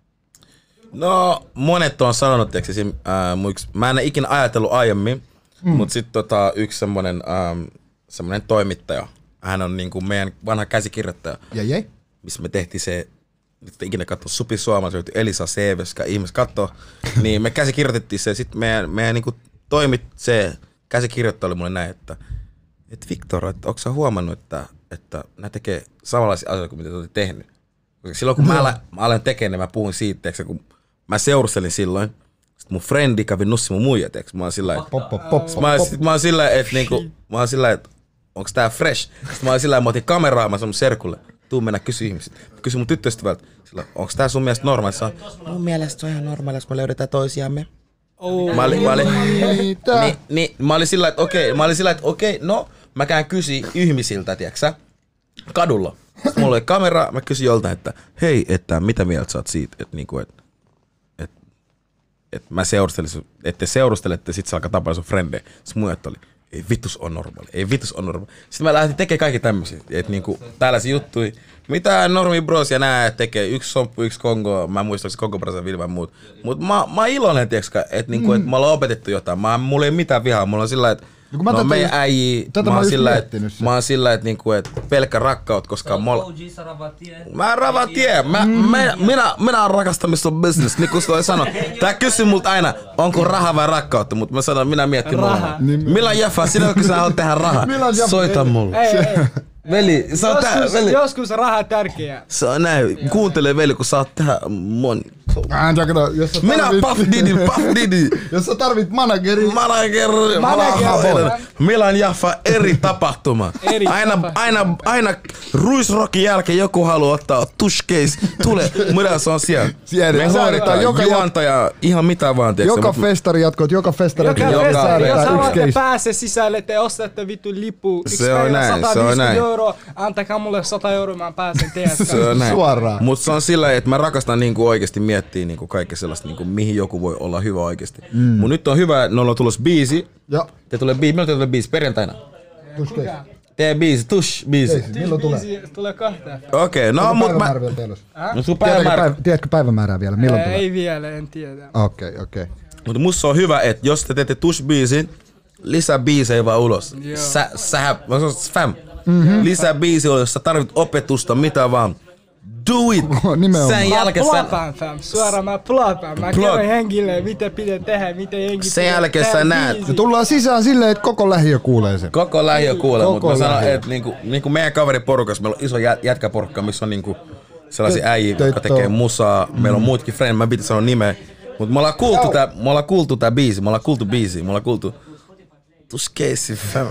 No, monet on sanonut, että äh, mä en ole ikinä ajatellut aiemmin, mm. mutta sitten tota, yksi semmonen, ähm, semmonen toimittaja, hän on niinku meidän vanha käsikirjoittaja, ja jäi? missä me tehtiin se, nyt ikinä katsoa Supi Suomalainen, se löytyi Elisa Seeveska, ihmiset katsoo, niin me käsikirjoitettiin se, sitten meidän, meidän niinku toimit, se käsikirjoittaja oli mulle näin, että et Viktor, että onko sä huomannut, että, että nämä tekee samanlaisia asioita kuin mitä te olette tehnyt? Koska silloin kun mä aloin, mä aloin tekemään, niin mä puhuin siitä, että kun mä seurustelin silloin, sit mun frendi kävi nussi mun muija, teeks. Mä oon sillä että mä, mä oon sillä että niinku, mä oon sillä että onks tää fresh? Sit mä oon sillä että mä otin kameraa, mä sanon mun serkulle, tuu mennä kysy ihmiset. Mä kysyin mun tyttöystävältä, sillä onks tää sun mielestä normaali? Sä mun mielestä se on ihan normaali, jos me löydetään toisiamme. Oh, mä olin, mä olin, niin, niin, mä olin sillä että okei, mä olin sillä että okei, no mä käyn kysyin ihmisiltä, tiiäksä, kadulla. Sitten mulla oli kamera, mä kysyin joltain, että hei, että mitä mieltä sä oot siitä, että niinku, että et, et mä seurustelin, että te seurustelette, sit sä alkaa tapaa sun frendejä. Sitten mun oli, ei vitus on normaali, ei vitus on normaali. Sitten mä lähdin tekemään kaikki tämmöisiä, että niinku tällaisia juttui, mitä Normi Bros ja nää tekee, yksi somppu, yksi Kongo, mä en muista, onko se Kongo Brasan vilma ja muut. Mut mä, mä oon iloinen, tiiäksä, että niinku, et mä ollaan opetettu jotain, mä, mulla ei mitään vihaa, mulla on sillä, että no, no meidän äijii, mä oon sillä, että mä oon sillä, että niinku, et pelkkä rakkaut, koska molla... Mä ravan tie, mä, mm. mä, minä, minä on rakastamista business, niin kuin toi sanoo. Tää kysyy multa aina, onko raha vai rakkautta, mutta mä sanon, minä mietin mulla. Milloin Jeffa, sinä kun sä haluat tehdä rahaa, soita mulle. Ei, ei. Veli, sä oot joskus, tää, veli. Joskus raha on tärkeää. Se on näin, kuuntele veli, kun sä oot tehdä mon... Tarvit, minä Puff Diddy, Puff Diddy. Jos sä tarvit manageri. Manager, manager. Milan Jaffa eri tapahtuma. Eri aina, tapahtuma. aina, aina Ruisrockin jälkeen joku haluaa ottaa tush case. Tule, mitä se on siellä? siellä me hoidetaan joka juontaja, ihan mitä vaan. Tiiäks, joka festari jatkot, joka festari jatkot. Joka festari, jos haluatte pääse sisälle, te ostatte vittu lippu. Se on näin, se on näin. Euro, antakaa mulle sata euroa, mä pääsen teidän kanssa. Se on näin. Suoraan. Mut se on sillä, että mä rakastan niinku oikeesti miettiä niinku kaikkea sellaista, niinku, mihin joku voi olla hyvä oikeesti. Mm. Mut nyt on hyvä, että on tulossa biisi. Joo. Te tulee biisi, milloin te tulee biisi? Perjantaina? Tush case. Tee biisi, tush biisi. Milloin tulee? Tulee kahta. Okei, no mut mä... No sun päivämäärä... Tiedätkö päivämäärää vielä? Milloin tulee? Ei vielä, en tiedä. Okei, okei. Mutta musta on hyvä, että jos te teette tush-biisin, lisää biisejä vaan ulos. Sä, sähä, mä sanon fam, mm-hmm. lisää biisejä ulos, jos sä tarvit opetusta, mitä vaan. Do it! Nimenomaan. Sen jälkeen sä... Plapaan fam, suoraan mä plapaan. Mä kerron henkilöön, mitä pitää tehdä, miten henki sen jälkeen sä näet. Me tullaan sisään silleen, että koko lähiö kuulee sen. Koko lähiö kuulee, mutta mä sanon, että niinku, niinku meidän kaveriporukassa meillä on iso jätkäporukka, missä on niinku sellaisia äijiä, jotka tekee musaa. Meillä on muutkin friend, mä piti sanoa nimeä. Mut me ollaan kuultu tää, me ollaan kuultu tää biisi, me ollaan kuultu biisi, me ollaan kuultu Tush Case fam.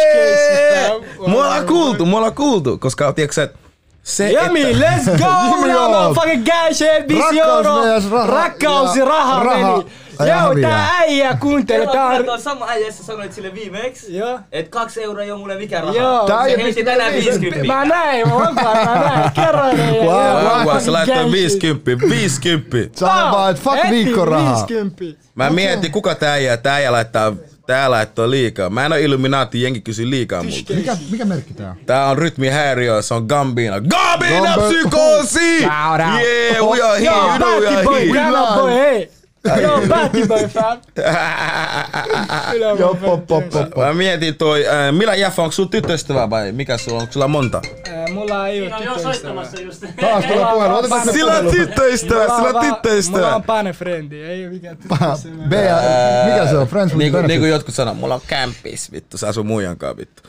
Me ollaan kuultu, me ollaan kuultu, koska tiiäksä, että se, Jami, että... let's go! Minä motherfucking gashhead, viisi euroa! Rakkaus ja raha, veli! Joo, tää äijä kuuntele, tää on... Tuo sama äijä, sä sanoit sille viimeksi, et kaksi euroa ei oo mulle mikään raha. Joo. Se heitti tänään viisikymppiä. Mä näin, mä näin, kerroin ei. Wow, sä laittoi viisikymppiä, viisikymppiä. Sä vaan, et fuck viikkorahaa. viisikymppiä. Mä mietin, kuka tää äijä, tää äijä laittaa Tää laittoi liikaa. Mä en oo Illuminati, jengi kysy liikaa multa. Mikä, mikä merkki tää on? Tää on rytmihäiriö, se on Gambina. Gambina psykoosi! Yeah, we are here, you know we are here. Yo, Batty Boy, fam. Joo, pop, pop, pop, pop. Mä mietin toi, äh, Mila Jaffa, onko sulla tyttöystävää vai mikä sulla on? Onko sulla monta? Äh, mulla ei oo Siinä on jo tyttöystävää. soittamassa just. Taas tulee puhelu, otetaan se Sillä on puhelu. tyttöystävä, sillä on tyttöystävä. Mulla on panefrendi, ei oo mikään tyttöystävä. B, mikä se on? Friends with Niinku, benefits. niinku jotkut sanoo, mulla on kämppis, vittu, sä asuu muijankaan, vittu.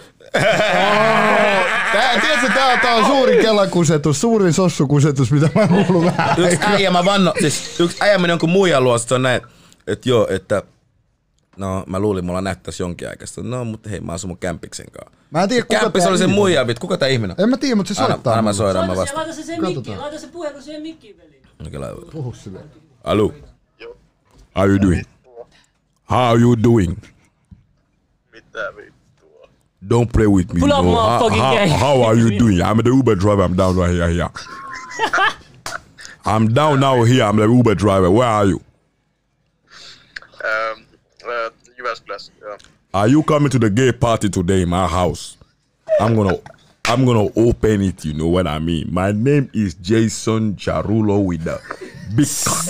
Tää, tiedätkö, tää, tää on suurin kelakusetus, suurin sossukusetus, mitä mä oon kuullut vähän. Yksi äijä mä vanno, siis yksi äijä meni jonkun muijan luo, se on näin, että joo, että no mä luulin, mulla näyttäisi jonkin aikaista. No, mutta hei, mä asun mun kämpiksen kanssa. Mä en tiedä, kuka Kämppis tää oli se ihminen. muija, vittu, kuka tää ihminen on? En mä tiedä, mutta se soittaa. Anna mä mulle. soidaan, mä Laita se, vastaan. laita se siihen mikkiin, laita se puhelu siihen mikkiin, veli. Okei, laita. Puhu silleen. Hello. How you doing? How you doing? Mitä vittua? Don't play with me. Pull up, no. motherfucking how, gang. how, how are you doing? I'm the Uber driver. I'm down right here. here. I'm down now here. I'm the Uber driver. Where are you? Ähm, äh, Jyväskylässä, joo. Are you coming to the gay party today in my house? I'm gonna, I'm gonna open it. You know what I mean. My name is Jason Charulo with the big cock.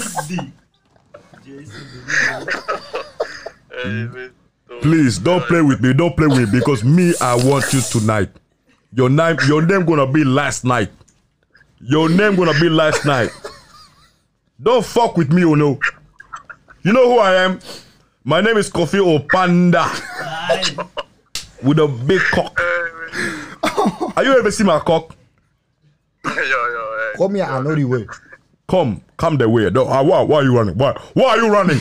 Ei vittu. Please don't play with me. Don't play with me because me. I want you tonight. Your name, your name gonna be last night. Your name gonna be last night. Don't fuck with me, you know. You know who I am? My name is Kofi Opanda. With a big cock. Are you ever seen my cock? Joo, joo, ei. Come here, Anori way. Come, come the way. Don't, uh, why, why are you running? Why, why are you running?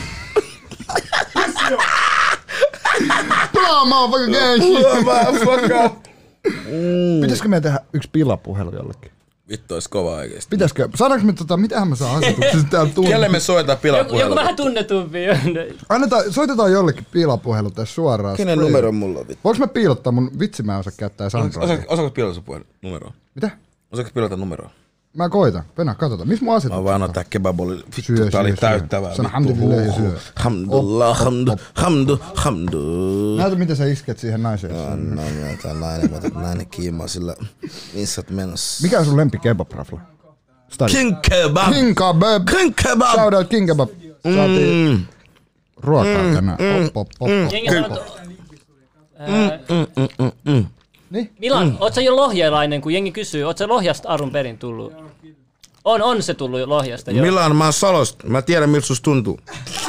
Pulaa, motherfucker gang shit. Fuck up. Pitäisikö meidän tehdä yksi pilapuhelu jollekin? Vittu, ois kova oikeesti. Pitäisikö? Saadaanko me tota, mitähän mä saan asetuksesta täällä tunne? Kelle me soitetaan Joku, joku pilapuhelua? vähän tunnetumpi. Annetaan, soitetaan jollekin pilapuhelu tässä suoraan. Kenen Spray. numero mulla on vittu? Voinko mä piilottaa mun vitsi, mä en osaa käyttää Sandraa? Osaako pilata sun puhelu numeroa? Mitä? Osaako pilata numeroa? Mä koitan. Venä, katsotaan. Missä mun asetus? Mä vaan ottaa kebaboli. Syö, Vittu, tää oli syö, täyttävää. syö. Sano vittu. hamdulillah ja syö. Hamdulillah, hamdu, hamdu, hamdu. Näytä miten sä isket siihen naiseen. Anna mä tää nainen, mä otan nainen kiimaa sillä. Missä oot menossa? Mikä on sun lempi kebab-rafla? Stadi. King kebab! King kebab! King kebab! Shout out King kebab! Saatiin Mm. ruokaa tänään. Op, op, op, op. Jengi sanoo, että... Niin? Milan, oot sä jo lohjalainen, kun jengi kysyy, oot sä Lohjasta alun perin tullut? On, on se tullut Lohjasta, joo. Milan, mä oon Salosta. Mä tiedän miltä susta tuntuu.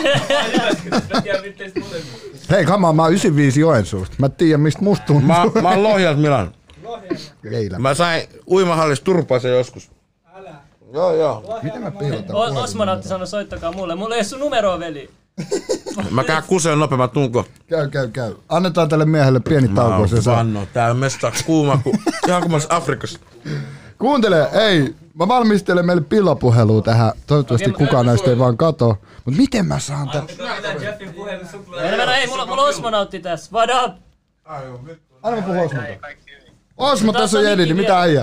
Hei, come on, mä oon yhdeksänkymmentäviisi Joensuusta. Mä tiedän mistä musta tuntuu. Mä, mä oon Lohjalta, Milan. Leila. Mä sain uimahallista turpaisen joskus. Joo, joo. Miten mä piilotan? O- Osmanautti sanoi, soittakaa mulle. Mulla ei ole sun numeroa, veli. Mä käyn kuseen nopea, mä tunko. Käy, käy, käy. Annetaan tälle miehelle pieni tauko. Se saa. Vanno, tää on mesta kuuma ku... Ihan kuin mä olisin Afrikassa. Kuuntele, ei. Mä valmistelen meille pillapuhelua tähän. Toivottavasti kukaan näistä ei vaan kato. Mut miten mä saan tän? Mennä, mennä, ei, mulla, mulla on Osmanautti tässä. What up? Anna mä puhua Osmolta. Osmo, tässä on Jedi, niin mitä äijä?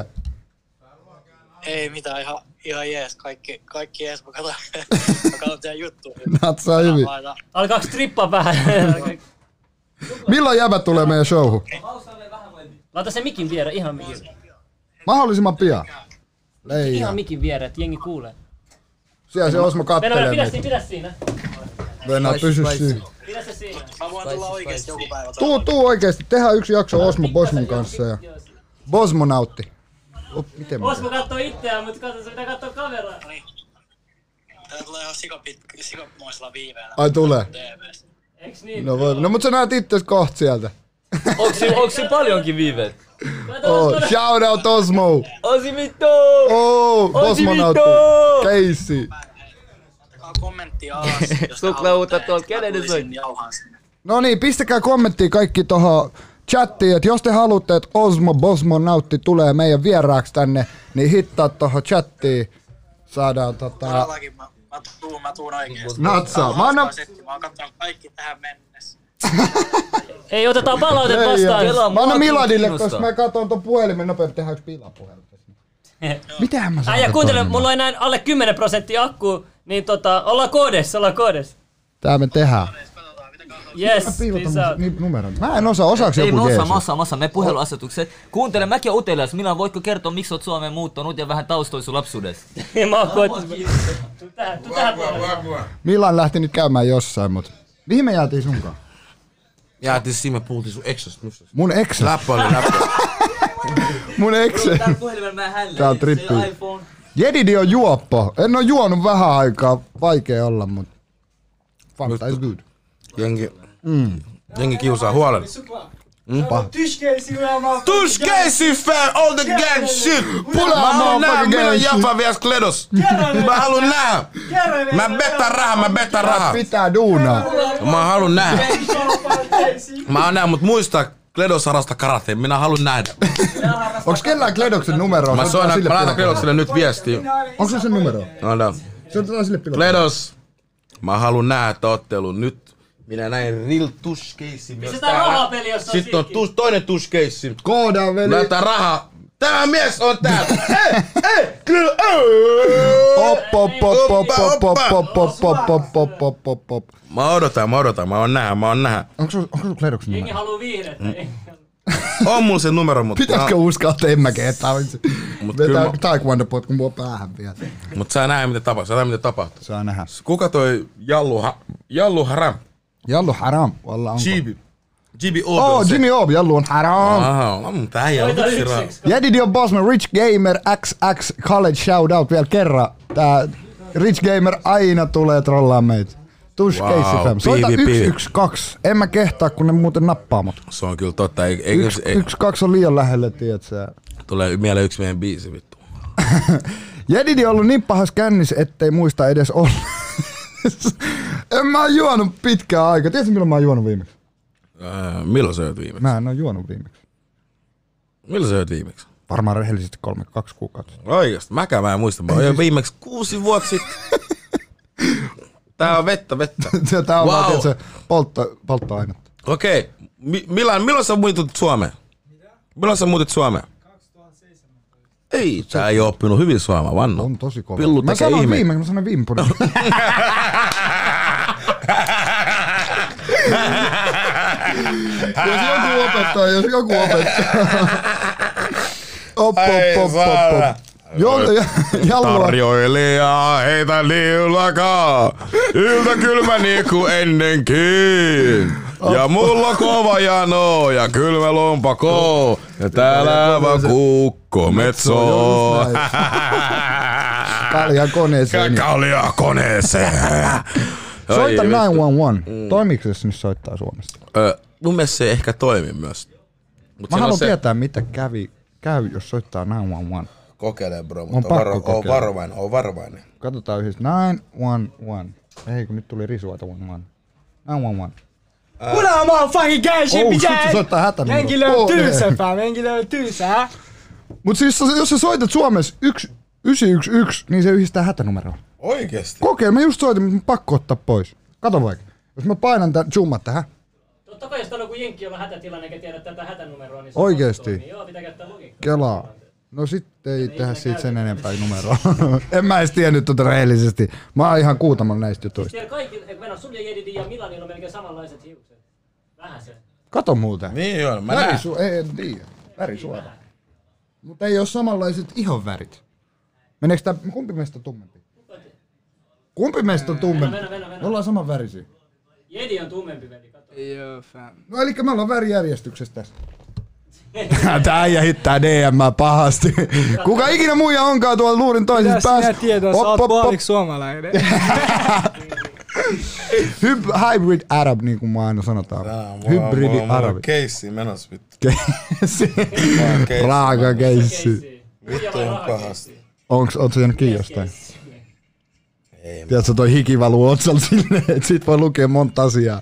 Ei mitään, ihan, ihan jees, kaikki, kaikki jees, mä katson, mä katson teidän juttuja. Natsaa hyvin. Alkaaks trippa vähän? Milloin jäbät tulee meidän showhun? Laita se mikin vierä, ihan mikin. Mahdollisimman pian. Leija. Ihan mikin vierä, että jengi kuulee. Siellä se Osmo Mennä, mennä, kattelee pidä meitä. siinä, pidä siinä. Venä, pysy siinä. Pidä se siinä. Mä voin tulla oikeesti joku päivä. Tuu, tuu oikeesti. Tehdään yksi jakso Osmo Bosmon kanssa ja Bosmonautti. Op, miten mä Osmo kattoo itseään, mutta katso, se pitää katsoa kameraa. Tää tulee ihan sikapit- sikamoisella viiveellä. Ai tulee. T V:stä. Eiks niin? No, voi, no mut sä näet itses kohta sieltä. Onks se, onks se paljonkin viiveet? Oh, shout out Osmo. Osi vittu! Oh, Bosmonautti. Keissi. Ottakaa kommenttia alas, jos Suklauta tuolta, kenen ne soi? jauhaan sinne. No niin, pistäkää kommenttia kaikki tohon chattiin, että jos te haluatte, että Osmo Bosmonautti tulee meidän vieraaksi tänne, niin hittaa tohon chattiin. Saadaan tota... Todellakin mä, mä tuun, mä tuun oikeesti. Natsaa. Mä annan... Mä oon kattonut kaikki tähän mennessä. Ei, otetaan palautet vastaan. Mä annan Miladille, koska mä katon ton puhelimen nopeasti, tehdään yksi pilapuhelu. Mitähän mä saan? Äijä, kuuntele, mulla on enää alle kymmenen prosenttia akku, niin tota, ollaan koodessa, ollaan koodessa. Tää me tehdään. Yes, piilotan peace out. mun numeron. Mä en osaa, osaaks Ei joku mä jeesi? osaa, mä osaan, mä osaan. Me puheluasetukset. Kuuntele, mäkin oon utelias. Minä voitko kertoa, miksi oot Suomeen muuttanut ja vähän taustoja sun lapsuudessa? Mä oon koettanut. Tuu tähän, tuu tähän puolelle. Milan lähti nyt käymään jossain, mut mihin me jäätiin sunkaan? Jäätiin siinä, me puhuttiin sun exosta. Mun ex. Läppä oli läppä. Mun ex. Täällä puhelimella mä hälleen. Tää on trippi. Se on iPhone. Jedidi on juoppo. En oo juonut vähän aikaa. Vaikea olla, mut Fanta is good. Jengi, mm. jengi kiusaa huolen. Tushkeisi fan, all the gang shit! Mä haluun nähdä, milloin Jaffa vies Kledos. Mä haluun nähdä. Mä betän rahaa, mä betän rahaa. Pitää duunaa. Mä haluun nähdä. Mä haluun nähdä, mut muista Kledos harrasta karateen. Minä haluun nähdä. Onks kellään Kledoksen numero? Mä soitan, mä laitan Kledokselle nyt viestiä. Onks se sen numero? No, Se on sille pilotille. Kledos, mä haluun nähdä ottelun nyt. Minä näin real tushkeissi myös Se tää rahapeli, jossa on Sitten on tus, toinen tushkeissi. Koodaan veli. Näyttää rahaa. Tämä mies on täällä. Ei, ei, kyllä. Op, op, op, op, op, op, op, op, op, op, op, op, op, op. Mä odotan, mä odotan. Mä oon nähdä, mä oon nähdä. Onko sun Kledoksen Jengi numero? haluu viihdettä. On mulla se numero, mutta... Pitäisikö uskoa, että en mä ketään? Mut kyllä Vetää mä- taekwondo-potkun mua päähän vielä. Mut sä näe mitä tapahtuu, sä näe mitä tapahtuu. Saa nähdä. Kuka toi Jallu, ha, Jallu Haram? Jallu haram. Valla onko? Jibi. Jibi Obi. Oh, on se. Jimmy Obi, Jallu on haram. Aha, on mutta äijä on Soita vitsi yksi rahaa. yksi. Jedidi on Bossman, Rich Gamer, X X College shoutout vielä kerran. Tää Rich Gamer aina tulee trollaa meitä. Tush Wow, Casey fam. Soita piivi, piivi. yksi yksi kaksi. En mä kehtaa, kun ne muuten nappaa mut. Se on kyllä totta. Ei, ei, yksi ei, yksi kaksi on liian lähelle, tiedät sä. tulee mieleen yksi meidän biisi vittu. Jedidi on ollut niin pahas kännis, ettei muista edes olla. En mä oo juonut pitkään aikaa. Tiedätkö milloin mä oon juonut viimeksi? Äh, milloin sä oot viimeksi? Mä en oo juonut viimeksi. Milloin sä oot viimeksi? Varmaan rehellisesti kolme, kaksi kuukautta. Oikeesti, mäkään mä en muista. Mä oon jo viimeksi kuusi vuotta sitten. Tää on vettä, vettä. Tää on Wow. vaan se poltto, polttoainetta. Okei, Mi- milloin, milloin sä muutit Suomeen? Milloin sä muutit Suomeen? Ei, sä ei oo oppinut hyvin suomea, Vanno. On tosi kova. Pillu Mä tekee sanoin ihme. viime, mä sanoin viime puolella. Jos joku opettaa, jos joku opettaa. Op, Ei op, op, op, saada. op. Joo, ja- Jallu on. Tarjoilija, heitä liulakaa. Yltä kylmä niin kuin ennenkin. Ja mulla on kova jano ja kylmä lompako. Ja täällä vaan kukko metsoo. Kaljan koneeseen. Kalja koneeseen. Soita Ai, nine vittu. one one. Toimiiko se nyt soittaa Suomesta? Ö, mun mielestä se ei ehkä toimi myös. Mut Mä siinä on haluan se- tietää, mitä kävi, käy, jos soittaa nine one one. Kokeile bro, On mutta pakko varo, oo kokeilla. varovainen, oo varovainen. Katsotaan yhdessä. nine one one. Ei, kun nyt tuli risuaita one one. nine one one. What up, motherfucking gang shit, Oh, bitch shit, se soittaa hätänumero. Jengi löytyy Oh, se, ei. fam. Jengi löytyy se, hä? Mut siis jos sä soitat Suomessa yksi yhdeksän yksi yksi, niin se yhdistää hätänumeroon. Oikeesti? Kokeile, mä just soitin, mutta mun pakko ottaa pois. Kato vaikka. Jos mä painan tän zoomat tähän. Totta kai jos täällä on joku jenkki, jolla on hätätilanne, eikä tiedä tätä hätänumeroa, niin se Oikeesti? toimii. Joo, pitää käyttää logiikkaa. Kelaa. No sit ei tehdä siitä sen enempää numeroa. En mä edes tiennyt tota rehellisesti. Mä oon ihan kuutamalla näistä jutuista. Siellä kaikki, mennä sulla ja Jedidi ja Milanilla on melkein samanlaiset hiukset. Vähän se. Kato muuten. Niin joo, mä Väri näen. su- ei, en tiedä. Väri suoraan. Mutta ei oo samanlaiset ihon värit. Meneekö tää, kumpi meistä on tummempi? Kumpi meistä on tummempi? Venä, venä, venä. Me ollaan saman värisiä. Jedi on tummempi veli, kato. Joo, fam. No elikkä me ollaan värijärjestyksessä tässä. Tää äijä hittää D M pahasti. Kuka ikinä muija onkaan tuolla luurin toisessa Mitä päässä. sinä tiedät, sä oot puoliksi suomalainen. Hyb- hybrid Arab, niin kuin mä aina sanotaan. Hybridi arabi. Keissi menossa vittu. Keissi. keissi. Raaka keissi. Vittu on pahasti. Onks, oot sä jäänyt kiinni jostain? Ei, Tiedätkö, toi hiki valuu otsalla silleen, että sit voi lukea monta asiaa.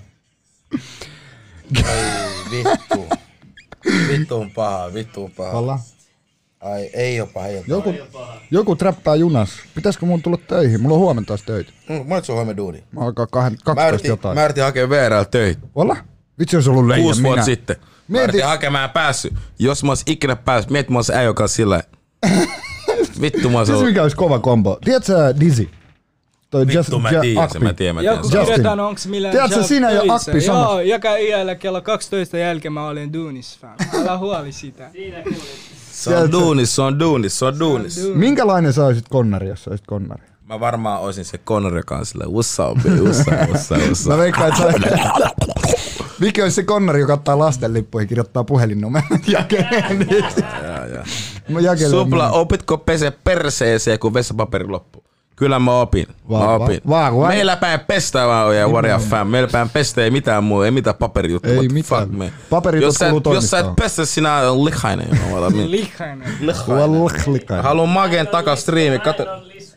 ai vittu. Vittu on paha, vittu on paha. Valla. Ai ei oo paha, ei oo paha. Joku, joku träppää junas. Pitäisikö mun tulla töihin? Mulla on huomenna taas töitä. Mm, Mä olet sun huomenna duuni. Mä alkaa kahden, Mä kaksitoista yritin, jotain. mä yritin hakea V R:llä töitä. Valla? Vitsi olisi ollut leijä Kuusi minä. vuotta sitten. Mä Mieti- yritin hakemaan ja päässyt. Jos mä ois ikinä päässyt, mieti mä ois äijä, joka on sillä vittu mä ois Tiedätkö ollut. mikä olisi kova kombo? Tiedätkö sä Dizzy? Toi Vittu, mä tiedän sen, mä tiedän, mä tiedän. Joku kirjoitan, onks millään Tiedätkö, job sinä ja töissä? Akpi sama. Joo, joka yöllä kello kaksitoista jälkeen mä olin duunis, fam. Älä huoli sitä. Se on duunis, se on duunis, se on duunis. Minkälainen sä olisit konnari, jos sä olisit konnari? Mä varmaan oisin se Connor, joka on silleen, what's up, baby, what's up, what's up, what's up. Mä veikkaan, että sä... Mikä olisi se konnari, joka ottaa lastenlippuihin, kirjoittaa puhelinnumerot jakeleen niitä. Supla, opitko pese perseeseen, kun vessapaperi loppuu? Kyllä mä opin. Va- mä opin. va- va- Meillä päin pestää vaan ja Warrior fam. Meillä päin pestää ei mitään muu, ei mitään paperijuttua. Ei What the mitään. fuck, man. Paperit jos sä, kuuluu et- jos sä et toimistoon. pestä, sinä on likainen. You know what I mean? Likainen. Likainen. Haluan Magen takas striimi. Kato.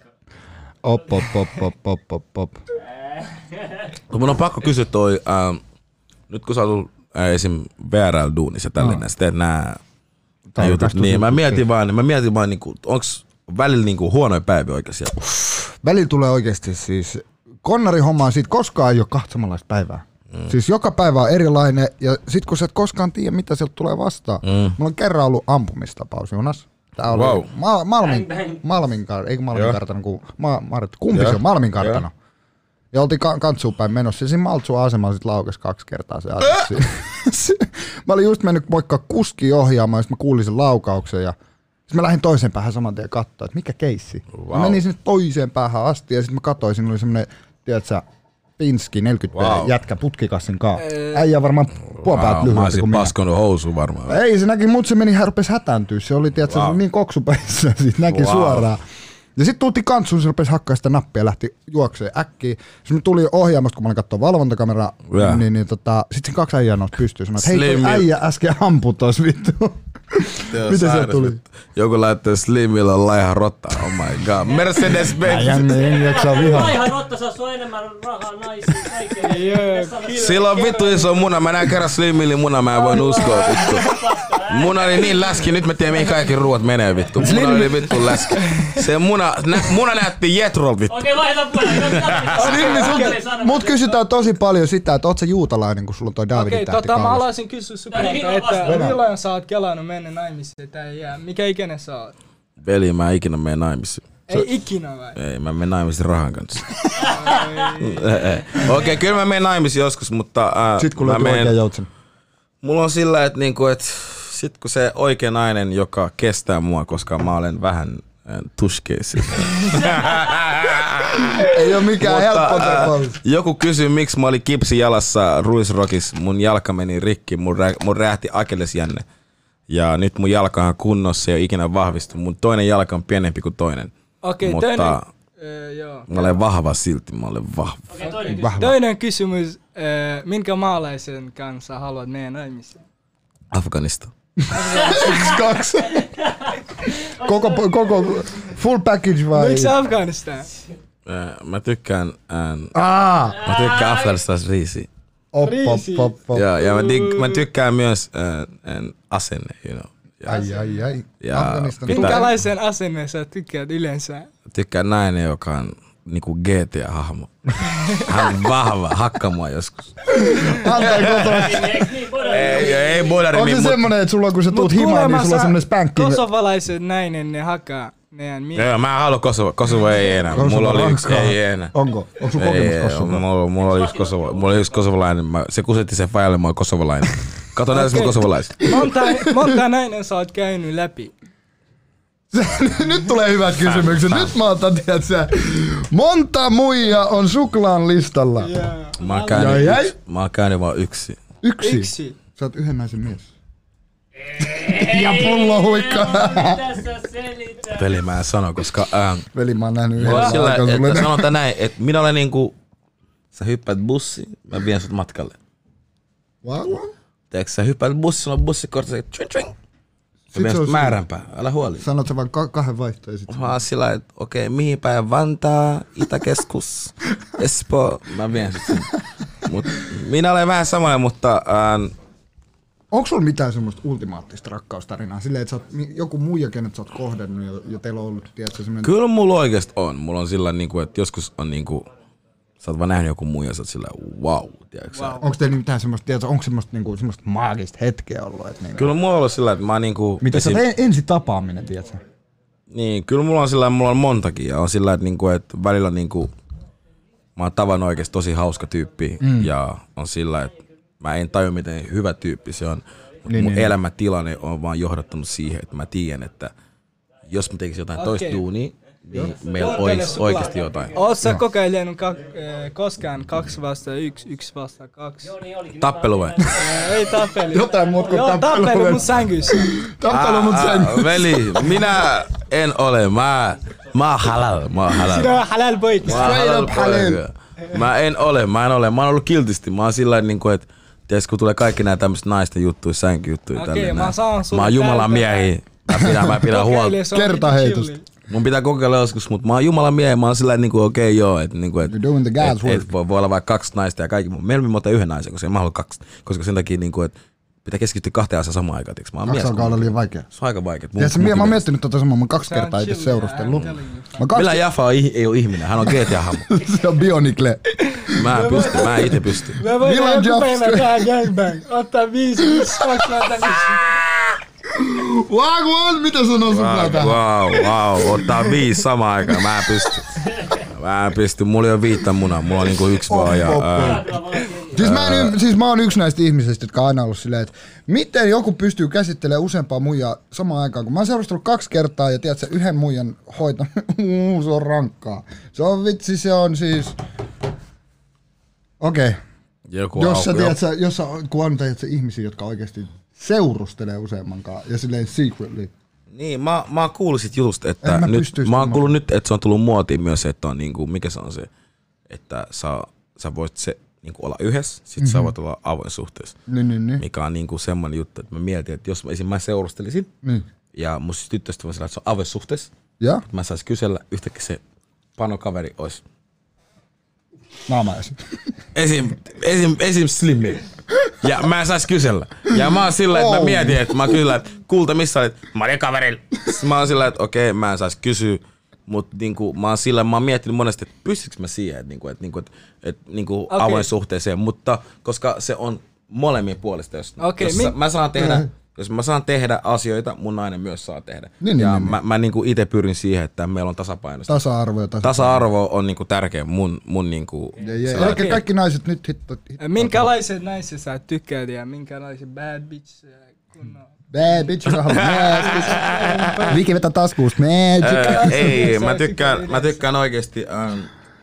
Op, op, op, op, op, op, op. Mun on pakko kysyä toi, ähm, nyt kun sä oot ollut äh, esim. V R L-duunissa ja tällainen, no. Sä teet nää, nää jutut, niin mä mietin vaan, mä mietin vaan niinku, onks välillä niinku huonoja päiviä oikeesti? Välillä tulee oikeesti siis, konnari homma on siitä koskaan ei oo kahta samanlaista päivää. Mm. Siis joka päivä on erilainen ja sit kun sä et koskaan tiedä mitä sieltä tulee vastaan. Mm. Mulla on kerran ollut ampumistapaus, Jonas. Tää oli wow. Ma- Malmin, Malmin, eikö Malmin kartano, kun Ma- Marit, kumpi se on? Malmin kartano. Ja oltiin ka- kantsuun päin menossa ja siinä Maltsuun asemalla sit laukesi kaksi kertaa se asia. Mä olin just mennyt moikkaa kuski ohjaamaan ja sit mä kuulin sen laukauksen ja sit mä lähdin toiseen päähän saman tien kattoo, että mikä keissi. Wow. Mä menin sinne toiseen päähän asti ja sit mä katsoin, siinä oli semmonen, tiedätkö, Pinski neljäkymmentä wow. jätkä putkikassin kaa. Äijä varmaan puopäät wow, lyhyempi kuin minä. Mä olisin paskonut housuun varmaan. Ei, se näki mut, se meni, hän rupesi hätääntyä. Se oli, tiedätkö, wow. niin koksupäissä, siitä näki wow. suoraan. Ja sit tultiin kantsuun, se rupesi hakkaa sitä nappia ja lähti juokseen äkkiä. Sitten mä tulin ohjaamasta, kun mä olin kattoo valvontakameraa, yeah. niin, niin tota, sit se kaksi äijää nousi pystyyn ja sanoi, että hei, toi äijä äsken ampui tos vittu. Miten se tuli? Joku laittaa Slimillä on laiha rotta, oh my god. Mercedes-Benz. Jänne, en jaksaa vihaa. Laiha rotta saa sua enemmän rahaa naisiin kaikkeen. Sillä on vittu iso muna, mä näin kerran Slimillä muna, mä en voin uskoa vittu. Muna oli niin läski, nyt mä tiedän mihin kaikki ruuat menee vittu. Muna oli vittu läski. Se muna, nä, muna näytti Jetrol vittu. Okei, vaihdetaan puolella. Mut kysytään tosi paljon sitä, että oot sä juutalainen, kun sulla on toi Davidin Okei, tähti tota mä kaulassa. haluaisin kysyä sulta, että milloin sä oot kelannut mennä naimisiin tai ei jää? Mikä ikinä sä oot? Veli, mä en ikinä mene naimisiin. Ei ikinä vai? Ei, mä menen naimisiin rahan kanssa. Okei, okay, kyllä mä menen naimisiin joskus, mutta... Äh, Sit kun löytyy oikein joutsen. Mulla on sillä, että niinku, et, sit kun se oikea nainen, joka kestää mua, koska mä olen vähän äh, tuskeessa. Ei oo mikään helppo tapaus. Joku kysyi, miksi mä olin kipsi jalassa Ruisrockissa, mun jalka meni rikki, mun, rä, mun rähti akillesjänne. Ja nyt mun jalka on kunnossa, ei ole ikinä vahvistunut. Mun toinen jalka on pienempi kuin toinen. Okei, mutta toinen... Äh, joo. Mä olen vahva silti, mä olen vahva. Okay, toinen, vahva. toinen kysymys, äh, minkä maalaisen kanssa haluat meidän naimisiin? Afganistan. Kaksi. Koko, koko full package vai? Miksi Afganistan? Mä tykkään, ähm, Aa. mä tykkään Afganistanissa riisiä. Op, op, op, op. Ja, ja mä, dig, mä tykkään myös äh, asenne, you know. Ja, ai, ai, ai. Ja minkälaisen asenne sä tykkäät yleensä? Tykkään nainen, joka on niinku G T A-hahmo. Hän on vahva, hakka mua joskus. Antaa kotoa. Ei, ei bodari. Onko se mut... semmonen, että sulla kun sä tuut himaan, niin sulla on semmonen spanking? Kosovalaiset nainen, ne hakkaa meidän miehiä. Joo, mä en halua Kosovo. Kosovo ei enää. Kosovo mulla oli yksi, rankaa. ei enää. Onko? Onko sun kokemus Kosovo? Mulla, mulla oli yksi Kosovo. Mulla oli yksi kosovolainen. Mä, se kusetti sen fajalle, mä oon kosovolainen. Kato näitä mun kosovolaiset. Monta, monta nainen sä oot käynyt läpi? Nyt tulee hyvät kysymykset. Nyt mä otan, tiiätsä, monta muijaa on suklaan listalla? Yeah. Mä oon käynyt, Jäi, jäi. yksi, mä oon käynyt vaan yksi. Yksi? Yksi. Sä oot yhden naisen mies. Ja pullo huikkaa. Mitä sä selität? Veli mä en sano, koska... Ähm, Veli mä oon nähnyt mulla on yhden sillä, aikaa sulle. että sanotaan näin, että minä olen niinku... Sä hyppäät bussiin, mä vien sut matkalle. Wow. Teekö sä hyppäät bussiin, sulla on bussikortti, sä tring tring. Mä vien sut määränpää, älä huoli. Sanot sä vaan ka- kahden vaihtoehtoja sit. Vaan sillä, että okei, okay, mihin päin Vantaa, Itäkeskus, Espoo, mä vien sut sinne. Mut minä olen vähän samoin, mutta... Ähm, onko sulla mitään semmoista ultimaattista rakkaustarinaa? Silleen, että sä oot joku muija, kenet sä oot kohdannut ja, ja teillä on ollut, tiedätkö, semmoinen... Kyllä mulla oikeesti on. Mulla on sillä niinku, että joskus on niinku... Sä oot vaan nähnyt joku muu ja sä oot sillä wow, tiedätkö wow. Onko teillä mitään semmoista, tiedätkö, onko semmoista, niinku, semmoista maagista hetkeä ollut? Että niinku... Kyllä mulla on ollut sillä, että mä oon niinku... Mitä esim... sä oot ensi tapaaminen, tiedätkö? Niin, kyllä mulla on sillä, mulla on montakin ja on sillä, että, niinku, että välillä niinku... mä oon tavannut oikeesti tosi hauska tyyppi mm. ja on sillä, että mä en tajua miten hyvä tyyppi se on, mutta niin, mun niin. elämäntilanne on vaan johdattanut siihen, että mä tiedän, että jos mä tekisin jotain okay. toista duunia, niin meillä olisi oikeesti jotain. Oot sä kokeillut ka- koskaan kaksi vasta yksi, yksi vasta kaksi? Tappelu vai? Ei tappelu. Jotain muut kuin tappelu. Joo, tappelu mun sängyssä. Tappelu mun sängyssä. Veli, minä en ole, mä, mä oon halal, mä oon halal. Sinä on halal boy. Straight up halal. Mä en ole, mä en ole, mä oon ollut kiltisti, mä oon sillä niinku, että tiedätkö, kun tulee kaikki nää tämmöset naisten juttuja, sänkyjuttuja. Okei, okay, mä saan sulle. Mä oon Jumalan miehiä, mä pidän, mä pidän huolta. Kertaheitosta. Mun pitää kokeilla joskus, mutta mä oon Jumalan miehiä, mä oon sillä niinku okei okay, joo, että niinku, et, et, et voi, voi olla vaikka kaksi naista ja kaikki. Mieluummin mä otan yhden naisen, koska en mä halua kaksi, koska sen takia niinku, että pitää keskittyä kahteen asiaan samaan aikaan. Mä oon kaksi alkaa olla liian vaikea. Se on aika vaikea. Tiedätkö, mä oon miettinyt tota samaa, mä oon kaksi kertaa itse seurustellut. Millä Jaffa ei ole ihminen, hän on G T A-hahmo. Se on Bionicle. Mä en pysty, mä en ite pysty. Mä voin joku päivä tehdä gangbang, ottaa viisi, viisi, kaksi laita Wagwan, mitä sanoo sun tähän? Wow, wow, ottaa viisi samaan aikaan, mä en pysty. Mä en pysty, mulla ei ole viittä munaa, mulla on niinku yksi oh, vaan ja... Oh, ää, siis, mä en, siis mä oon yksi näistä ihmisistä, jotka on aina ollut silleen, että miten joku pystyy käsittelemään useampaa muijaa samaan aikaan, kun mä oon seurustellut kaksi kertaa ja tiedät sä, yhden muijan hoitaminen, se on rankkaa. Se on vitsi, se on siis... Okei. Okay. Jos sä tiedät, sä, jos sä, kun on tiedät, sä, ihmisiä, jotka oikeesti seurustelee useammankaan ja silleen secretly. Niin, mä, mä oon kuullut sit jutusta, että mä, nyt, mä oon kuullut nyt, että se on tullut muotiin myös, että on niinku, mikä se on se, että sä, sä voit se niinku olla yhdessä, sit mm-hmm. sä voit olla avoin suhteessa. Niin, niin, niin. Mikä on niinku semmonen juttu, että mä mietin, että jos mä esim. Mä seurustelisin, niin. ja mun siis tyttöstä voi sanoa, että se on avoin suhteessa, ja mä sais kysellä, yhtäkkiä se panokaveri ois naamaisin. Esim, esim, esim Slimmi. Ja mä en sais kysellä. Ja mä oon sillä, että mä mietin, että mä kysellä, että kulta missä olit? Mä olin kaverilla. Mä oon sillä, että okei, mä en sais kysyä. Mut niinku, mä oon sillä, mä oon miettinyt monesti, että pystytkö mä siihen, että niinku, et, niinku, et, et, niinku okay. avoin suhteeseen. Mutta koska se on molemmin puolesta, jos, okay, jos min... mä saan tehdä, mm. jos mä saan tehdä asioita, mun nainen myös saa tehdä. Niin, ja niin, mä, niin. mä niinku ite pyrin siihen, että meillä on tasapainosta. Tasa-arvo ja tasapaino. Tasa-arvo on niinku tärkeä mun, mun niinku... Eli okay. kaikki naiset nyt hitto... hitto minkälaisen naisen sä tykkäät ja minkälaisen bad bitch kun... Bad bitch, joka haluaa magic. Viki vetää taskuusta magic. Ei, mä tykkään, mä tykkään oikeesti... Um,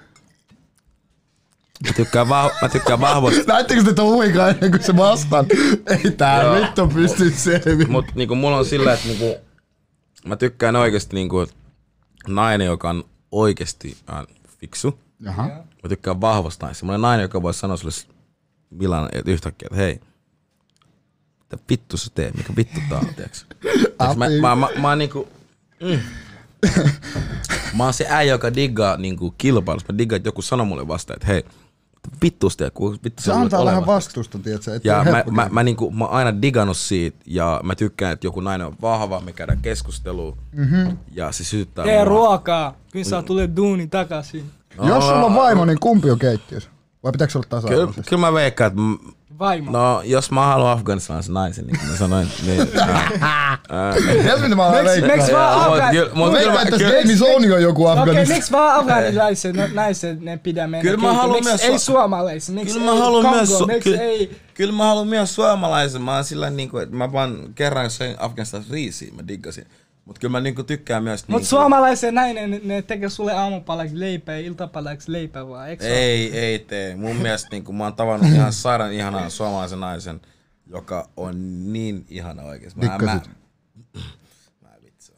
Mä tykkään, vah- mä tykkään vahvasti. Näettekö te ton huikaa ennen kuin se vastaan? Ei tää joo. Vittu pysty selviin. Mut niinku mulla on sillä, että niinku, mä tykkään oikeesti niinku nainen, joka on oikeesti äh, fiksu. Jaha. Mä tykkään vahvasta naista. Semmonen nainen, joka voi sanoa sulle Milan yhtäkkiä, että hei, mitä vittu sä teet? Mikä vittu tää on, tiiäks? Mä, mä, mä, mä oon niinku... Mm. Mä oon se äijä, joka diggaa niinku kilpailussa. Mä diggaan, että joku sanoo mulle vastaan, että hei, vittu sitä, kun vittu se antaa vähän vastusta, tiiätsä. Ja mä, mä, mä, niinku, mä oon aina digannut siitä, ja mä tykkään, että joku nainen on vahva, me käydään keskustelua, mm-hmm. ja se sytyttää Tee ruokaa, kun sä tulee duuni takaisin. No, jos sulla on vaimo, niin kumpi on keittiössä? Vai pitääkö olla tasa-arvoisesti? Kyllä, kyllä mä veikkaan, että... M- Vaimo. No, jos mä haluan afganistalaisen naisen, niin kuin mä sanoin, niin... Tiedätkö mitä mä haluan veikkaa? Miksi vaan afganistalaisen? Mä veikkaan, että James on jo joku afganistalaisen. Okei, miksi vaan afganistalaisen naiset ne pidä mennä keittiöön? Miksi ei suomalaisen? Miksi ei Kongo? Miksi ei... Kyllä mä haluan myös suomalaisen. Mä oon sillä niinku, että mä vaan kerran söin afganistalaisen riisiä, mä diggasin. Mut kyllä mä niinku tykkään myös Mut niinku... suomalaisen nainen, ne tekee sulle aamupalaksi leipää ja iltapalaksi leipää vaan, eikö Ei, ei tee. Mun mielestä niinku mä oon tavannut ihan sairaan ihanaa suomalaisen naisen, joka on niin ihana oikeesti. Mä, mä, mä vitsaa.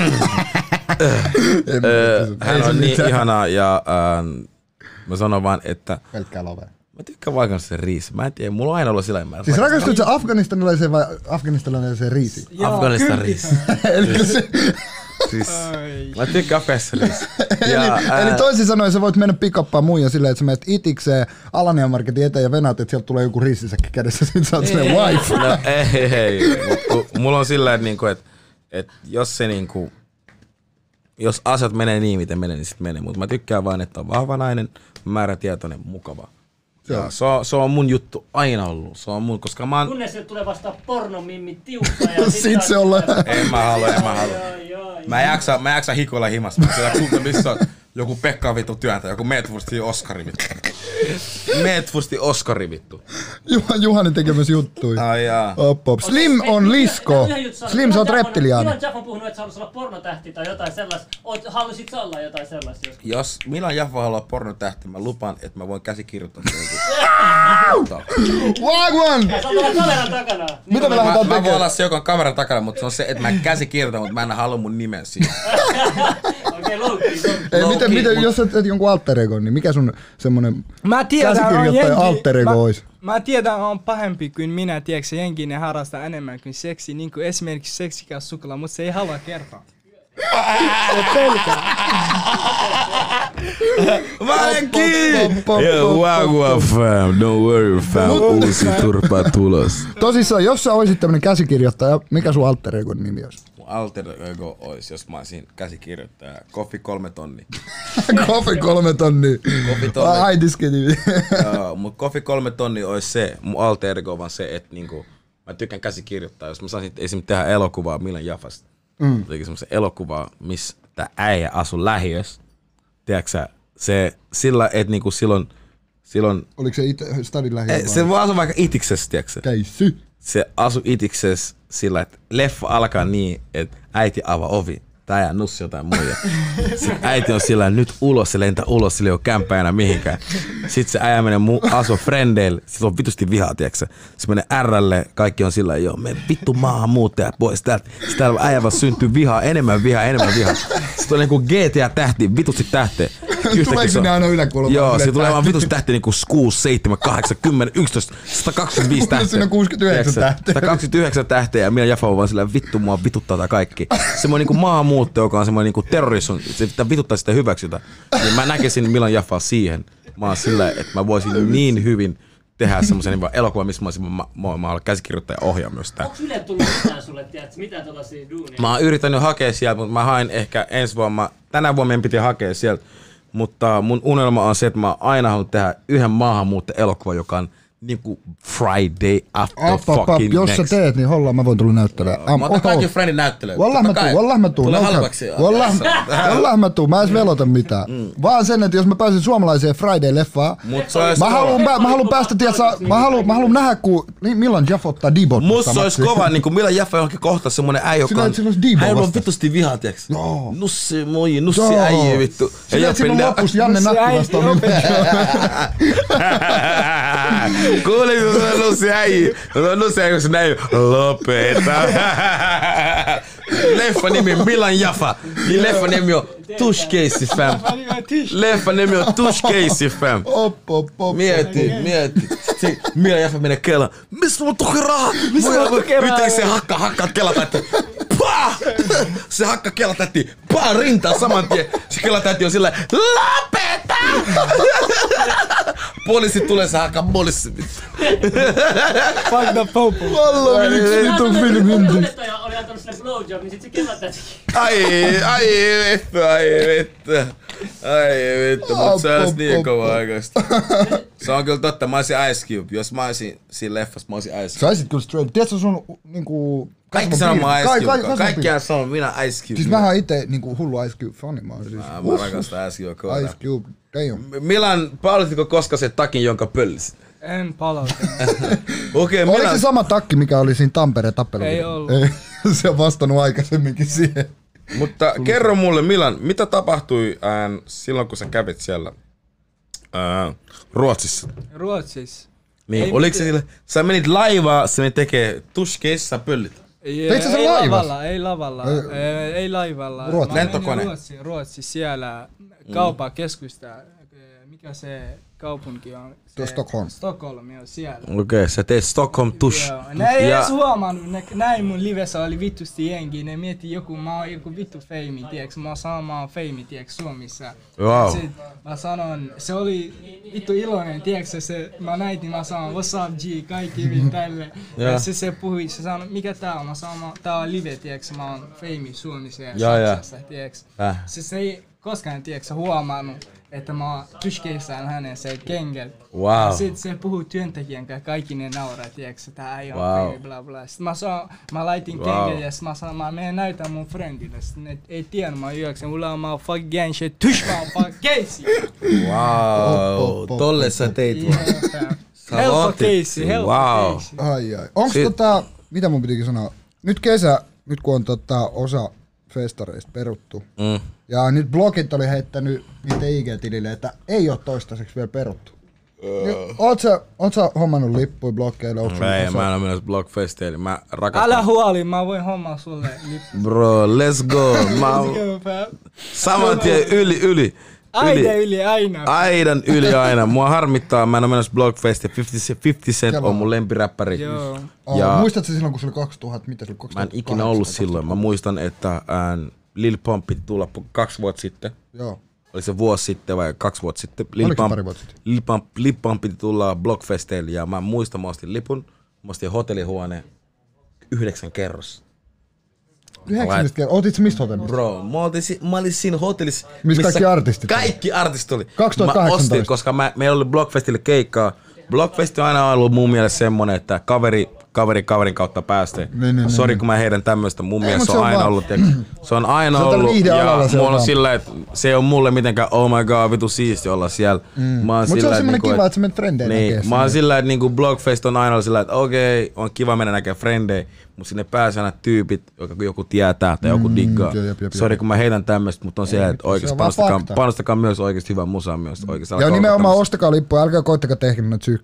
Hän on niin ihanaa ja äh, mä sanon vaan, että... Pelkkää lovea. Mä tykkään vaikka se riisi. Mä en tiedä, mulla on aina ollut sillä mä siis rakastut sä afganistanilaiseen vai afganistanilaiseen riisiin? Afganistan riisi. Eli se... Siis, mä tykkään afganistanilaiseen. eli, eli toisin sanoen sä voit mennä pikappaan muija silleen, että sä menet itikseen Alanian marketin eteen ja venaat, että sieltä tulee joku riisisäkki kädessä, sit sä oot silleen wife. No ei, ei, ei. Mulla on sillä, että niinku, et, et jos se niinku... Jos asiat menee niin, miten menee, niin sit menee. Mutta mä tykkään vaan, että on vahva nainen, määrätietoinen, mukava. Ja se, on, se on mun juttu aina ollut. Se on mun, koska mä oon... Kunnes se tulee vasta pornomimmi tiukka ja sit, sit se ollaan. En mä halua, en mä halua. Mä en jaksa, mä en jaksa hikoilla himassa. Mä sillä kulta missä on. joku Pekka vittu työntä, joku Meetfusti Oskari vittu. Meetfusti Oskari vittu. Juhan, Juhani tekemässä juttuja. Ai jaa. Op, op. Slim on lisko. Slim, sä oot reptiliaani. Milan Jaff on puhunut, että sä haluaisit olla pornotähti tai jotain sellaista. Haluaisit sä olla jotain sellaista joskus? Jos Milan Jaffa haluaa pornotähti, mä lupaan, että mä voin käsikirjoittaa sen. Wagwan! Sä oot olla kameran takana. Mitä me lähdetään Mä, mä tekemään? voin olla se, joka on kameran takana, mutta se on se, että mä käsikirjoitan, mutta mä en halua mun nimen siihen. Okei, loukki. Ei, Low miten, key, miten, mut- jos sä teet jonkun alter egon, niin mikä sun semmonen Mä tiedän, on käsikirjoittaja jengi, alter ego mä, ois? mä tiedän, on pahempi kuin minä, tiedätkö, jengi ne harrastaa enemmän kuin seksi, niin kuin esimerkiksi seksikäs suklaa, mutta se ei halua kertoa. Se pelkää. Valenki! Pop, pop, Yo, pop, wagwan fam, don't worry fam, uusi turpa tulos. Tosissaan, jos sä oisit tämmönen käsikirjoittaja, mikä sun alter egon nimi olisi? Mun alter ego ois, jos mä olisin käsikirjoittaja, Kofi kolme tonni. Kofi kolme tonnia. Kofi tonni. Ai disketi. Joo, mut Kofi kolme tonni ois se, mun alter ego vaan se, että niinku, mä tykkään käsikirjoittaa, jos mä saisin esimerkiksi tehdä elokuvaa Milan Jaffasta. Mm. Teki semmosen elokuvaa, missä tää äijä asui lähiössä. Tiedätkö sä, se sillä, että niinku silloin, silloin Oliko se itse stadin lähiö? eh, se vaan asui vaikka itiksessä, tiedätkö sä? Käissy. Se asui itiksessä sillä, että leffa alkaa niin, että äiti avaa ovi. Tää jää nussi jotain muija. Sitten äiti on sillä nyt ulos, se lentää ulos, sillä ei oo kämppää enää mihinkään. Sitten se äijä menee mu- asua frendeille, sit on vitusti vihaa, tiiäksä. Se menee R:lle, kaikki on sillä joo, me vittu maahanmuuttajat pois täältä. Sitten täällä äijä vaan syntyy vihaa, enemmän vihaa, enemmän vihaa. Sitten on niinku G T A-tähti, vitusti tähteä. Tuleeko sinne aina yläkulmaan? Joo, se tulee vaan vitusti tähteä niinku kuusi, seitsemän, kahdeksan, kymmenen, yksitoista, sata kaksikymmentäviisi tähteä. Siinä on kuusikymmentäyhdeksän tähteä. sata kaksikymmentäyhdeksän tähteä ja minä Jaffa on vaan sillä vittu mua vituttaa tää kaikki. Semmoinen niinku maahanmuutto, joka on semmoinen niinku terrorismi, se pitää vituttaa sitä hyväksytä. Niin mä näkisin Milan Jaffaa siihen. Mä oon sillä, että mä voisin niin hyvin tehdä semmoisen niin elokuvan, missä mä olisin mä, mä, mä olen käsikirjoittaja ja ohjaa myös sitä. Onko Yle tullut mitään sulle, tiedätkö, mitä tuollaisia duunia? Mä oon yrittänyt hakea sieltä, mutta mä hain ehkä ensi vuonna, tänä vuonna meidän piti hakea sieltä. Mutta mun unelma on se, että mä oon aina halunnut tehdä yhden maahanmuutto-elokuvan, joka on niinku Friday after App, app, app. fucking Jos next. sä teet, niin holla mä voin tulla näyttelemään. Mä otan kaikki friendin näyttelyyn. Wallah mä tuun, wallah mä tuun. Tulee no halvaksi. okay. Wallah, wallah mä tuun, mä en edes velota mitään. Mm. Vaan sen, että jos mä pääsen suomalaiseen Friday-leffaan, Mut se ois mä kova. haluun, mä, mä haluun päästä, tiiätsä, mä haluun, mä haluun nähdä, kun niin, milloin Jaff ottaa D-bot Musta se ois kova, niinku Milan Jaffa johonkin kohta semmonen äijä, joka Sillä- on... sillä ois D-ball Hän on vasta. vitusti vihaa, tiiäks? Joo. Nussi, moi, nussi Joo. äijä vittu. Sillä, että siinä on Penne- lopussa Janne Nussi Nakki äijä, vastaan. Kuuliko kun on nussi äijä? On nussi äijä, kun se näin lopeta. Leffa nimi Milan Jaffa. Niin leffa nimi on Tush Casey fam. Leffa nimi on Tush Casey fam. Op, op, op. Mieti, mieti. Sitten Milan Jaffa menee Kelaan. Missä mun tuki rahaa? Missä mun tuki rahaa? Miten se hakkaa, hakkaa Kelatätti. Pah! Se hakkaa Kelatätti. Pah! Rintaa saman tien. Se Kelatätti on silleen, lopeta! Poliisi tulee, se hakkaa poliisi. Fuck the popo. Wallah, miksi vitun film hindi? Opettaja oli antanut sille blowjob, niin sit se kelatään. Ai, ai vittu, ai vittu. Ai vittu, mut se olisi niin kova aikaista. Se on kyllä totta, mä olisin Ice Cube. Jos mä olisin siinä leffassa, mä olisin Ice Cube. Sä olisit kyllä straight. Tiedätkö sun niinku... Kaikki sanoo mä Ice Kai- Cube. kai- Kaikki kasvopiirteet. on sanonut minä Ice Cube. Siis mähän oon ite niinku hullu Ice Cube-fani. Mä oon siis... Ah, mä rakastan Ice Cube kohdalla. Ice Cube, damn. Milan, palauttiko koska se takin, jonka pöllisit? En palauta. Okei, Oliko Milan... se sama takki, mikä oli siinä Tampereen tappelussa? Ei ollut. Ei, se on vastannut aikaisemminkin siihen. Mutta kerro mulle, Milan, mitä tapahtui ään, silloin, kun sä kävit siellä ää, Ruotsissa? Ruotsissa. Niin, Ei oliko se mitään. sille, sä menit laivaa, se meni tekee tushkeissa pöllit. Ei, Teit sä sen ei laivassa? lavalla, ei lavalla, ei, ei laivalla. Ruotsi. Mä menin Lentokone. Ruotsi, Ruotsi siellä kaupakeskusta, mikä se kaupunki on? Tuo Se- Stockholm. Stockholm, joo, siellä. Okei, okay, sä teet Stockholm tush. Joo, ne ei Ja- edes huomannut, ne, näin mun livessä oli vittusti jengi, ne mieti joku, mä oon joku vittu feimi, tiiäks, mä oon saamaan feimi, tiiäks, Suomessa. Wow. Sit mä sanon, se oli vittu iloinen, tiiäks, se, mä näitin, mä sanon, what's up G, kaikki hyvin tälle. Joo. Ja se se puhui, se sanoi, mikä tää on, mä sanon, tää on live, tiiäks, mä oon feimi Suomessa ja Joo, joo. Saksassa, tiiäks. Äh. Se, se ei, koskaan tiedätkö huomannut, että mä oon tyskeissään hänen se kengel. Wow. Ja sit se puhuu työntekijän kanssa, kaikki ne nauraa, tiedätkö, tää ei Wow. ole bla bla. Sit mä, saan, mä laitin Wow. kengel ja sit mä sanoin, mä menen näytän mun friendille. Sit ne ei tiedä, mä juoksen, mulla on mä oon fuck gang shit, tysh mä oon fuck keisi. Wow, tolle sä teit vaan. Helppo keisi, helppo Wow. keisi. Ai ai. Onks Sit- tota, mitä mun pitikin sanoa? Nyt kesä, nyt kun on tota osa festareista peruttu, Mm. ja nyt blogit oli heittänyt niitä I G-tilille, että ei oo toistaiseksi vielä peruttu. Niin, oot sä, oot sä hommannut lippuja bloggeille? Onks sulla Ei, osa- mä en oo menossa Blockfestille. Mä rakastan. Älä huoli, mä voin hommaa sulle lippu. Bro, let's go. Mä saman tien yli, yli. Aina yli, aina. Aidan yli aina. Mua harmittaa, mä en oo menossa Blockfestiin. fifty Cent on mun lempiräppäri. Joo. Oh, Ja muistatko silloin, kun se oli kaksituhatta, mitä se oli, mä en kaksituhattakahdeksan, ikinä ollut silloin. Mä muistan, että ään, Lil Pump piti tulla kaksi vuotta sitten. Joo. Oli se vuosi sitten vai kaksi vuotta sitten. Lil Oliko se Pump, pari vuotta sitten? Lil Pump, Lil Pump piti tulla Blockfesteille ja mä muistan, mä ostin lipun. Mä ostin hotellihuoneen yhdeksän kerros. yhdeksänkymmentä kertaa. Ootit sä mistä hotellista? Bro, mä, olin, si- mä olin siinä hotellissa, Missä kaikki artistit oli? Kaikki artistit oli. kaksituhattakahdeksantoista. Mä ostin, koska mä, meillä oli Blockfestille keikkaa. Blockfest on aina ollut mun mielestä semmonen, että kaveri, kaveri kaverin kautta pääsee. Niin, niin, Sori niin. kun mä heidän tämmöstä, mun Ei, mielestä mut se se on on aina vaan- ollut. tiiäks, Se on aina Se on tällä ollut ja viihdealalla, se on mulla on vaan. sillä, että se ei ole mulle mitenkään oh my god vitu siisti olla siellä. Mm. Mä oon Mut se on sillä, semmonen niinku, kiva, että sä menet frendejä niin, näkee mä oon sen. sillä, että niinku Blockfest on aina ollut sillä, että okei, on kiva mennä näkee frendejä, mutta sinne pääsee aina tyypit, joka joku tietää tai joku diggaa. jep, jep, jep. Sori kun mä heitän tämmöstä, mutta on siellä, että se on oikeesti vaan panostakaa, fakta. panostakaa myös oikeesti hyvää musaa myös. Oikeesti Ja alkaa nimenomaan olla ostakaa lippuja, älkää koittakaa tehdä näitä syy.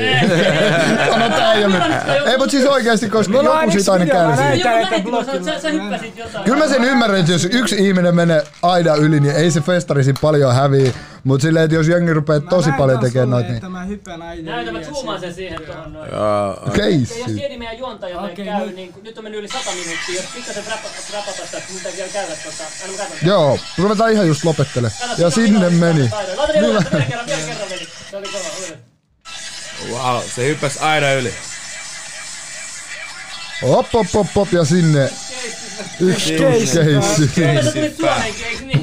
Sano tää ei nyt. Ei mut siis oikeesti, koska Mulla on joku siitä aina yksi video, mä kärsii. näin. Joku Eikä lähetti, kun sä, blogilla. sä, sä hyppäsit jotain. Kyllä mä sen ymmärrän, että jos yksi ihminen menee aina yli, niin ei se festarisi paljon häviä. Mut silleen, että jos jengi rupee tosi paljon tekemään noita, niin... Että mä hyppään aina Näytä, mä yli ja zoomaan sen siihen tuohon noin. Jaa, Ja Keissi. jos Jedi meidän juontajalle Okei, käy, nyt. niin kun- nyt on mennyt yli sata minuuttia, jos pikkasen rapata sitä, että mitä vielä käydä tota. Aina mä katson. Joo, ruvetaan ihan just lopettele. Kato, Ja siinä on sinne ihan meni. taidoja. Laita vielä, laita vielä kerran, vielä kerran meni. Se oli kova, uuden. wow, se hyppäs aina yli. Hop, hop, hop, hop, ja sinne. Yksi keissi. Sä tulit Suomeenkin, eiks niin?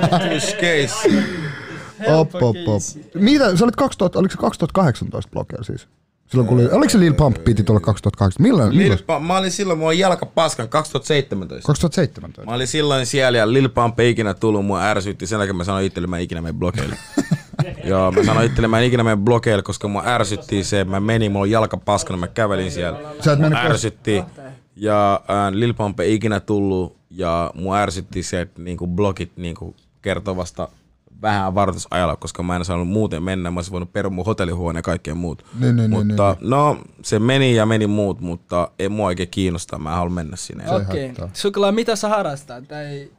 Case. Hop, hop, hop. Mitä, sä olit kaksituhatta, oliko se kaksituhattakahdeksantoista blogger siis? Silloin kun oli, oliko se Lil Pump piti tulla kaksituhattakahdeksantoista? Milloin? Lil milloin? Pump, mä olin silloin, mulla on jalka paskan kaksituhattaseitsemäntoista. kaksituhattaseitsemäntoista. Mä olin silloin siellä ja Lil Pump ei ikinä tullut, mua ärsytti. Sen takia mä sanoin itselle, mä en ikinä mene blogeille. Joo, mä sanoin itselle, mä en ikinä mene blogeille, koska mua ärsytti se, mä menin, mulla on jalka paskana, mä kävelin siellä. Sä et mennyt Mua ärsytti. Ja äh, Lil Pump ei ikinä tullut ja mua ärsytti se, että niinku blogit niinku kertoo vasta vähän varoitusajalla, koska mä en saanut muuten mennä. Mä olisin voinut perua mun hotellihuoneen ja kaikkea muut. Niin, niin, mutta niin, no, se meni ja meni muut, mutta ei mua oikein kiinnostaa. Mä en halua mennä sinne. Okei. haittaa. Sukla, mitä sä harrastat? Tai...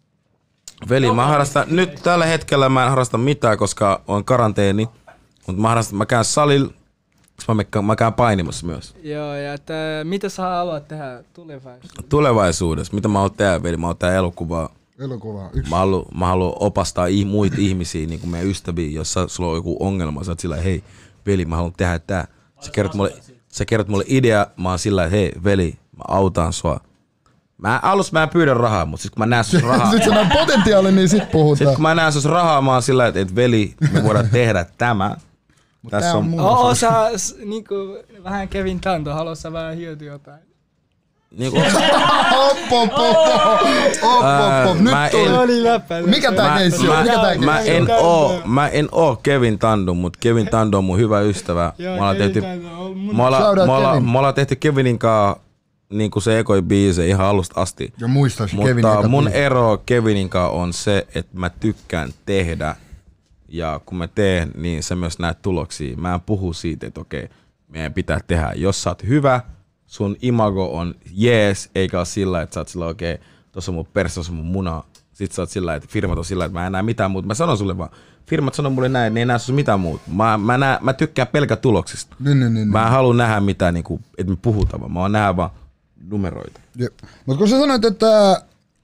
Veli, mä harrastan, nyt tällä hetkellä mä en harrasta mitään, koska on karanteeni. Mutta mä harrastan, mä käyn salilla, mä, me- mä käyn painimassa myös. Joo, ja että mitä sä haluat tehdä tulevaisuudessa? Tulevaisuudessa, mitä mä haluan tehdä, veli? Mä haluan tehdä elokuvaa. Elokuva. Yksi. Mä haluan, mä haluan opastaa ih, muita ihmisiä, niin kuin meidän ystäviä, jos sä- sulla on joku ongelma, sä oot sillä, hei, veli, mä haluan tehdä tää. Sä kerrot mulle, sä kerrot mulle idea, mä oon sillä, hei, veli, mä autan sua. Mä alussa mä en pyydä rahaa, mutta sit kun mä näen sus rahaa, Sitten se on potentiaali, niin sit sit puhutaan. kun mä näen sus rahaa, mä oon sillä, että et, veli, me voidaan tehdä tämä. Tässä tää on on, mun- Oo, sä s- niinku vähän Kevin Tanto, haluat sä vähän hyötyä jotain? niinku, Hop, hop, hop, hop, hop, hop, hop. Nyt mä en- tuli. Oli läppä. Mikä tää mä, keissi on? mä, Mikä tää mä, keissi en on? oo, mä en oo Kevin Tando, mut Kevin Tando on mun hyvä ystävä. Joo, Me ollaan Kevin tehty, Tando on mun- me ollaan, Shout out me ollaan, Kevin. me ollaan tehty Kevinin kanssa niinku se ekoi biisi ihan alusta asti. Ja muistais Kevin Mutta eka mun biisi. ero Kevinin kanssa on se, että mä tykkään tehdä. Ja kun mä teen, niin sä myös näet tuloksia. Mä en puhu siitä, että okei, meidän pitää tehdä. Jos sä oot hyvä, sun imago on jees, eikä ole sillä, että sä oot sillä okei, tossa on mun perse, tossa on mun muna. Sit sä oot sillä, että firmat on sillä, että mä en näe mitään muuta. Mä sanon sulle vaan, firmat sanoo mulle näin, ne ei näe sus mitään muuta. Mä, mä, näe, mä tykkään pelkä tuloksista. Niin, niin, niin. Mä en halua nähdä mitään, niinku, että me puhutaan, vaan mä oon nähdä vaan numeroita. Jep. Mut kun sä sanoit, että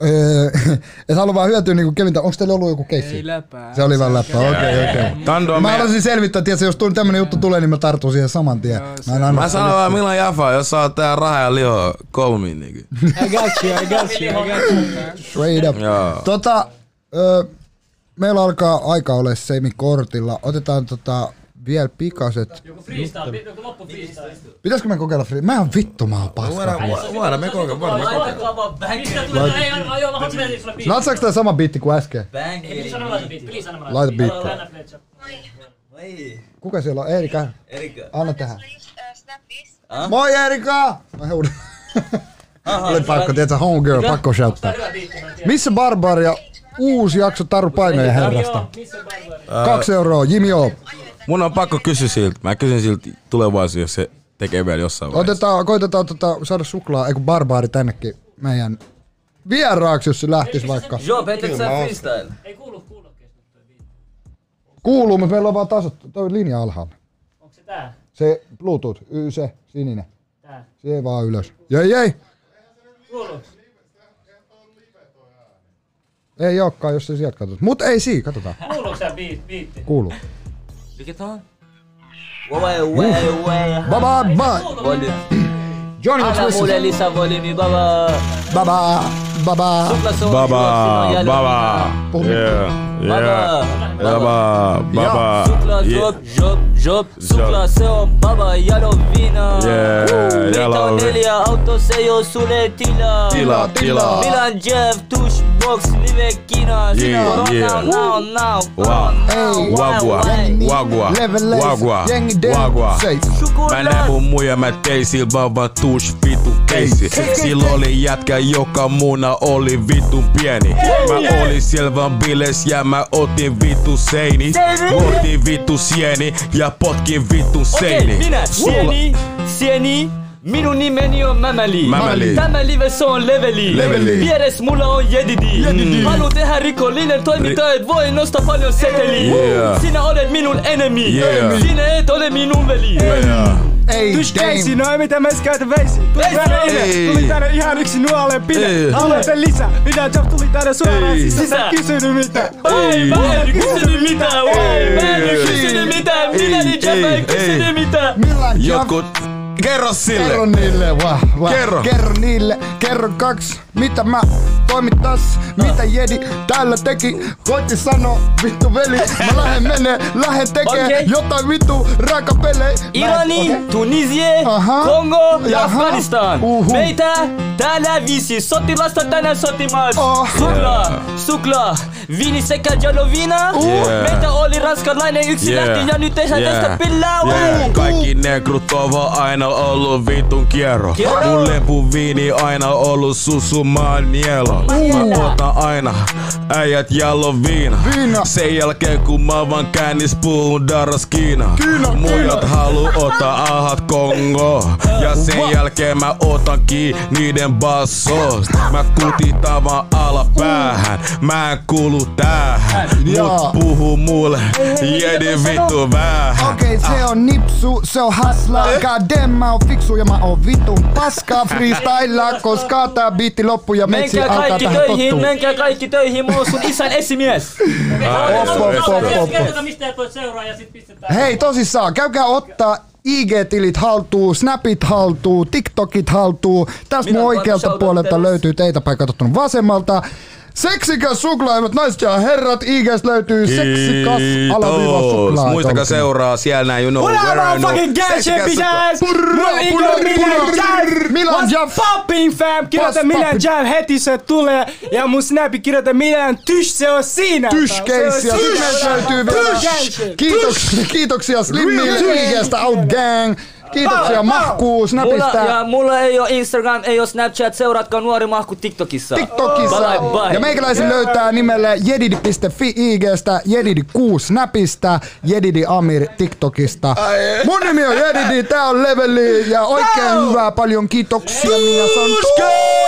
et halua vaan hyötyä niinku Kevin, onko teillä ollut joku keissi? Ei läpää. Se oli vaan läppä, okei, okei. Tando on Mä meidän- haluaisin selvittää, että jos tuli tämmönen juttu tulee, niin mä tartun siihen saman tien. Mä en anna Mä sanon vaan milloin Jaffa, jos saa tää raha ja liho, call me nigga. I got you, I got you, I got you. straight up. Joo. Tota, ö, meillä alkaa aika ole semikortilla. Otetaan tota vielä pikaset. Joku freestyle, joku loppu freestyle. Pitäisikö me kokeilla freestyle? Mä oon vittu, mä oon paska. Voidaan me kokeilla. Mistä tulee? Ei, ajo, mä haluan sulle biitti. Natsaaks tää sama biitti kuin äsken? Please anna laita biitti, please anna Laita biitti. Moi. Kuka siellä on? Erika? Erika. Anna tähän. Moi Erika! Mä huudan. Oli pakko, tietsä, homegirl, pakko shouttaa. Missä Barbaria? Uusi jakso Taru Painojen herrasta. Kaksi euroa, Jimmy O. Mun on pakko kysyä siltä. Mä kysyn siltä tulevaisuudessa, jos se tekee vielä jossain vaiheessa. Otetaan, koitetaan tota, saada suklaa, eiku Barbaari tännekin meidän vieraaksi, jos se lähtis vaikka. Joo, petet sä freestyle. Ei kuulu kuulokkeesta. Kuuluu, mutta meillä on vaan tasot, toi linja alhaalla. Onko se tää? Se Bluetooth, y, se, sininen. Tää. Se vaan ylös. Jei, jei! Kuuluuks? Ei ookaan, jos se sieltä katsot. Mut ei sii, katsotaan. Kuuluuks sä biitti? Kuuluu. Mikä tää on? Way, way, way. Baba, bye! Volyymi. Johnny, Anna what's mulle this? lisää volyymi, baba. Baba, baba. Supla se on Baba, juoksina, baba. Puhu Yeah, yeah. Baba. Baba, baba. Supla, job, job, job. Supla se on baba, jalovina. Yeah, Meitä on jalovina. neljä, auto se ei oo sulle tila. Tila, tila. Milan Jeff, Tushbox, Live Kina. Yeah, Corona yeah. now, now. Wow. Ei. Wagwa, wagwa, Level wagwa, jengi wagwa. dance. Mä näin mun muija, mä tein sil vauvan tush vitu keisi. Silloin oli jätkä, joka muna oli vitun pieni. Mä olin siellä vaan biles ja mä otin vitu seini. Otin vitu sieni ja potkin vitun seini. Okei, minä, sieni, sieni. Minun nimeni on Mämäli. Mämäli. Tämä live se on leveli. Leveli. Vieres mulla on jedidi. Jedidi. Halu tehdä rikollinen toiminta, et voi nostaa paljon seteli. Yeah. Sinä olet minun enemy. Yeah. Sinä et ole minun veli. Yeah. Ei, Tush game. Casey, no ei mitään meskäitä veisi. Tuli Veisi. tänne itse, Ei. tuli tänne ihan yksi nuolle Ei. pide. Haluan sen lisää. Minä Jeff tuli tänne suoraan Ei. sisään. Sisään. Kysynyt mitä. Ei, mä en kysynyt mitään. Ei, mä en Ei. kysynyt mitään. Minä niin Jeff Ei. en kysynyt mitään. Millan Jeff? Jotkut, kerro sille. Kerro niille, wah, wah. Kerro. Kerro niille, kerro kaksi. Mitä mä toimittas, mitä Jedi täällä teki. Koitti sanoa, vittu veli. Mä lähen menee, lähen tekee Okei. jotain vittu raakapelejä. Irani, Tunisie, Aha. Kongo ja Jaha. Afganistan. Uhu. Meitä täällä viisi sotilasta tänään sotimaan. Oh. Sukla, sukla, viini sekä jalovina. Yeah. Meitä oli ranskalainen yksi Yeah. lähti ja nyt tehdään Yeah. tästä pillaa. Yeah. Kaikki negrut ovat aina ollut vitun kierro. Kierro. Mun lempuviini aina ollut susu manielo. Mä otan aina äijät jaloviina. Viina. Sen jälkeen kun mä vaan käänis puhun daras Kiina. Kiina, Muijat Kiina. haluu ottaa ahat Kongo. Ja sen jälkeen mä otan kiinni niiden bassos. Mä kutitan vaan alapäähän. Mä en kuulu tähän. Jaa. Mut puhu mulle jedi vittu vähän. Okei, se on nipsu, se on hasla. Goddamn, mä oon fiksu ja mä oon vitun paska. Freestylaa, koska tää biitti loppuu ja metsi Menkää alkaa kaikki tähän töihin, tottuu. menkää kaikki töihin, mä oon sun isän esimies. Pop, pop, pop, pop. Kerrotaan mistä et voit seuraa ja sit pistetään. Hei, tosissaan, käykää ottaa I G-tilit haltuun, Snapit haltuun, TikTokit haltuun. Tästä mun Minä oikealta vaan puolelta shoutout löytyy teitä päin katsottuna vasemmalta. Seksikäs suklaimet, naiset ja herrat, I G:stä löytyy seksikas alaviiva suklaa. Muistakaa seuraa siellä näin, you know What where I up, know. fucking gang shit, Seksikäs bitch suklaa. ass? Purra, Mulla purra, Igor Milan purra. Jam! Milan What's Jam. popping fam? Kirjoita What's Milan popping? Jam heti se tulee. Ja mun snapi kirjoita Milan Tysh, se on siinä. Tyshkeissi ja sit meiltä löytyy vielä. Kiitoksia, kiitoksia Slimmille I G:stä Out Gang. Kiitoksia Mahkuu Mulla, Snapista. ja mulla ei oo Instagram, ei oo Snapchat, seuratkaa Nuori Mahku TikTokissa. TikTokissa. Bye bye. Ja meikäläisen löytää nimellä jedidi piste fi I G:stä, jedidi kuusi Snapista, jedidi Amir TikTokista. Mun nimi on Jedidi, tää on Leveli ja oikein hyvää paljon kiitoksia. Minä sanon